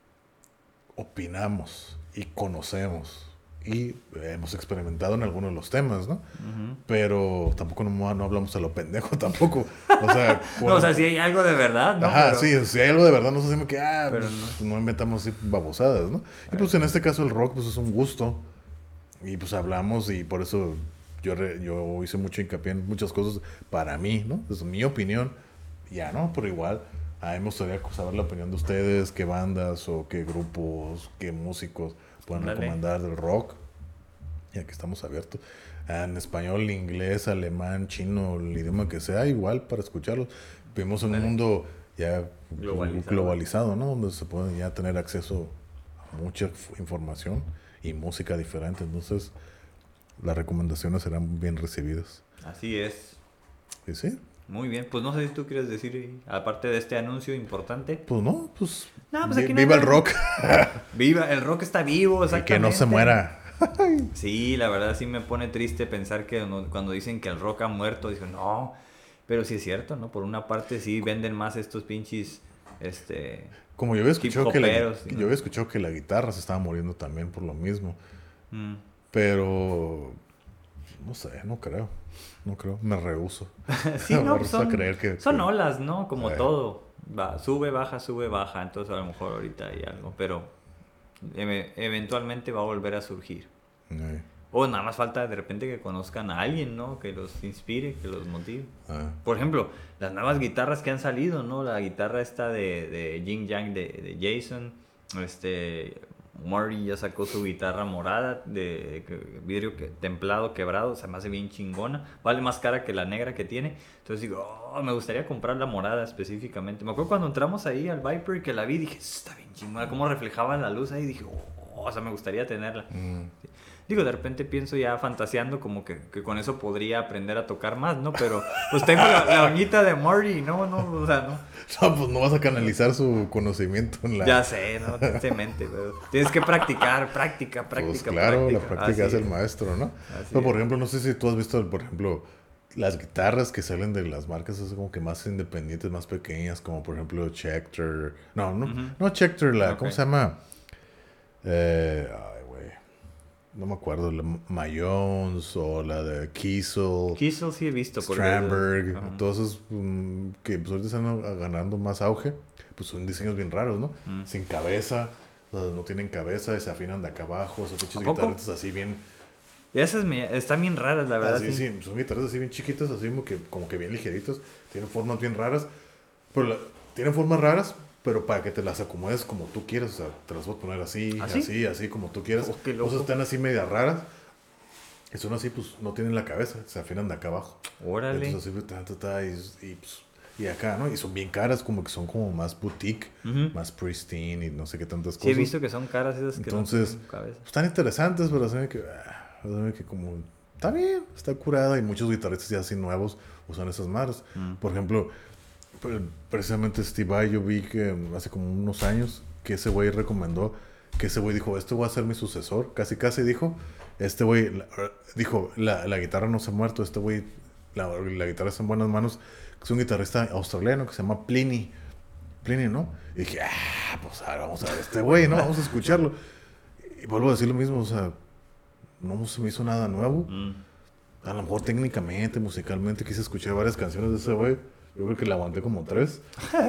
opinamos y conocemos y hemos experimentado en algunos de los temas, ¿no? Pero tampoco no hablamos a lo pendejo tampoco. O sea, no, o sea, si hay algo de verdad, ¿no? Ajá, Pero- sí, si hay algo de verdad, nos hacemos que, Pero pues, no inventamos así babosadas, ¿no? Y pues en este caso el rock, pues es un gusto. Y pues hablamos y por eso yo hice mucho hincapié en muchas cosas para mí, ¿no? Es mi opinión. Ya, ¿no? Pero igual, a mí me gustaría saber la opinión de ustedes, qué bandas o qué grupos, qué músicos pueden Dale. recomendar del rock. Y aquí estamos abiertos. En español, inglés, alemán, chino, el idioma que sea, igual para escucharlos. Vivimos en un mundo ya globalizado, ¿no? Donde se puede ya tener acceso a mucha información y música diferente. Entonces, las recomendaciones serán bien recibidas. Así es. ¿Y sí? Muy bien. Pues no sé si tú quieres decir, aparte de este anuncio importante. Pues no, pues, No, pues aquí no hay viva el nada. rock Viva, el rock está vivo, y exactamente. que no se muera. Sí, la verdad sí me pone triste pensar que cuando dicen que el rock ha muerto, digo, no, pero sí es cierto, ¿no? Por una parte sí venden más estos pinches, Como yo había escuchado hip-hoperos, yo ¿no? había escuchado que la guitarra se estaba muriendo también por lo mismo. Mm. Pero no sé, no creo. No creo, me rehúso. Sí, Me no, rehúso a creer son que- olas, ¿no? Como Sí. todo. Va, sube, baja, entonces a lo mejor ahorita hay algo, pero eventualmente va a volver a surgir. Eh, O nada más falta de repente que conozcan a alguien, ¿no? Que los inspire, que los motive. Por ejemplo, las nuevas guitarras que han salido, ¿no? La guitarra esta de Jing Yang de Jason. Marty ya sacó su guitarra morada de vidrio templado, quebrado. Se me hace bien chingona. Vale más cara que la negra que tiene. Entonces digo, me gustaría comprar la morada específicamente. Me acuerdo cuando entramos ahí al Viper y que la vi, dije, está bien chingona. Cómo reflejaba la luz ahí, dije, o sea, me gustaría tenerla. Sí. Digo, de repente pienso ya fantaseando como que con eso podría aprender a tocar más, ¿no? Pero pues tengo la uñita de Marty, no, o sea, no. No, pues no vas a canalizar su conocimiento en la... Ya sé, no, tristemente, pero tienes que practicar, práctica. Pues claro, la práctica Así es el es. maestro, ¿no? Así Pero, por es. ejemplo, no sé si tú has visto, por ejemplo, las guitarras que salen de las marcas es como que más independientes, más pequeñas, como por ejemplo Schecter. No Schecter, ¿cómo Ok. se llama? Ay, güey. No me acuerdo, la Mayons o la de Kiesel, Kiesel sí he visto. porque- Strandberg, Ajá. todos esos que pues ahorita están ganando más auge, pues son diseños bien raros, ¿no? Sin cabeza, o sea, no tienen cabeza y se afinan de acá abajo, esas pinches ¿A poco? guitarritas así bien... Y esas están bien raras, la verdad. Así, sí, son guitarras así bien chiquitas, así como que bien ligeritas, tienen formas bien raras, pero tienen formas raras, pero para que te las acomodes como tú quieras, o sea, te las voy a poner así, ¿Así? así como tú quieras. Oh, qué loco. Cosas están así medias raras. Y son así, pues, no tienen la cabeza, se afinan de acá abajo. Órale. Entonces así, y acá, ¿no? Y son bien caras, como que son como más boutique, más pristine y no sé qué tantas cosas. Sí, he visto que son caras esas que Entonces, no tienen cabeza. pues, están interesantes, pero se ve que como está bien, está curada y muchos guitarristas ya así nuevos usan esas madres. Por ejemplo, precisamente Steve Vai, yo vi que hace como unos años que ese güey recomendó, que ese güey dijo, este va a ser mi sucesor, casi dijo, este güey dijo, la guitarra no se ha muerto, este güey, la guitarra está en buenas manos, que es un guitarrista australiano que se llama Pliny, ¿no? Y dije, pues ahora vamos a ver este güey, ¿no? Vamos a escucharlo. Y vuelvo a decir lo mismo, o sea, no se me hizo nada nuevo. A lo mejor técnicamente, musicalmente, quise escuchar varias canciones de ese güey. Yo creo que le aguanté como 3.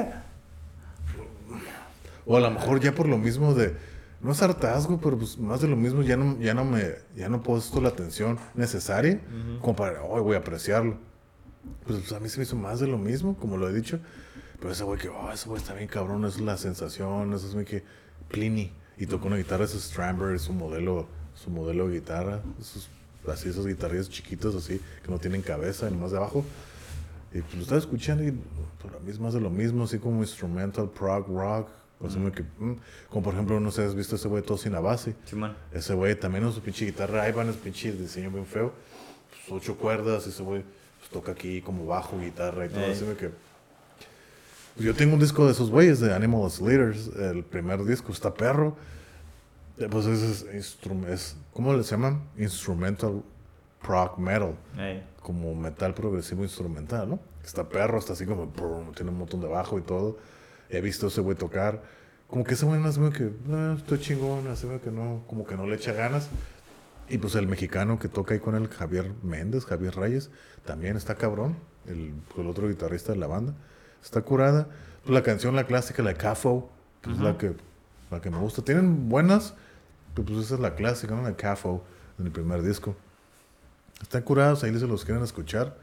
O a lo mejor ya por lo mismo de... No es hartazgo, pero pues más de lo mismo ya no he puesto la atención necesaria como para, hoy voy a apreciarlo. Pues a mí se me hizo más de lo mismo, como lo he dicho. Pero ese güey ese güey está bien cabrón, es la sensación, eso es muy que... Pliny. Y tocó una guitarra, ese Stramber, su modelo de guitarra. Esos guitarrillos chiquitos así, que no tienen cabeza, nomás de abajo. Y pues lo estaba escuchando y para mí es más de lo mismo, así como instrumental, prog, rock. Como por ejemplo, no sé, ¿has visto ese güey Tosin Abasi? Sí, man. Ese güey también es su pinche guitarra Ivan, es pinche diseño bien feo. Pues 8 cuerdas, ese güey pues, toca aquí como bajo, guitarra y todo. Así que... Pues yo tengo un disco de esos güeyes, de Animal as Leaders, el primer disco, está perro. Pues ese es ¿cómo les llaman? Instrumental prog metal. Como metal progresivo instrumental, ¿no? Está perro, está así como, tiene un montón de bajo y todo. He visto a ese güey tocar. Como que ese güey no es que, estoy chingón, así que no, como que no le echa ganas. Y pues el mexicano que toca ahí con el Javier Reyes, también está cabrón. El otro guitarrista de la banda. Está curada. Pues la canción, la clásica, la de CAFO, que es la que me gusta. Tienen buenas, pero pues esa es la clásica, ¿no? La CAFO, en el primer disco. Están curados, ahí se los quieren escuchar.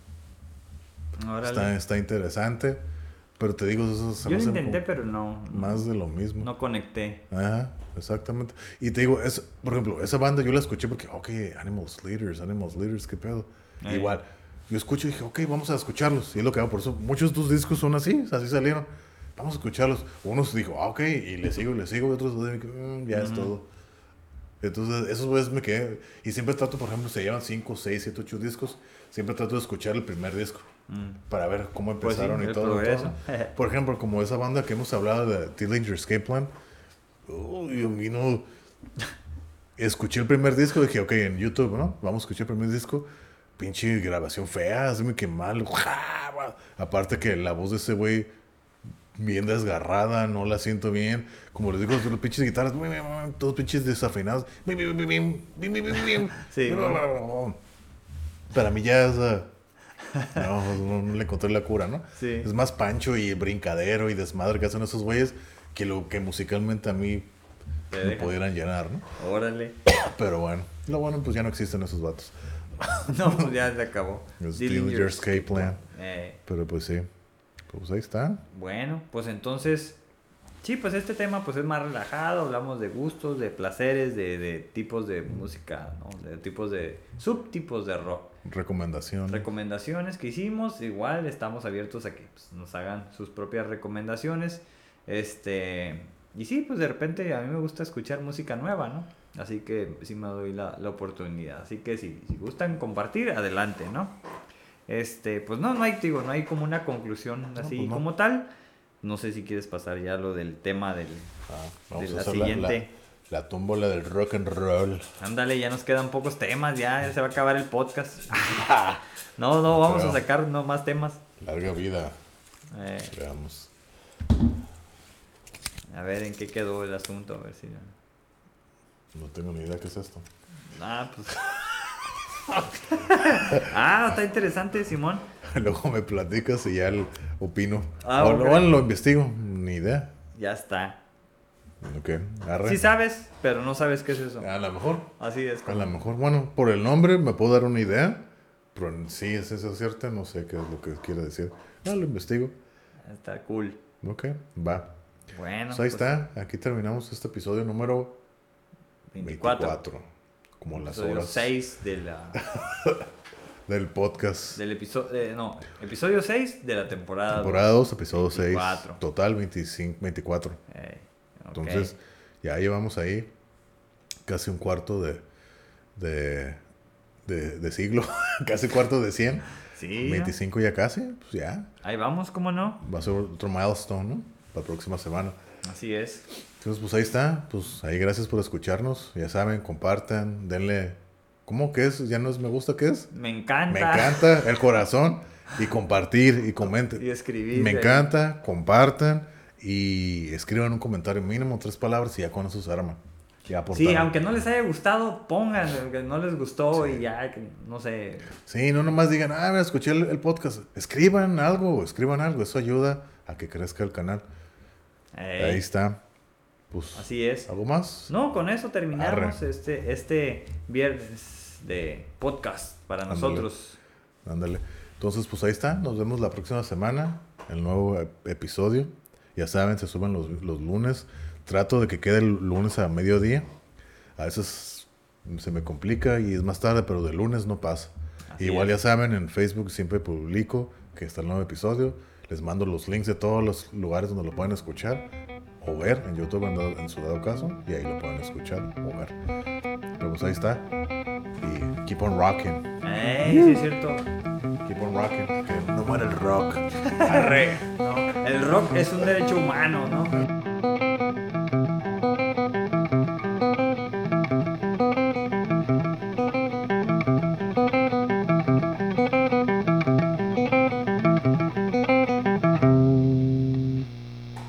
Está interesante. Pero te digo, eso yo lo intenté, pero no. Más de lo mismo. No conecté. Ajá, exactamente. Y te digo, por ejemplo, esa banda yo la escuché porque, Animals Leaders, qué pedo. Igual, yo escucho y dije, vamos a escucharlos. Y es lo que hago, por eso muchos de tus discos son así salieron. Vamos a escucharlos. Unos dijo, y le sigo, y otros, ya es todo. Entonces, esos güeyes me quedé. Y siempre trato, por ejemplo, se llevan 5, 6, 7, 8 discos. Siempre trato de escuchar el primer disco. Para ver cómo empezaron y todo. Por ejemplo, como esa banda que hemos hablado de Dillinger Escape Plan. Escuché el primer disco. Dije, en YouTube, ¿no? Vamos a escuchar el primer disco. Pinche grabación fea. Así que mal. Aparte que la voz de ese güey bien desgarrada, no la siento bien. Como les digo, los pinches guitarras, todos pinches desafinados. Sí, para mí ya es... no le encontré la cura, ¿no? Sí. Es más pancho y brincadero y desmadre que hacen esos güeyes que lo que musicalmente a mí me pudieran llenar, ¿no? Órale. Pero bueno, pues ya no existen esos vatos. No, pues ya se acabó. Dillinger Escape Plan. Pero pues sí. Pues ahí está. Bueno, pues entonces, sí, pues este tema pues es más relajado, hablamos de gustos, de placeres, de tipos de música, ¿no? De tipos de subtipos de rock. Recomendaciones que hicimos, igual estamos abiertos a que pues, nos hagan sus propias recomendaciones. Y sí, pues de repente a mí me gusta escuchar música nueva, ¿no? Así que sí me doy la oportunidad. Así que si gustan compartir, adelante, ¿no? Pues no hay como una conclusión así pues no. Como tal. No sé si quieres pasar ya lo del tema de la siguiente. La tómbola del rock and roll. Ándale, ya nos quedan pocos temas, ya se va a acabar el podcast. No, vamos a sacar más temas. Larga vida. Veamos. A ver, ¿en qué quedó el asunto? A ver si... No tengo ni idea qué es esto. Pues... está interesante, Simón. Luego me platicas y ya opino. Okay. Lo investigo. Ni idea. Ya está. Ok, arre. Sí sabes, pero no sabes qué es eso. A lo mejor. Así es. A lo mejor, bueno, por el nombre me puedo dar una idea. Pero sí, es eso cierto. No sé qué es lo que quiere decir. Lo investigo. Está cool. Ok, va. Bueno. Pues ahí está. Aquí terminamos este episodio número 24. Como las Episodio horas 6 de la... del podcast. Del episodio... episodio 6 de la temporada. Temporada 2, episodio 24. 6. Total 24. Okay. Entonces, ya llevamos ahí casi un cuarto de siglo. Casi cuarto de 100. Sí. 25 ya casi. Pues ya. Ahí vamos, ¿cómo no? Va a ser otro milestone, ¿no? Para la próxima semana. Así es. Entonces, pues ahí está. Pues ahí gracias por escucharnos. Ya saben, compartan, denle... ¿Cómo que es? Ya no es me gusta, ¿qué es? Me encanta. Me encanta el corazón. Y compartir y comenten. Y escribir. Me encanta, compartan y escriban un comentario mínimo, 3 palabras y ya con eso se arma. Ya Sí, aunque no les haya gustado, pongan que no les gustó y ya, que, no sé. Sí, no nomás digan, me escuché el podcast. Escriban algo. Eso ayuda a que crezca el canal. Ahí está. Pues, así es. ¿Algo más? No, con eso terminamos este viernes de podcast para nosotros. Ándale. Entonces, pues ahí está. Nos vemos la próxima semana. El nuevo episodio. Ya saben, se suben los lunes. Trato de que quede el lunes a mediodía. A veces se me complica y es más tarde, pero de lunes no pasa. Igual ya saben, en Facebook siempre publico que está el nuevo episodio. Les mando los links de todos los lugares donde lo pueden escuchar o ver en YouTube en su dado caso. Y ahí lo pueden escuchar o ver. Pero pues ahí está. Y keep on rocking. Sí, es cierto. Keep on rocking. Que no muere el rock. No, el rock es un derecho humano, ¿no?